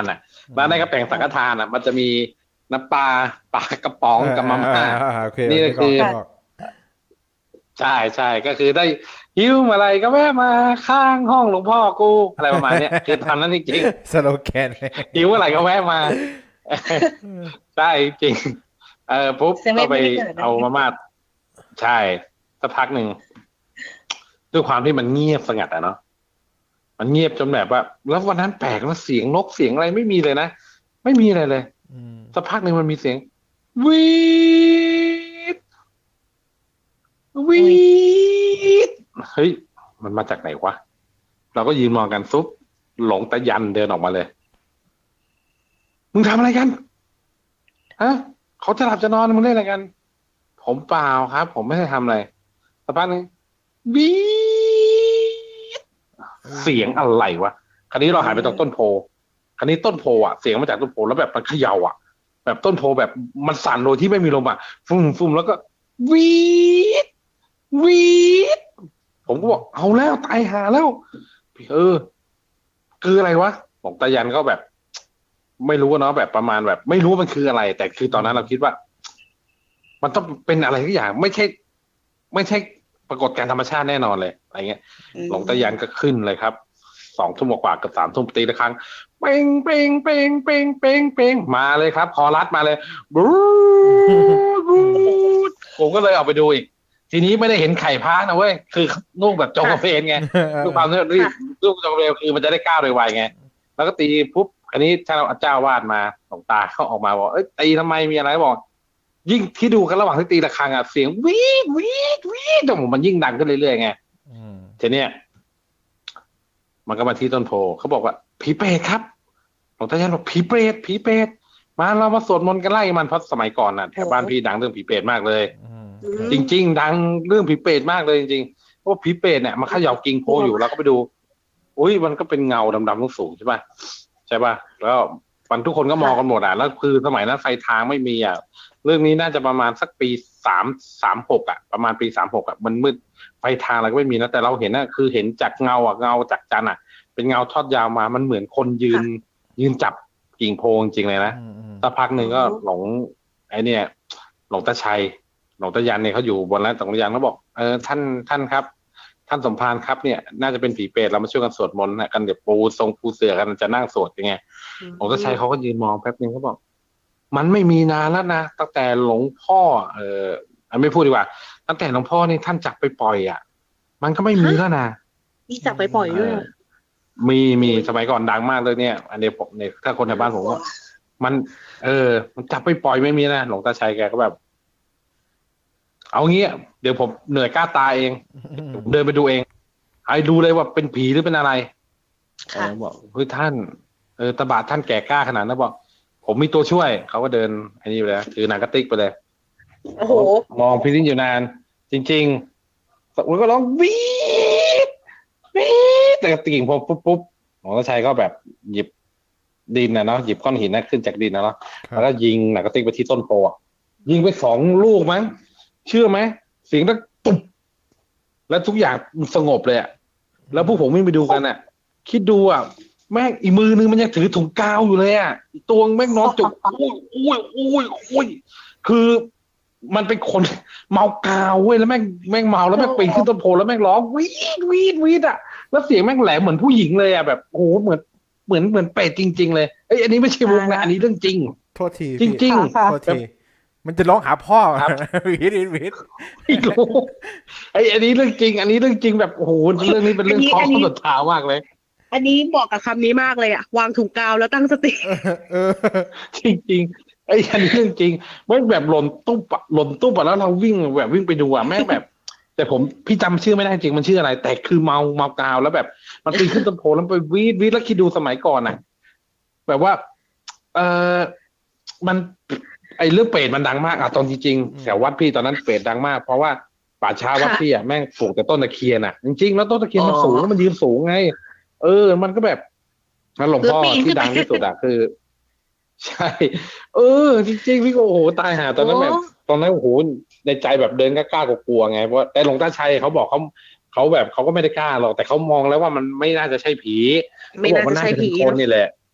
ร้านในกระแปงสังฆทานอ่ะ มันจะมีน้ำปลาปลากระป๋องกับมาม่าอ่าโอเคนี่ก็คือนึกกใช่ใช่ก็คือได้หิ้วอะไรก็แวะมาข้างห้องหลวงพ่อกูอะไรประมาณเนี้ย คือทำนั้นจริงสโลแกนๆหิ้วอะไรก็แวะมา ใช่จริงเออปุ๊บเซเว่ก็นไปไม่ได้เกิดนะเอามาม่าใช่สักพักหนึ่งด้วยความที่มันเงียบสงัดอะเนาะมันเงียบจนแบบว่า แล้ววันนั้นแปลกนะเสียงนกเสียงอะไรไม่มีเลยนะไม่มีอะไรเลยอืมสักพักหนึ่งมันมีเสียงวีดวีดเฮ้ยมันมาจากไหนวะเราก็ยืนมองกันซุปหลงตะยันเดินออกมาเลยมึงทำอะไรกันฮะเขาจะหลับจะนอนมึงเล่นอะไรกัน ผมเปล่าครับ ผมไม่ได้ทำอะไรสักพักหนึงวีดเสียงอะไรวะคราวนี้เราหายไปตรงต้นโพคราวนี้ต้นโพอ่ะเสียงมาจากต้นโพแล้วแบบมันเขย่าอ่ะ แบบต้นโพแบบมันสั่นโดยที่ไม่มีลมอ่ะฟุ้มฟุ้มแล้วก็วีดวีดผมก็บอกเอาแล้วตายหาแล้วเออคืออะไรวะบอกตายันก็แบบ ไม่รู้เนาะแบบประมาณแบบ ไม่รู้มันคืออะไร แต่คือตอนนั้นเราคิดว่า มันต้องเป็นอะไรทุกอย่าง ไม่ใช่ ไม่ใช่ปรากฏการณ์ธรรมชาติแน่นอนเลยอะไรเงี้ยหลวงตายันก็ขึ้นเลยครับสองทุ่มกว่าๆเกับสามทุ่มตีละครั้งเป้งเป้งเป้งเป้งเป้งเป้งมาเลยครับคอรัดมาเลยบรูดบรูดผมก็เลยออกไปดูอีก ทีนี้ไม่ได้เห็นไข่พระนะเว้ยคือนุ่งแบบจงกระเบนไงด้วยความที่รีบนุ่งจงกระเบนคือมันจะได้ก้าวโดยไวไงแล้วก็ตีปุ๊บอันนี้เจ้าเจ้าวาดมาหลวงตาเข้าออกมาบอกเอ้ยตีทำไมมีอะไรบอก ยิ่งที่ดูกันระหว่างที่ตีระฆังอ่ะเสียงวีดวีดวีดแต่ผมมันยิ่งดังขึ้นเรื่อยๆไงอืมทีเนี้ยมันก็มาที่ต้นโพเขาบอกว่าผีเปรตครับหลวงตายันบอกผีเปรตผีเปรตมาเรามาสวดมนต์กันไล่มันเพราะสมัยก่อนน่ะแถวบ้านพี่ดังเรื่องผีเปรตมากเลยอืมจริงๆดังเรื่องผีเปรตมากเลยจริงๆเพราะผีเปรตเนี่ยมันเขย่ากิ่งโพอยู่แล้วก็ไปดูอุ้ยมันก็เป็นเงาดำๆสูงๆใช่ป่ะใช่ป่ะแล้วมันทุกคนก็มองกันหมดอ่ะแล้วคือสมัยนั้นไฟทางไม่มีอ่ะเรื่องนี้น่าจะประมาณสักปีสามสามหกอ่ะประมาณปีสามหกอ่ะมันมืดไฟทางอะไรก็ไม่มีนะแต่เราเห็นน่ะคือเห็นจากเงาอ่ะเงาจากจันทร์อ่ะเป็นเงาทอดยาวมามันเหมือนคนยืนยืนจับกิ่งโพจริงๆเลยนะอืมอืมสักพักหนึ่งก็หลงไอ้เนี่ยหลงตาชัยหลงตายันเนี่ยเขาอยู่บนนั้นหลงตายันเขาบอกเออท่านท่านครับ ท่านสมภารครับเนี่ยน่าจะเป็นผีเปรตเรามาช่วยกันสวดมนต์นะกันเดี๋ยวปูทรงปูเสือกันจะนั่งสวดยังไงหลวงตาชัยเขาก็ยืนมองแป๊บนึงเขาบอกมันไม่มีนานแล้วนะตั้งแต่หลวงพ่อเออไม่พูดดีกว่าตั้งแต่หลวงพ่อนี่ท่านจับไปปล่อยอ่ะมันก็ไม่มีแล้วนะนี่จับไปปล่อยด้วยเออมีมีสมัยก่อนดังมากเลยเนี่ย อันนี้ผมเนี่ยถ้าคนในบ้านผมก็มัน เออ มันจับไปปล่อยไม่มีนะหลวงตาชัยแกก็แบบ เอางี้เดี๋ยวผมเหนื่อยกล้าตายเองเดินไปดูเองไอ้ดูเลยว่าเป็นผีหรือเป็นอะไรค่ะบอกเฮ้ยท่านเออตาบาดท่านแก่กล้าขนาดนั้นบอกผมมีตัวช่วยเขาก็เดินไอ้นี่ไปเลยถือหนังกระติกไปเลยโอ้โหมองพินิจอยู่นาน จริงๆสักวันก็ร้องวีดวีดแต่กิ่งพอปุ๊บปุ๊บหมอชัยก็แบบหยิบดินนะเนาะหยิบก้อนหินนะขึ้นจากดินนะเนาะแล้วก็ยิงหนังกระติกไปที่ต้นโพอ่ะยิงไปสองลูกมั้งเชื่อไหมเสียงดังตุ๊บแล้วทุกอย่างสงบเลยอ่ะแล้วพวกผมวิ่งไปดูกันอ่ะ คิดดูอ่ะแม่งอีมือนึงมันยังถือถุงกาวอยู่เลยอ่ะอีตัวแม่งนอนจุกอุ้ยอุ้ยอุ้ยอุ้ยคือมันเป็นคนเมากาวเว้ยแล้วแม่งแม่งเมาแล้วแม่งปีนขึ้นต้นโพแล้วแม่งร้องวีดวีดวีดอ่ะแล้วเสียงแม่งแหลมเหมือนผู้หญิงเลยอ่ะแบบโอ้โหเหมือนเหมือนเหมือนเป็ดจริงๆเลยเอ้ยอันนี้ไม่ใช่วงนะอันนี้เรื่องจริงโทษทีจริงค่ะโทษทีมันจะร้องหาพ่อครับวิทวิทวิทๆไม่รู้ไอ้อันนี้เรื่องจริง อันนี้เรื่องจริงแบบโอ้โหเรื่องนี้เป็นเรื่องท้องสุดท้ามากเลยอันนี้เหมาะกับคำนี้มากเลยอะวางถุงกาวแล้วตั้งสติเออจริงๆไอ้อันนี้เรื่องจริงแม่งแบบหล่นตุ๊บอะหล่นตุ๊บอะแล้วเราวิ่งแบบวิ่งไปดูอะแม่งแบบ แต่ผมพี่จำชื่อไม่ได้จริงมันชื่ออะไร แต่คือเมาเมากาวแล้วแบบ มันปีนขึ้นต้นโพแล้วไปวีดวีดแล้วคิดดูสมัยก่อนอะแบบว่า เออมันไอ้เรื่องเปรตมันดังมากอะตอนจริงๆแถววัดพี่ตอนนั้นเปรตดังมาก เพราะว่าป่าช้าวัดพี่อะแม่งปลูกแต่ต้นตะเคียนอะจริงๆแล้วต้นตะเคียนมันสูงแล้วมันยืนสูงไง เออ มันก็แบบแล้วหลวงพ่อที่ดังที่สุดอะคือ ใช่ เออ จริงๆพี่ก็โอ้โหตายหาตอนนั้นแบบโอ้ตอนนั้นโอ้โหในใจแบบเดินกล้าๆกลัวๆไงเพราะแต่หลวงตาชัยเขาบอกเขาเขาแบบเขาก็ไม่ได้กล้าหรอกแต่เขามองแล้วว่ามันไม่น่าจะใช่ผีไม่น่าจะใช่ผีเขาบอกว่าน่าจะเป็นคนนี่แหละ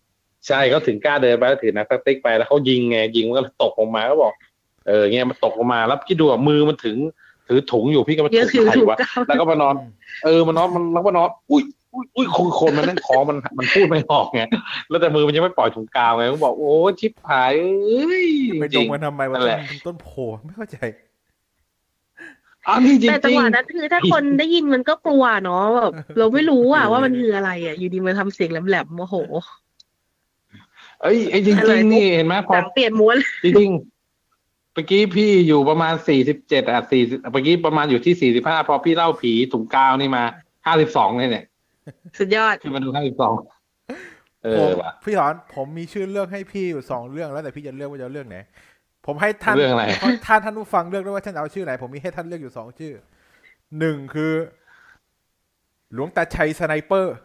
ใช่เขาถึงกล้าเดินไปแล้วถือหนังสติ๊กไปแล้วเขายิงไงยิงมันก็ตกลงมาก็บอกเออเงี้ยมันตกลงมาแล้วคิดดูอ่ะมือมันถึงถือถุงอยู่พี่ก็มาเยอะถุคืงอใครถูกวะก้าวแล้วก็มานอน เออมันนอนมันแล้วก็นอนอุ้ยอุ้ยอุ้ยคนคนมันนั่งท้องมันมันพูดไม่ออกไงแล้วแต่มือมันยังไม่ปล่อยถุงกาวไงก็บอกโอ้ชิบหายเอ้ยไปจดริมงกันทำไมวะนั่นแหละต้นต้นโพไม่เข้าใจอ๋อนี่จริงแต่จังหวะนั้นคือถ้าคนได้ยินมันก็กลัวเนาะแบบเราไม่รู้อะว่ามันคืออะไรอะอยู่ดีมันทำเสียงแหลมๆโมโหเอ้ยไอ้จริงอะไรๆนี่เห็นไหมพอหนังเปลี่ยนม้วนจริงๆเมื่อกี้พี่อยู่ประมาณสี่สิบเจ็ดอ่ะสี่เมื่อกี้ประมาณอยู่ที่สี่สิบห้าพอพี่เล่าผีถุงกาวนี่มาห้าสิบสองเลยเนี่ยสุดยอดขึ้นมาดูห้าสิบสองเอผมอว่ะพี่สอนผมมีชื่อเรื่องให้พี่อยู่สองเรื่องแล้วแต่พี่จะเลือกว่าจะเรื่องไหนผมให้ท่านเรื่องอะไรท่านท่านผู้ฟังเลือกด้วยว่าท่านเอาชื่อไหนผมมีให้ท่านเลือกอยู่สองชื่อหนึ่งคือ หลวงตาชัยสไนเปอร์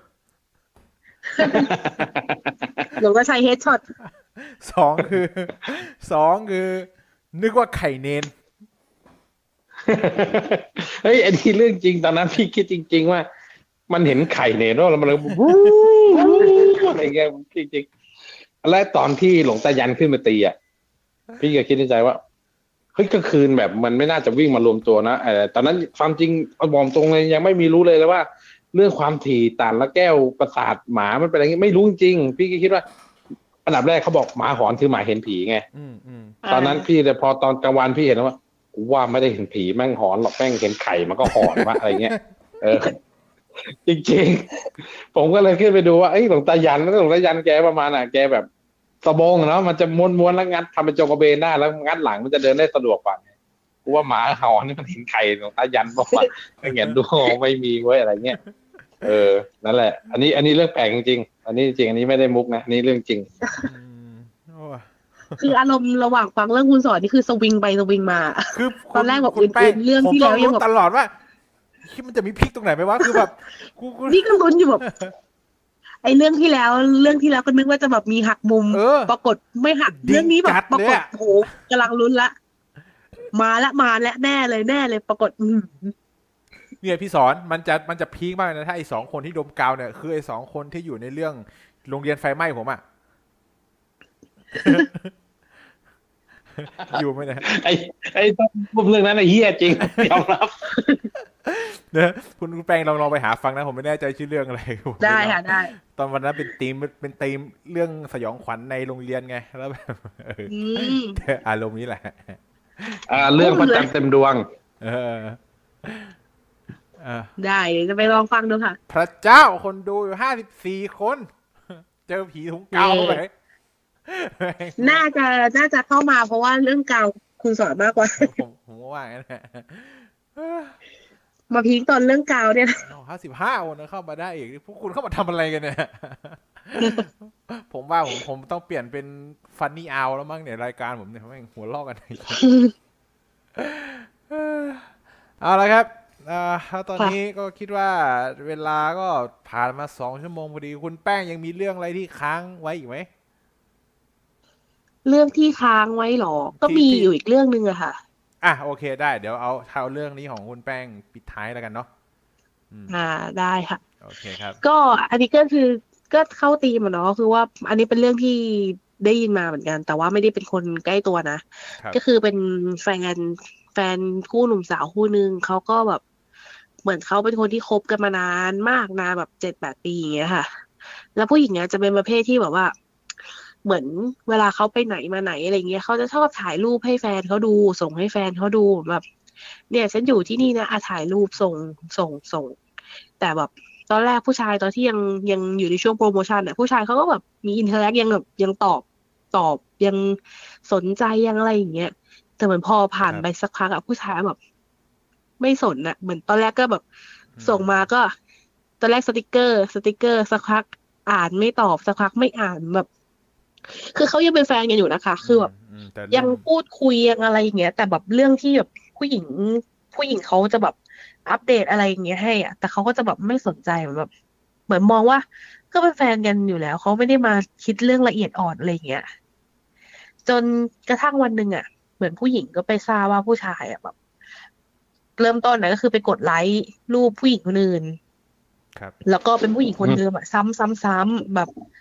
หลวงตาชัยเฮดช็อตสองคือสองคือ นึกว่าไข่เนนเฮ้ยอันนี้เรื่องจริงตอนนั้นพี่คิดจริง ๆ ว่า มันเห็นไข่เนี่ยเนอะแล้วมันเลยวู้อะไรเงี้ยจริงๆแล้วตอนที่หลวงตายันขึ้นมาตีอ่ะพี่ก็คิดในใจว่าเฮ้ยกลางคืนแบบมันไม่น่าจะวิ่งมารวมตัวนะเออตอนนั้นความจริงเอาบอกตรงเลยยังไม่มีรู้เลยเลยว่า เรื่องความถี่ต่านและแก้วประสาทหมามันเป็นอะไรเงี้ยไม่รู้จริงๆพี่ก็คิดว่าอันดับแรกเขาบอกหมาหอนคือหมาเห็นผีไงอืมอืมตอนนั้นพี่แต่พอตอนกลางวันพี่เห็นว่ากูว่าไม่ได้เห็นผีแม่งหอนหรอกแม่งเห็นไข่มันก็หอนวะอะไรเงี้ยเออ จริงๆผมก็เลยขึ้นไปดูว่าไอ้ยหลวงตายันหลวงตายันแกประมาณอ่ะแกแบบสบงเนาะมันจะม้วนๆแล้วงัดทำเป็นโจงกระเบนได้แล้วงัดหลังมันจะเดินได้สะดวกกว่ากูว่าหมาหอนนี่มันเห็นไข่หลวงตายันบอกว่าไม่เห็นดูไม่มีเว้ยอะไรเงี้ยเออนั่นแหละ อันนี้อันนี้เรื่องแปลกจริงๆอันนี้จริงอันนี้ไม่ได้มุกนะอันนี้เรื่องจริงอืมโอ้ยคืออารมณ์ระหว่างฟังเรื่องคุณสอนนี่คือสวิงไปสวิงมาคือตอนแรกบอกคุณแป้งอื่นๆเรื่องที่ผมแล้วยังแบบตลอดว่าที่มันจะมีพลิกตรงไหนไหมวะคือแบบกูกูนี่ก็ลุ้นอยู่แบบไอ้เรื่องที่แล้วเรื่องที่แล้วก็นึกว่าจะแบบมีหักมุมเออปรากฏไม่หักดิ่งเรื่องนี้แบจับดปราเลยกฏอะโอ้โหกำลังลุ้นละมาละมาและแน่เลยแน่เลย ปรากฏ อืมเนี่ยพี่สอนมันจะมันจะพีคมากนะถ้าไอ้สองคนที่ดมกาวเนี่ยคือไอ้สองคนที่อยู่ในเรื่องโรงเรียนไฟไหม้ผมอะ อยู่ไหมเนี่ยไอ้ไอ้ต้องพูดเรื่องนั้นไอ้เหี้ยจริงยอมรับนะคุณคุณแปงลองลองไปหาฟังนะผมไม่แน่ใจชื่อเรื่องอะไรผมม่ได้ค่ะได้ตอนวันนั้นเป็นธีมเป็นธีมเรื่องสยองขวัญในโรงเรียนไงแล้วแบบเอออืมอารมณ์นี้แหละอ่าเรื่องพระจันทร์เต็มดวงเออเออได้เดี๋ยวจะไปลองฟังดูค่ะพระเจ้าคนดูอยู่ห้าสิบสี่คน เจอผีถุงกาวเข้าไปน่าจะน่าจะเข้ามาเพราะว่าเรื่องกาวคุณสอนมากกว่าผมผมว่างั้นแหละมาพีคตอนเรื่องกาวเนี่ยห้าสิบห้าคนนะเข้ามาได้อีกพวกคุณเข้ามาทำอะไรกันเนี่ย ผมว่าผมผมต้องเปลี่ยนเป็นฟันนี่อาวแล้วมั้งเนี่ยรายการผมเนี่ยแม่งหัวลอกกัน เอาละครับอ่าแล้วตอนนี้ก็คิดว่าเวลาก็ผ่านมาสองชั่วโมงพอดีคุณแป้งยังมีเรื่องอะไรที่ค้างไว้อีกไหมเรื่องที่ค้างไว้หรอ ก็ที่มีที่อยู่อีกเรื่องหนึ่งอะค่ะอ่ะโอเคได้เดี๋ยวเอาเอาเรื่องนี้ของคุณแป้งปิดท้ายแล้วกันเนาะอืมอ่าได้ค่ะโอเคครับก็อันนี้ก็คือก็เข้าธีมอะเนาะคือว่าอันนี้เป็นเรื่องที่ได้ยินมาเหมือนกัน แต่ว่าไม่ได้เป็นคนใกล้ตัวนะครับก็คือเป็นแฟนแฟนคู่หนุ่มสาวคู่หนึ่งเขาก็แบบเหมือนเขาเป็นคนที่คบกันมานานมากนานแบบเจ็ดแปดปีอย่างเงี้ยค่ะ แล้วผู้หญิงเนี้ยจะเป็นประเภทที่แบบว่า เหมือนเวลาเขาไปไหนมาไหนอะไรเงี้ยเขาจะชอบถ่ายรูปให้แฟนเขาดูส่งให้แฟนเขาดูแบบ เนี่ยฉันอยู่ที่นี่นะอ่ะถ่ายรูปส่งส่งส่ง แต่แบบตอนแรกผู้ชายตอนที่ยังยังอยู่ในช่วงโปรโมชั่นเนี่ยผู้ชายเขาก็แบบมีอินเทอร์แอคยังแบบยังตอบตอบยังสนใจยังอะไรอย่างเงี้ย แต่เหมือนพอผ่านครับไปสักพักอะผู้ชายแบบ ไม่สนอะเหมือนตอนแรกก็แบบอืมส่งมาก็ ตอนแรกสติกเกอร์ สติกเกอร์สักพักอ่านไม่ตอบสักพักไม่อ่านแบบ คือเขายังเป็นแฟนกันอยู่นะคะ คือแบบมแต่ยังเรื่องพูดคุยยังอะไรอย่างเงี้ยแต่แบบเรื่องที่แบบผู้หญิง ผู้หญิงเขาจะแบบอัปเดตอะไรอย่างเงี้ยให้อ่ะแต่เขาก็จะแบบไม่สนใจเหมือนแบบ เหมือนมองว่า ก็เป็นแฟนกันอยู่แล้วเขาไม่ได้มาคิดเรื่องละเอียดอ่อนอะไรอย่างเงี้ยจนกระทั่งวันหนึ่งอ่ะ เหมือนผู้หญิงก็ไปทราบว่าผู้ชายอ่ะแบบ เริ่มต้นนะก็คือไปกดไลค์รูปผู้หญิงคนอื่นครับแล้วก็เป็นผู้หญิงคนเดิมอะซ้ำซ้ำซ้ำแบบ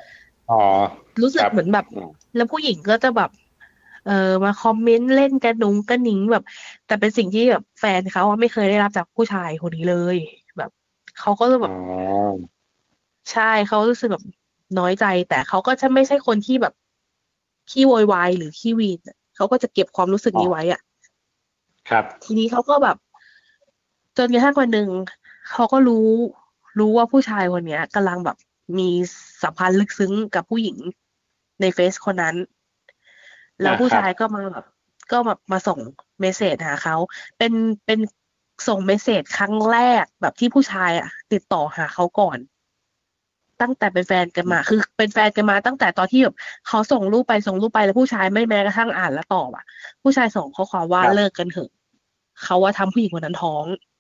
อ๋อรู้สึครับกเหมือนแบบอืมแล้วผู้หญิงก็จะแบบ เออมาคอมเมนต์เล่นกระหนุงกระหนิงแบบ แต่เป็นสิ่งที่แบบแฟนเขาอะไม่เคยได้รับจากผู้ชายคนนี้เลย แบบเขาก็จะแบอ๋อบ ใช่เขารู้สึกแบบน้อยใจ แต่เขาก็จะไม่ใช่คนที่แบบขี้โวยวายหรือขี้วีนอะเขาก็จะเก็บความรู้สึกอ๋อนี้ไว้อะครับทีนี้เขาก็แบบจนกระทั่งวันหนึ่งเขาก็รู้รู้ว่าผู้ชายคนเนี้ยกำลังแบบมีสัมพันธ์ลึกซึ้งกับผู้หญิงในเฟซคนนั้นแล้วผู้อ่าครับชายก็มาแบบก็แบบมาส่งเมสเสจหาเขาเป็นเป็นส่งเมสเสจครั้งแรกแบบที่ผู้ชายอ่ะติดต่อหาเขาก่อนตั้งแต่เป็นแฟนกันมาคือเป็นแฟนกันมาตั้งแต่ตอนที่แบบเขาส่งรูปไปส่งรูปไปแล้วผู้ชายไม่แม้กระทั่งอ่านแล้วตอบอ่ะผู้ชายส่งข้อความว่าครับเลิกกันเถอะเขาว่าทำผู้หญิงคนนั้นท้อง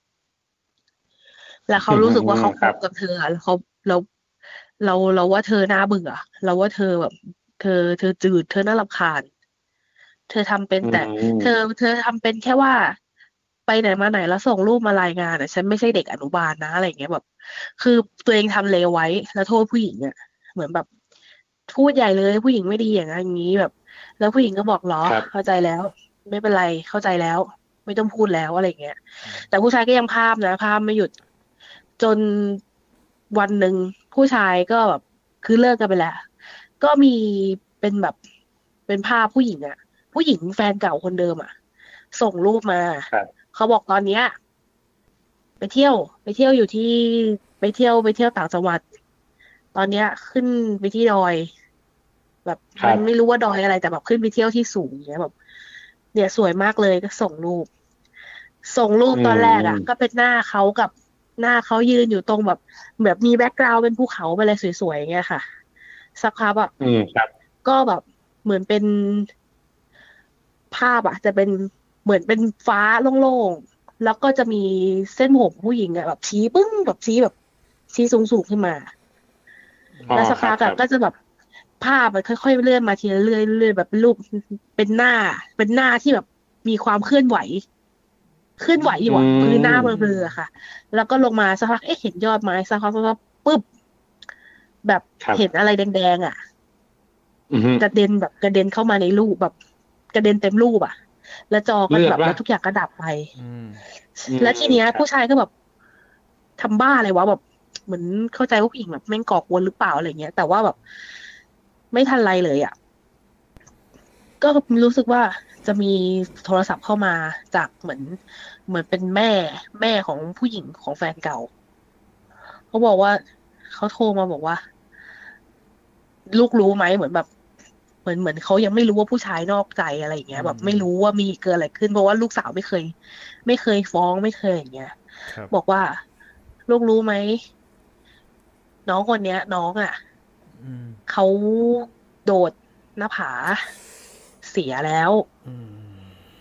แล้วเขาอืมรู้สึกว่าเขาครับคบกับเธออะแล้วเขาแล้วเราเราว่าเธอน่าเบื่อเราว่าเธอแบบเธอเธอจืดเธอน่ารำคาญเธอทำเป็นอืแต่เธอมเธอทำเป็นแค่ว่าไปไหนมาไหนแล้วส่งรูปมารายงานอ่ะฉันไม่ใช่เด็กอนุบาลนะอะไรอย่างเงี้ยแบบคือตัวเองทำเลวไว้แล้วโทษผู้หญิงอ่ะเหมือนแบบพูดใหญ่เลยผู้หญิงไม่ดีอย่างนั้นอย่างนี้แบบแล้วผู้หญิงก็บอกเหรอครับเข้าใจแล้วไม่เป็นไรเข้าใจแล้วไม่ต้องพูดแล้วอะไรอย่างเงี้ย แต่ผู้ชายก็ยังพามนะพามไม่หยุดจนวันหนึ่งผู้ชายก็แบบคือเลิกกันไปแล้วก็มีเป็นแบบเป็นภาพผู้หญิงอะผู้หญิงแฟนเก่าคนเดิมอะส่งรูปมาครับเขาบอกตอนเนี้ยไปเที่ยวไปเที่ยวอยู่ที่ไปเที่ยวไปเที่ยวต่างจังหวัดตอนเนี้ยขึ้นไปที่ดอยแบบครับมันไม่รู้ว่าดอยอะไรแต่แบบขึ้นไปเที่ยวที่สูงเนี้ยแบบเนี่ยสวยมากเลยก็ส่งรูป ส่งรูอืปตอนแรกอ่ะก็มเป็นหน้าเขากับหน้าเขายืนอยู่ตรงแบบแบบมีแบ็กกราวด์เป็นภูเขาไปเลยสวยๆอย่างเงี้ยค่ะสักพักอ่ะอืมครับก็แบบเหมือนเป็นภาพอ่ะจะเป็นเหมือนเป็นฟ้าโล่งๆแล้วก็จะมีเส้นผมผู้หญิงอ่ะแบบชี้ปึ้งแบบชี้แบบชี้สูงๆขึ้นมาอ๋อแล้วสักพักครับครับอ่ะก็จะแบบภาพมันค่อยๆเลื่อนมาทีละเรื่อยๆเรื่อยๆแบบเป็นรูปเป็นหน้าเป็นหน้าที่แบบมีความเคลื่อนไหว เคลื่อนไหวออืยู่อะพื้นหน้าเบมลอๆอะค่ะแล้วก็ลงมาสักพักเอ๊ะเห็นยอดไม้สักพักสักพักปุ๊บแบบครับเห็นอะไรแดงๆอะอืมกระเด็นแบบกระเด็นเข้ามาในรูปแบบกระเด็นเต็มรูปอะแล้วจอก็เลือดป่ะแบบแล้วทุกอย่างก็ดับไปอืมอืแล้วมทีเนี้ยครับผู้ชายก็แบบทำบ้าอะไรวะแบบเหมือนเข้าใจว่าผู้หญิงแบบแม่งก่อกวนหรือเปล่าอะไรเงี้ยแต่ว่าแบบไม่ทันไรเลยอะก็รู้สึกว่าจะมีโทรศัพท์เข้ามาจากเหมือนเหมือนเป็นแม่แม่ของผู้หญิงของแฟนเก่า เขาบอกว่าเขาโทรมาบอกว่าลูกรู้ไหมเหมือนแบบเหมือนเหมือนเขายังไม่รู้ว่าผู้ชายนอกใจอะไรอย่างเงี้อืยแบบไม่รู้มว่ามีเกิดอะไรขึ้นเพราะว่าลูกสาวไม่เคยไม่เคยฟ้องไม่เคยอย่างเงี้ยครับบอกว่าลูกรู้ไหมน้องคนเนี้ยน้องอ่ะอืมเขาโดดหน้าผาเสียแล้วอืม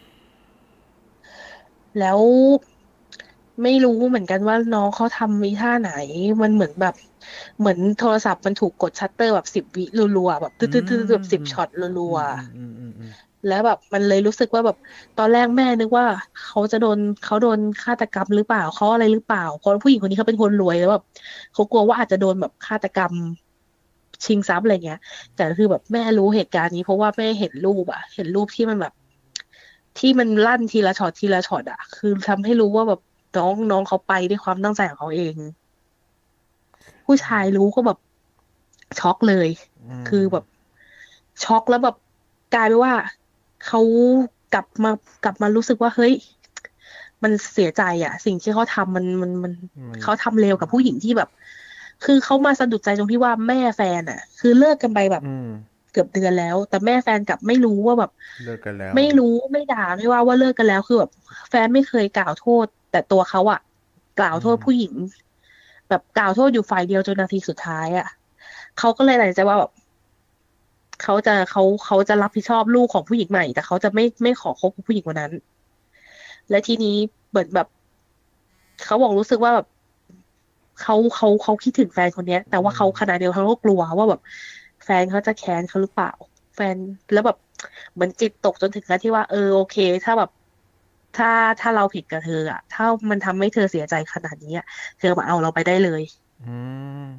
แล้วไม่รู้เหมือนกันว่าน้องเขาทำวีท่าไหนมันเหมือนแบบเหมือนโทรศัพท์มันถูกกดชัตเตอร์แบบสิบวิรัวๆแบบตึ๊อืดๆๆแบบสิบมช็อตรัวๆอืมอืมอืมอืมอืมแล้วแบบมันเลยรู้สึกว่าแบบตอนแรกแม่นึกว่าเขาจะโดนเขาโดนฆาตกรรมหรือเปล่าเขาอะไรหรือเปล่าเพราะผู้หญิงคนนี้เขาเป็นคนรวยแล้วแบบเขากลัวว่าอาจจะโดนแบบฆาตกรรมชิงทรัพย์อะไรเงี้ยแต่คือแบบแม่รู้เหตุการณ์นี้เพราะว่าแม่เห็นรูปอะเห็นรูปที่มันแบบที่มันลั่นทีละช็อตทีละช็อตอะคือทำให้รู้ว่าแบบน้องน้องเขาไปด้วยความตั้งใจของเขาเองผู้ชายรู้ก็แบบช็อกเลยอืมคือแบบช็อกแล้วแบบกลายเป็นว่า เขากลับมากลับมารู้สึกว่าเฮ้ยมันเสียใจอ่ะสิ่งที่เขาทำมันมันมันมันเขาทำเลวกับผู้หญิงที่แบบคือเขามาสะดุดใจตรงที่ว่าแม่แฟนอ่ะคือเลิกกันไปแบบอืมเกือบเดือนแล้วแต่แม่แฟนกลับไม่รู้ว่าแบบเลิกกันแล้วไม่รู้ไม่ด่าไม่ว่าว่าเลิกกันแล้วคือแบบแฟนไม่เคยกล่าวโทษแต่ตัวเขาอ่ะกล่าวอืโทษมผู้หญิงแบบกล่าวโทษอยู่ฝ่ายเดียวจนนาทีสุดท้ายอ่ะเขาก็เลยตัดสินใจว่าแบบ เขาจะเขาเขาจะรับผิดชอบลูกของผู้หญิงใหม่แต่เขาจะไม่ไม่ขอคบกับผู้หญิงคนนั้นและทีนี้เหมือนแบบเขาบอกรู้สึกว่าแบบเขาเขาเขาคิดถึงแฟนคนเนี้ยแต่ว่าเขาขณะเดียวกันเขาก็กลัวว่าแบบแฟนเขาจะแค้นเขาหรือเปล่าแฟนแล้วแบบเหมือนจิตตกจนถึงขั้นที่ว่าเออโอเคถ้าแบบถ้าถ้าเราผิดกับเธออะถ้ามันทำให้เธอเสียใจขนาดนี้อะเธอมาเอาเราไปได้เลยอืมเธ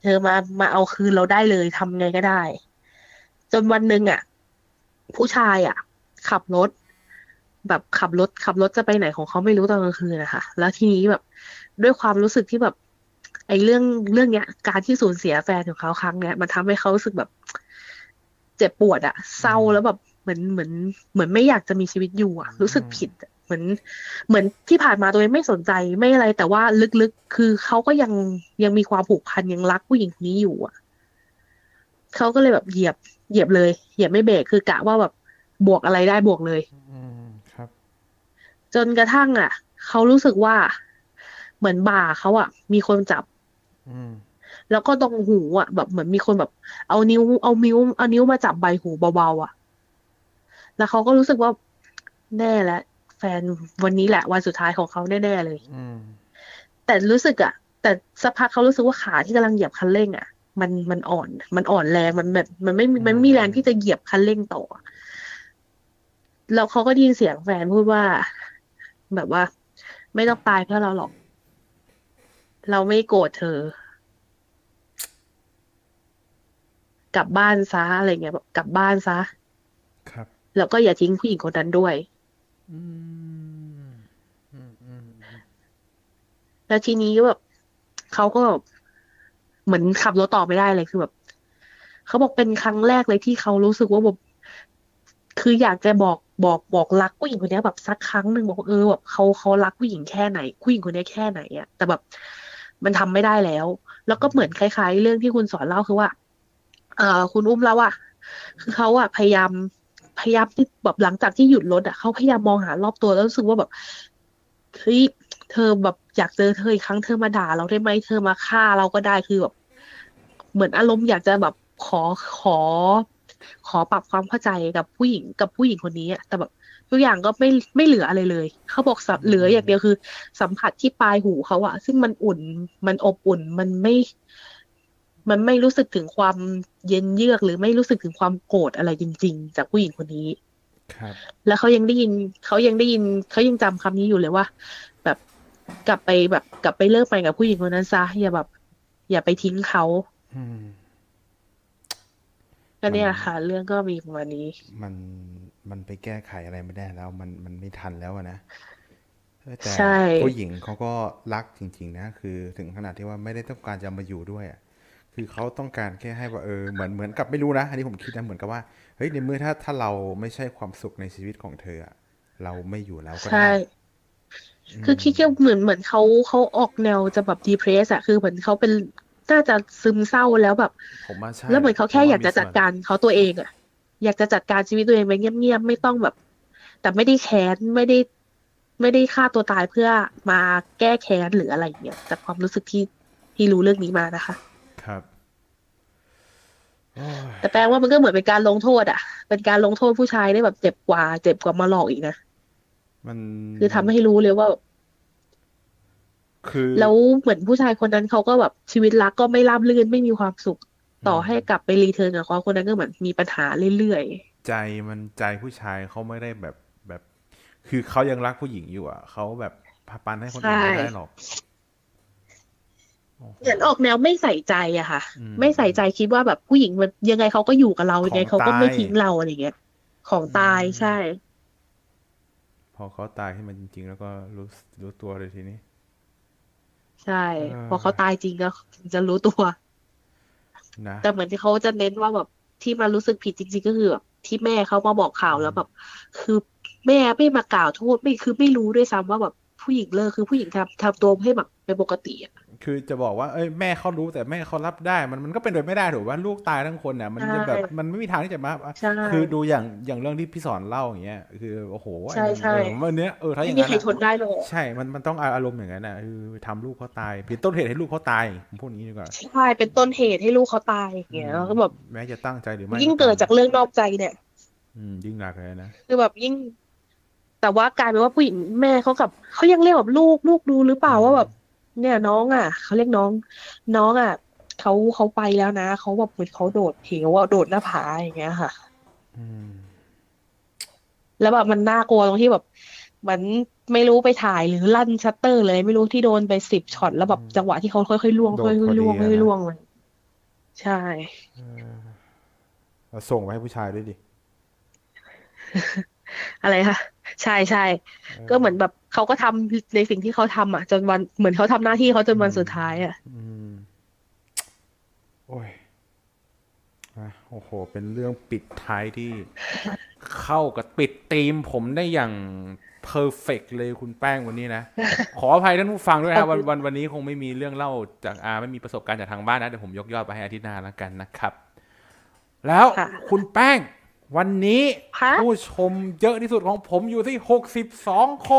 ธอมามาเอาคืนเราได้เลยทำไงก็ได้ จนวันหนึ่งอ่ะ ผู้ชายอ่ะ ขับรถ แบบขับรถขับรถจะไปไหนของเขาไม่รู้ตอนกลางคืนนะคะแล้วทีนี้แบบด้วยความรู้สึกที่แบบ ไอ้เรื่องเรื่องเนี้ย การที่สูญเสียแฟนของเขาครั้งเนี้ยมันทำให้เขารู้สึกแบบ เจ็บปวดอะเศร้าแล้วแบบเหมือนเหมือนเหมือนไม่อยากจะมีชีวิตอยู่อะรู้สึกผิดอะเหมือน เหมือนที่ผ่านมาตัวเองไม่สนใจไม่อะไร แต่ว่าลึกๆคือเขาก็ยังยังมีความผูกพันยังรักผู้หญิงคนนี้อยู่อะเขาก็เลยแบบเหยียบเหยียบเลยเหยียบไม่เบรกคือกะว่าแบบบวกอะไรได้บวกเลยอืมครับจนกระทั่งอ่ะเขารู้สึกว่าเหมือนบ่าเขาอ่ะมีคนจับอืมแล้วก็ตรงหูอ่ะแบบเหมือนมีคนแบบเอานิ้วเอานิ้วเอานิ้วมาจับใบหูเบาๆอ่ะ แล้วเขาก็รู้สึกว่าแน่แล้วแฟนวันนี้แหละวันสุดท้ายของเขาแน่ๆเลยอืมแต่รู้สึกอ่ะ แต่สักพักเขารู้สึกว่าขาที่กำลังเหยียบคันเร่งอ่ะ มันมันอ่อน มันอ่อนแรงมันแบบมันไม่มีมันไม่มีแรงที่จะเหยียบคันเร่งต่อแล้วเขาก็ได้ยินเสียงแฟนพูดว่า แบบว่า ไม่ต้องตายเพื่อเราหรอก เราไม่โกรธเธอ กลับบ้านซะอะไรเงี้ยแบบกลับบ้านซะครับแล้วก็อย่าทิ้งผู้หญิงคนนั้นด้วยอืมอืมอืมแล้วทีนี้ก็แบบเขาก็แบบเหมือนขับรถต่อไม่ได้เลยคือแบบเขาบอกเป็นครั้งแรกเลยที่เขารู้สึกว่าแบบคืออยากจะบอกบอกบอกรักผู้หญิงคนเนี้ยแบบสักครั้งหนึ่งบอกว่าเออแบบเขาเขารักผู้หญิงแค่ไหนผู้หญิงคนเนี้ยแค่ไหนอะแต่แบบมันทำไม่ได้แล้ว แล้วก็เหมือนคล้ายๆเรื่องที่คุณสอนเล่าคือว่า เอ่อคุณอุ้มเล่าว่าคือเขาอะพยายามพยายามที่แบบหลังจากที่หยุดรถอะเขาพยายามมองหารอบตัวแล้วรู้สึกว่าแบบเฮ้ยเธอแบบอยากเจอเธออีกครั้งเธอมาด่าเราได้ไหมเธอมาฆ่าเราก็ได้คือแบบเหมือนอารมณ์อยากจะแบบขอขอขอปรับความเข้าใจกับผู้หญิงกับผู้หญิงคนนี้อะแต่แบบทุกอย่างก็ไม่ไม่เหลืออะไรเลยเขาบอกสับเหลืออย่างเดียวคือสัมผัสที่ปลายหูเขาอะซึ่งมันอุ่นมันอบอุ่นมันไม่ มันไม่รู้สึกถึงความเย็นเยือกหรือไม่รู้สึกถึงความโกรธอะไรจริงๆจากผู้หญิงคนนี้ครับแล้วเขายังได้ยินเขายังได้ยินเขายังจำคำนี้อยู่เลยว่า แบบกลับไปแบบกลับไปเลิกไปกับผู้หญิงคนนั้นซะอย่าแบบ อย่าไปทิ้งเขาอืมก็มันเนี่ยค่ะ เรื่องก็มีประมาณนี้มันมันไปแก้ไขอะไรไม่ได้แล้วมันมันไม่ทันแล้วอะนะแต่ใช่ผู้หญิงเขาก็รักจริงๆนะคือถึงขนาดที่ว่าไม่ได้ต้องการจะมาอยู่ด้วยอะคือเขาต้องการแค่ให้ว่าเออเหมือนเหมือนกับไม่รู้นะอันนี้ผมคิดนะเหมือนกับว่าเฮ้ยในเมื่อถ้าถ้าเราไม่ใช่ความสุขในชีวิตของเธออะเราไม่อยู่แล้วก็ใช่ได้คือคิดแค่เหมือนเหมือนเขาเขาออกแนวจะแบบดีเพรสอะคือเหมือนเขาเป็นน่าจะซึมเศร้าแล้วแบบผมว่าใช่แล้วเหมือนเขาผมแค่ว่าอยากมีจะส่จัวดนการเขาตัวเองอะอยากจะจัดการชีวิตตัวเองไปเงียบๆไม่ต้องแบบ แต่ไม่ได้แค้นไม่ได้ไม่ได้ฆ่าตัวตายเพื่อมาแก้แค้นหรืออะไรอย่างเงี้ยจากความรู้สึกที่ที่รู้เรื่องนี้มานะคะครับโอ้ยแต่แปลว่ามันก็เหมือนเป็นการลงโทษอะเป็นการลงโทษผู้ชายได้แบบเจ็บกว่าเจ็บกว่ามาหลอกอีกนะมันคือทำให้รู้เลยว่าคือแล้วเหมือนผู้ชายคนนั้นเขาก็แบบชีวิตรักก็ไม่ราบรื่นไม่มีความสุข ต่อให้กลับไปรีเทิร์นกับเขาคนนั้นก็เหมือนมีปัญหาเรื่อยใจมันใจผู้ชายเขาไม่ได้แบบแบบ คือเขายังรักผู้หญิงอยู่อ่ะเขาแบบพาปันให้คนอื่นไม่ได้หรอกโอ้ๆโหเหมือนออกแนวไม่ใส่ใจอะค่ะอืมไม่ใส่ใจคิดว่าแบบผู้หญิงมันยังไงเขาก็อยู่กับเราขยังอไงงเขาก็ตาไม่ยทิ้งเราอะไรเงี้ย ของตายอืมใช่พอเขาตายขึ้นมาจริง ๆ แล้วก็รู้รู้ตัวเลยทีนี้ใช่เอพออเขาตายจริงก็ถึงจะรู้ตัวนะแต่เหมือนที่เขาจะเน้นว่าแบบที่มารู้สึกผิดจริง ๆ ก็คือแบบที่แม่เขามาบอกข่าวแล้วแบบ คือแม่ไม่มากล่าวโทษไม่คือไม่รู้ด้วยซ้ำว่าแบบผู้หญิงเลิกคือผู้หญิงทำทำตัวให้แบบเป็นปกติอะคือจะบอกว่าเอ้ยแม่เขารู้แต่แม่เขารับได้ มันมันก็เป็นไปไม่ได้ถูกว่าลูกตายทั้งคนเนี่ยมันใช่จะแบบมันไม่มีทางที่จะมาใช่คือดูอย่างอย่างเรื่องที่พี่สอนเล่าอย่างเงี้ยคือโอ้โหไอ้ใช่มันใช่เออวันเนี้ยเออถ้าอไม่ย่างมีนั้นใครอะทนได้หรอกใช่มันมันต้องอารมณ์อย่างนั้นนะคือทำลูกเขาตายเป็นต้นเหตุให้ลูกเขาตายผมพูดอย่างนี้ดีกว่าใช่เป็นต้นเหตุให้ลูกเขาตายอย่างอืเงี้ยมแล้วก็แบบแม้จะตั้งใจหรือไม่ยิ่งก็เกิตาดมจากเรื่องนอกใจเนี่ยอืมยิ่งหนักเลยนะคือแบบยิ่ง แต่ว่ากลายเป็นว่าผู้หญิงแม่เขากับเขายังเรียกแบบลูกลูกดูหรือเปล่าว่าแบบ เนี่ยน้องอ่ะเขาเรียกน้อง น้องอ่ะเขาเขาไปแล้วนะเขาแบบเหมือนเขาโดดเหวอ่ะโดดหน้าผาอย่างเงี้ยค่ะอืมแล้วแบบมันน่ากลัวตรงที่แบบเหมือนไม่รู้ไปถ่ายหรือลั่นชัตเตอร์เลยไม่รู้ที่โดนไปสิบช็อตแล้วแบบจังหวะที่เขาค่อยๆล่วงโดค่ดพออยๆดีล่วงค่อะอยๆนะล่วงเลยใช่เราส่งไปให้ผู้ชายด้วยดิอะไรคะใช่ใช่ก็เหมือนแบบเขาก็ทำในสิ่งที่เขาทำอ่ะจนวันเหมือนเขาทำหน้าที่เขาจนวันสุดท้ายอ่ะอืมโอ้ยอ่ะโอ้โห เป็นเรื่องปิดท้ายที่ เข้ากับปิดธีมผมได้อย่างเพอร์เฟกเลยคุณแป้งวันนี้นะ ขออภัยท่านผู้ฟังด้วยนะครับวันวันวันนี้คงไม่มีเรื่องเล่าจากอาไม่มีประสบการณ์จากทางบ้านนะเดี๋ยวผมยกยอดไปให้อาทิตย์หน้าแล้วกันนะครับ แล้วค่ะคุณแป้ง วันนี้คะผู้ชมเยอะที่สุดของผมอยู่ที่หกสิบสองคน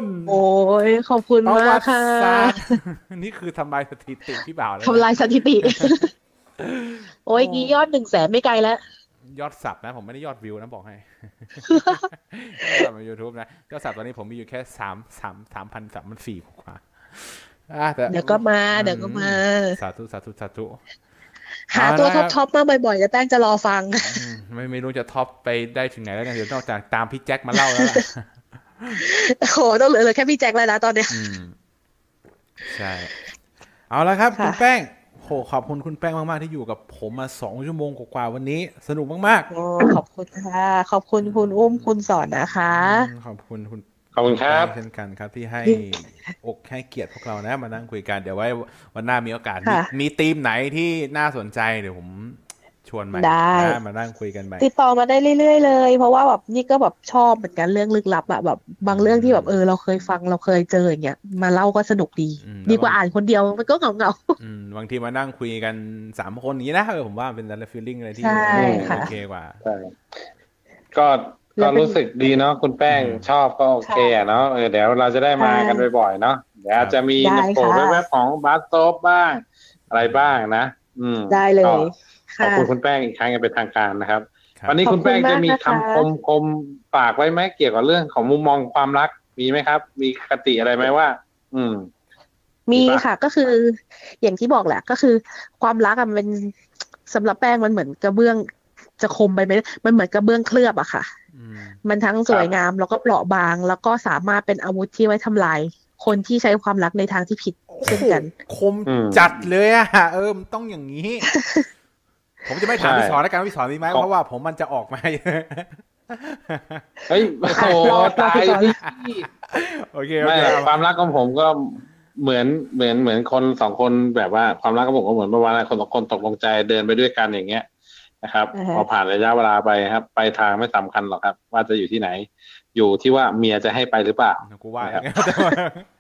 โอ้ยขอบคุณประมาวักติค่ะศาสตร์ นี่คือทำลายสถิติพี่บ่าวแล้วนะทำลายสถิติ โอ้ยงี้ยอดหนึ่งแสนไม่ไกลแล้วยอดสับนะ ผมไม่ได้ยอดวิวนะบอกให้ ยอดสับในยูทูบนะยอดสับตอนนี้ผมมีอยู่แค่สามสามสามพันสามพันสี่กว่าอ่ะแต่เดี๋ยวก็มา เดี๋ยวก็มาสาธุสาธุสาธุหาตัวเอาท็ละอปคท็รัอบ ปมาบ่อยๆจะแป้งจะรอฟังอืมไม่ไม่รู้จะท็อปไปได้ถึงไหนแล้วเนี่ยเดี๋ยวนอกจากตามพี่แจ็คมาเล่าแล้วล่ะโอ้โหต้องเหลือเหลือแค่พี่แจ็คแล้วนะตอนเนี้ยอืมใช่ เอาละครับค่ะคุณแป้งโหขอบคุณคุณแป้งมากๆที่อยู่กับผมมาสองชั่วโมงกว่าๆวันนี้สนุกมากโอ้ขอบคุณค่ะ ขอบคุณคุณอุ้มคุณสอนนะคะๆอืมขอบคุณคุณขอบคุณครับแป้งเช่นกันครับที่ให้อกให้เกียรติพวกเรานะมานั่งคุยกันเดี๋ยวไว้วันหน้ามีโอกาสมีค่ะมีธีมไหนที่น่าสนใจเดี๋ยวผมชวนใหม่ได้นะมานั่งคุยกันใหม่ติดต่อมาได้เรื่อยๆเลย เพราะว่าแบบนี่ก็แบบชอบเหมือนกันเรื่องลึกลับอะแบบบางเรื่องที่แบบเออเราเคยฟังเราเคยเจออย่างเงี้ยมาเล่าก็สนุกดีอืมดีกว่าอ่านคนเดียวมันก็เหงาอืมบางทีมานั่งคุยกันสามคนอย่างนี้นะเออผมว่าเป็นอะไรฟีลลิ่งอะไรที่ใช่เออค่ะโอเคกว่าใช่ก็แล้ก็วเป็นรู้สึกดีเนาะคุณแป้งอืมชอบก็โอเคอะเนาะเออเดี๋ยวเราจะได้มากันบ่อยๆเนาะเดี๋ยวอาจจะมีได้โผล่ค่ะแวบๆของบาสโตปบ้าง อะไรบ้างนะ อืมๆได้เลก็ยขอบค่ะคุณคุณแป้งอีกครั้งอย่างเป็นทางการนะครับครับวันนี้คุณแป้งจะมีขอบคุณมากคำนะคะคมคมฝากไว้ไหมเกี่ยวกับเรื่องของมุมมองความรักมีไหมครับ มีคติอะไรไหมว่า อืมมีมีปะค่ะก็คืออย่างที่บอกแหละก็คือความรักอะมันเป็นสำหรับแป้งมันเหมือนกระเบื้องจะคมไปไหมมันเหมือนกระเบื้องเคลือบอะค่ะอืมมันทั้งสวยงามแล้วก็เปราะบาง แล้วก็สามารถเป็นอาวุธที่ไว้ทำลาย คนที่ใช้ความรักในทางที่ผิดเช่นกันคมอืมจัดเลยอะเออมันต้องอย่างนี้ ผมจะไม่ถามใช่พี่สอนแล้วกันว่าพี่สอนมีไหมขอเพราะว่าผมมันจะออกมาเฮ้ยโอ้โหรอรอตายพี่สอนพี่โอเคโอไม่เคเอาความรักของผมก็เหมือนเหมือนเหมือนคนสองคนแบบว่าความรักของผมก็เหมือนประมาณว่าคนสองคนตกลงใจเดินไปด้วยกันอย่างเงี้ยนะครับอ่าฮะพอผ่านระยะเวลาไปครับ ไปทางไม่สำคัญหรอกครับ ว่าจะอยู่ที่ไหน อยู่ที่ว่าเมียจะให้ไปหรือเปล่ากูว่าครับแต่ว่า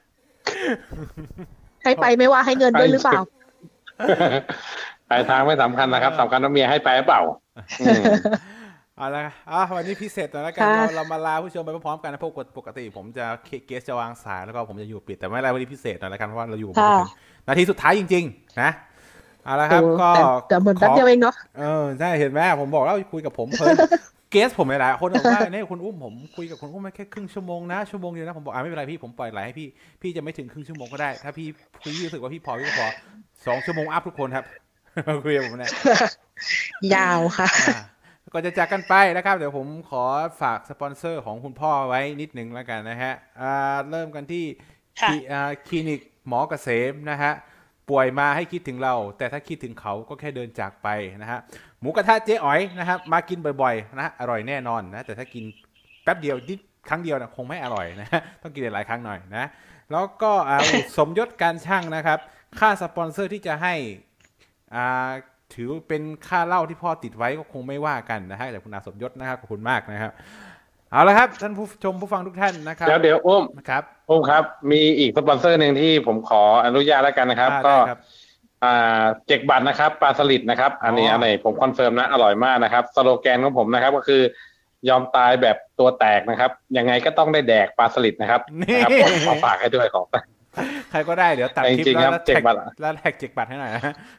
ให้ไปไม่ว่าให้เงินด้วยหรือเปล่าปลายทางไม่สำคัญนะครับสำคัญว่าเมียให้ไปหรือเปล่าอืมเอาละอ่ะวันนี้พิเศษหน่อยแล้วกันค่ะเราเรามาลาผู้ชมไปพร้อมๆกันนะปกติปกติผมจะเกสจะวางสายแล้วก็ผมจะอยู่ปิดแต่ไม่เป็นไรวันนี้พิเศษหน่อยแล้วกันเพราะว่าเราอยู่มาค่ะถึงนาทีสุดท้ายจริง ๆ นะเอาละครับโอ้ก็แต่แต่เหมือนแป๊บขเดียวเองเนาะเออใช่เห็นไหมผมบอกแล้วคุยกับผมเพลิน เกสผมหลายๆคนบอกว่าเนี่ยคุณอุ้มผมคุยกับคุณอุ้มมาแค่ครึ่งชั่วโมงนะชั่วโมงเดียวนะผมบอกอ่าไม่เป็นไรพี่ผมปล่อยไหลให้พี่พี่จะไม่ถึงครึ่งชั่วโมงก็ได้ถ้าพี่พี่รู้สึกว่าพี่พอพี่ก็พอสองชั่วโมงอัพทุกคนครับ คุยกับผมนะยาวค่ะอ่าก่อนจะจากกันไปนะครับ เดี๋ยวผมขอฝากสปอนเซอร์ของคุณพ่อไว้นิดหนึ่งแล้วกันนะฮะอ่าเริ่มกันที่ค่ะคลิอ่าคลินิกหมอเกษมนะฮะป่วยมาให้คิดถึงเรา แต่ถ้าคิดถึงเขาก็แค่เดินจากไปนะฮะหมูกระทะเจ๊อ๋อยนะครับมากินบ่อยๆนะฮะอร่อยแน่นอนนะแต่ถ้ากินแป๊บเดียวนิดครั้งเดียวนะคงไม่อร่อยนะฮะต้องกินหลายๆครั้งหน่อยนะแล้วก็อ่า สมยศการช่างนะครับค่าสปอนเซอร์ที่จะให้อ่าถือเป็นค่าเหล้าที่พ่อติดไว้ก็คงไม่ว่ากันนะฮะแต่คุณอาสมยศนะครับขอบคุณมากนะครับเอาละครับท่านผู้ชมผู้ฟังทุกท่านนะครับแล้วเดี๋ยวอุ้มนะครับอุ้มครับ มีอีกสปอนเซอร์หนึ่งที่ผมขออนุญาตแล้วกันนะครับอ่าก็ได้ครับอ่าเจกบัตรนะครับปลาสลิดนะครับ อันนี้อ๋ออัอันไหนผมคอนเฟิร์มนะอร่อยมากนะครับสโลแกนของผมนะครับก็คือยอมตายแบบตัวแตกนะครับยังไงก็ต้องได้แดกปลาสลิดนะครับนี่นะครับผมขอฝากให้ด้วยขอใครก็ได้เดี๋ยวตัดคลิปจริงๆแล้วครับแล้วเจ็แท็กกบัตรแล้วแท็กเจ็กบัตรให้หน่อยนะ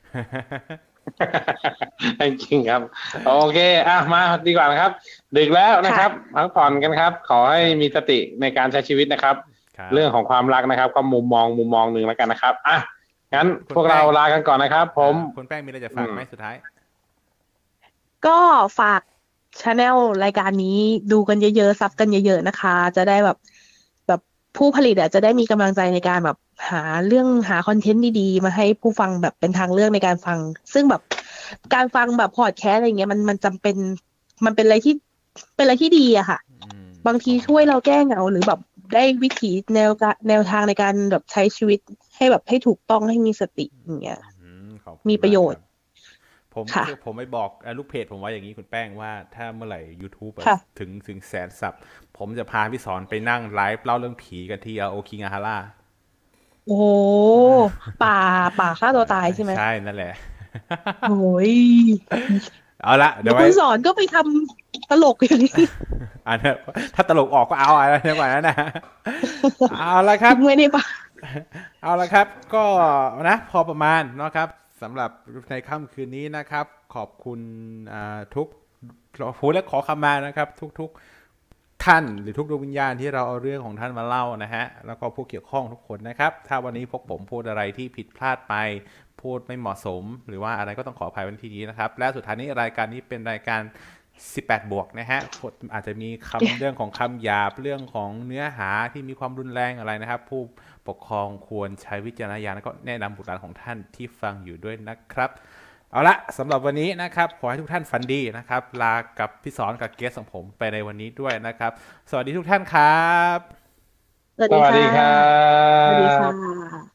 จริงๆครับ โอเคอ่ะมาดีกว่านะครับ ดึกแล้วนะครับพักผ่อนกันครับ ขอให้มีสติในการใช้ชีวิตนะครับครับเรื่องของความรักนะครับ ก็มุมมองมุมมองหนึ่งแล้วกันนะครับอ่ะงั้นคุณพวกเราแป้งลากันก่อนนะครับ ผมคุณแป้งมีอะไรจะฝากไหมอืมสุดท้ายก็ฝากชาแนลรายการนี้ดูกันเยอะๆซับกันเยอะๆนะคะ จะได้แบบแบบผู้ผลิตอะจะได้มีกำลังใจในการแบบหาเรื่องหาคอนเทนต์ดีๆมาให้ผู้ฟังแบบเป็นทางเลือกในการฟัง ซึ่งแบบการฟังแบบพอดแคสต์อะไรเงี้ยมันมันจำเป็นมันเป็นอะไรที่เป็นอะไรที่ดีอะค่ะอืมบางทีช่วยเราแก้เหงาหรือแบบได้วิถีแนวกะแนวทางในการแบบใช้ชีวิตให้แบบให้ถูกต้องให้มีสติอย่างเงี้ยอืมขอบคุณมีประโยชน์มากครับผมค่ะคือผมไปบอกเอ่อลูกเพจผมไว้อย่างนี้คุณแป้งว่าถ้าเมื่อไหร่ YouTube อะค่ะถึงถึงแสนสับผมจะพาพี่สอนไปนั่งไลฟ์เล่าเรื่องผีกันที่โอคิงาฮาร่าโอ้โหป่าป่าฆ่าตัวตายใช่ไหมใช่นั่นแหละโอ้ยเอาละเดี๋เดี๋ยยว วไว้คุณสอนก็ไปทำตลกอย่างนี้อันนี้ถ้าตลกออกก็เอาอะไรเดี๋ยวก่อนนะนะ เอาละครับไม่ได้ปะเอาละครับก็นะพอประมาณเนาะครับสำหรับในค่ำคืนนี้นะครับ ขอบคุณอ่าทุกผู้และขอคำมานะครับ ทุกๆท่านหรือทุกดวงวิญญาณที่เราเอาเรื่องของท่านมาเล่านะฮะแล้วก็ผู้เกี่ยวข้องทุกคนนะครับ ถ้าวันนี้พวกผมพูดอะไรที่ผิดพลาดไป พูดไม่เหมาะสม หรือว่าอะไรก็ต้องขออภัยวันที่นี้นะครับ และสุดท้ายนี้รายการนี้เป็นรายการ สิบแปด บวกนะฮะอาจจะมีคำ เรื่องของคำหยาบเรื่องของเนื้อหาที่มีความรุนแรงอะไรนะครับ ผู้ปกครองควรใช้วิจารณญาณแล้วก็แนะนำบุตรหลานของท่านที่ฟังอยู่ด้วยนะครับ เอาละสำหรับวันนี้นะครับขอให้ทุกท่านฝันดีนะครับ ลากับพี่สอนกับเกสของผมไปในวันนี้ด้วยนะครับ สวัสดีทุกท่านครับสวัสสดีวัสดีคค่ะรัสวัสดีบค่ะ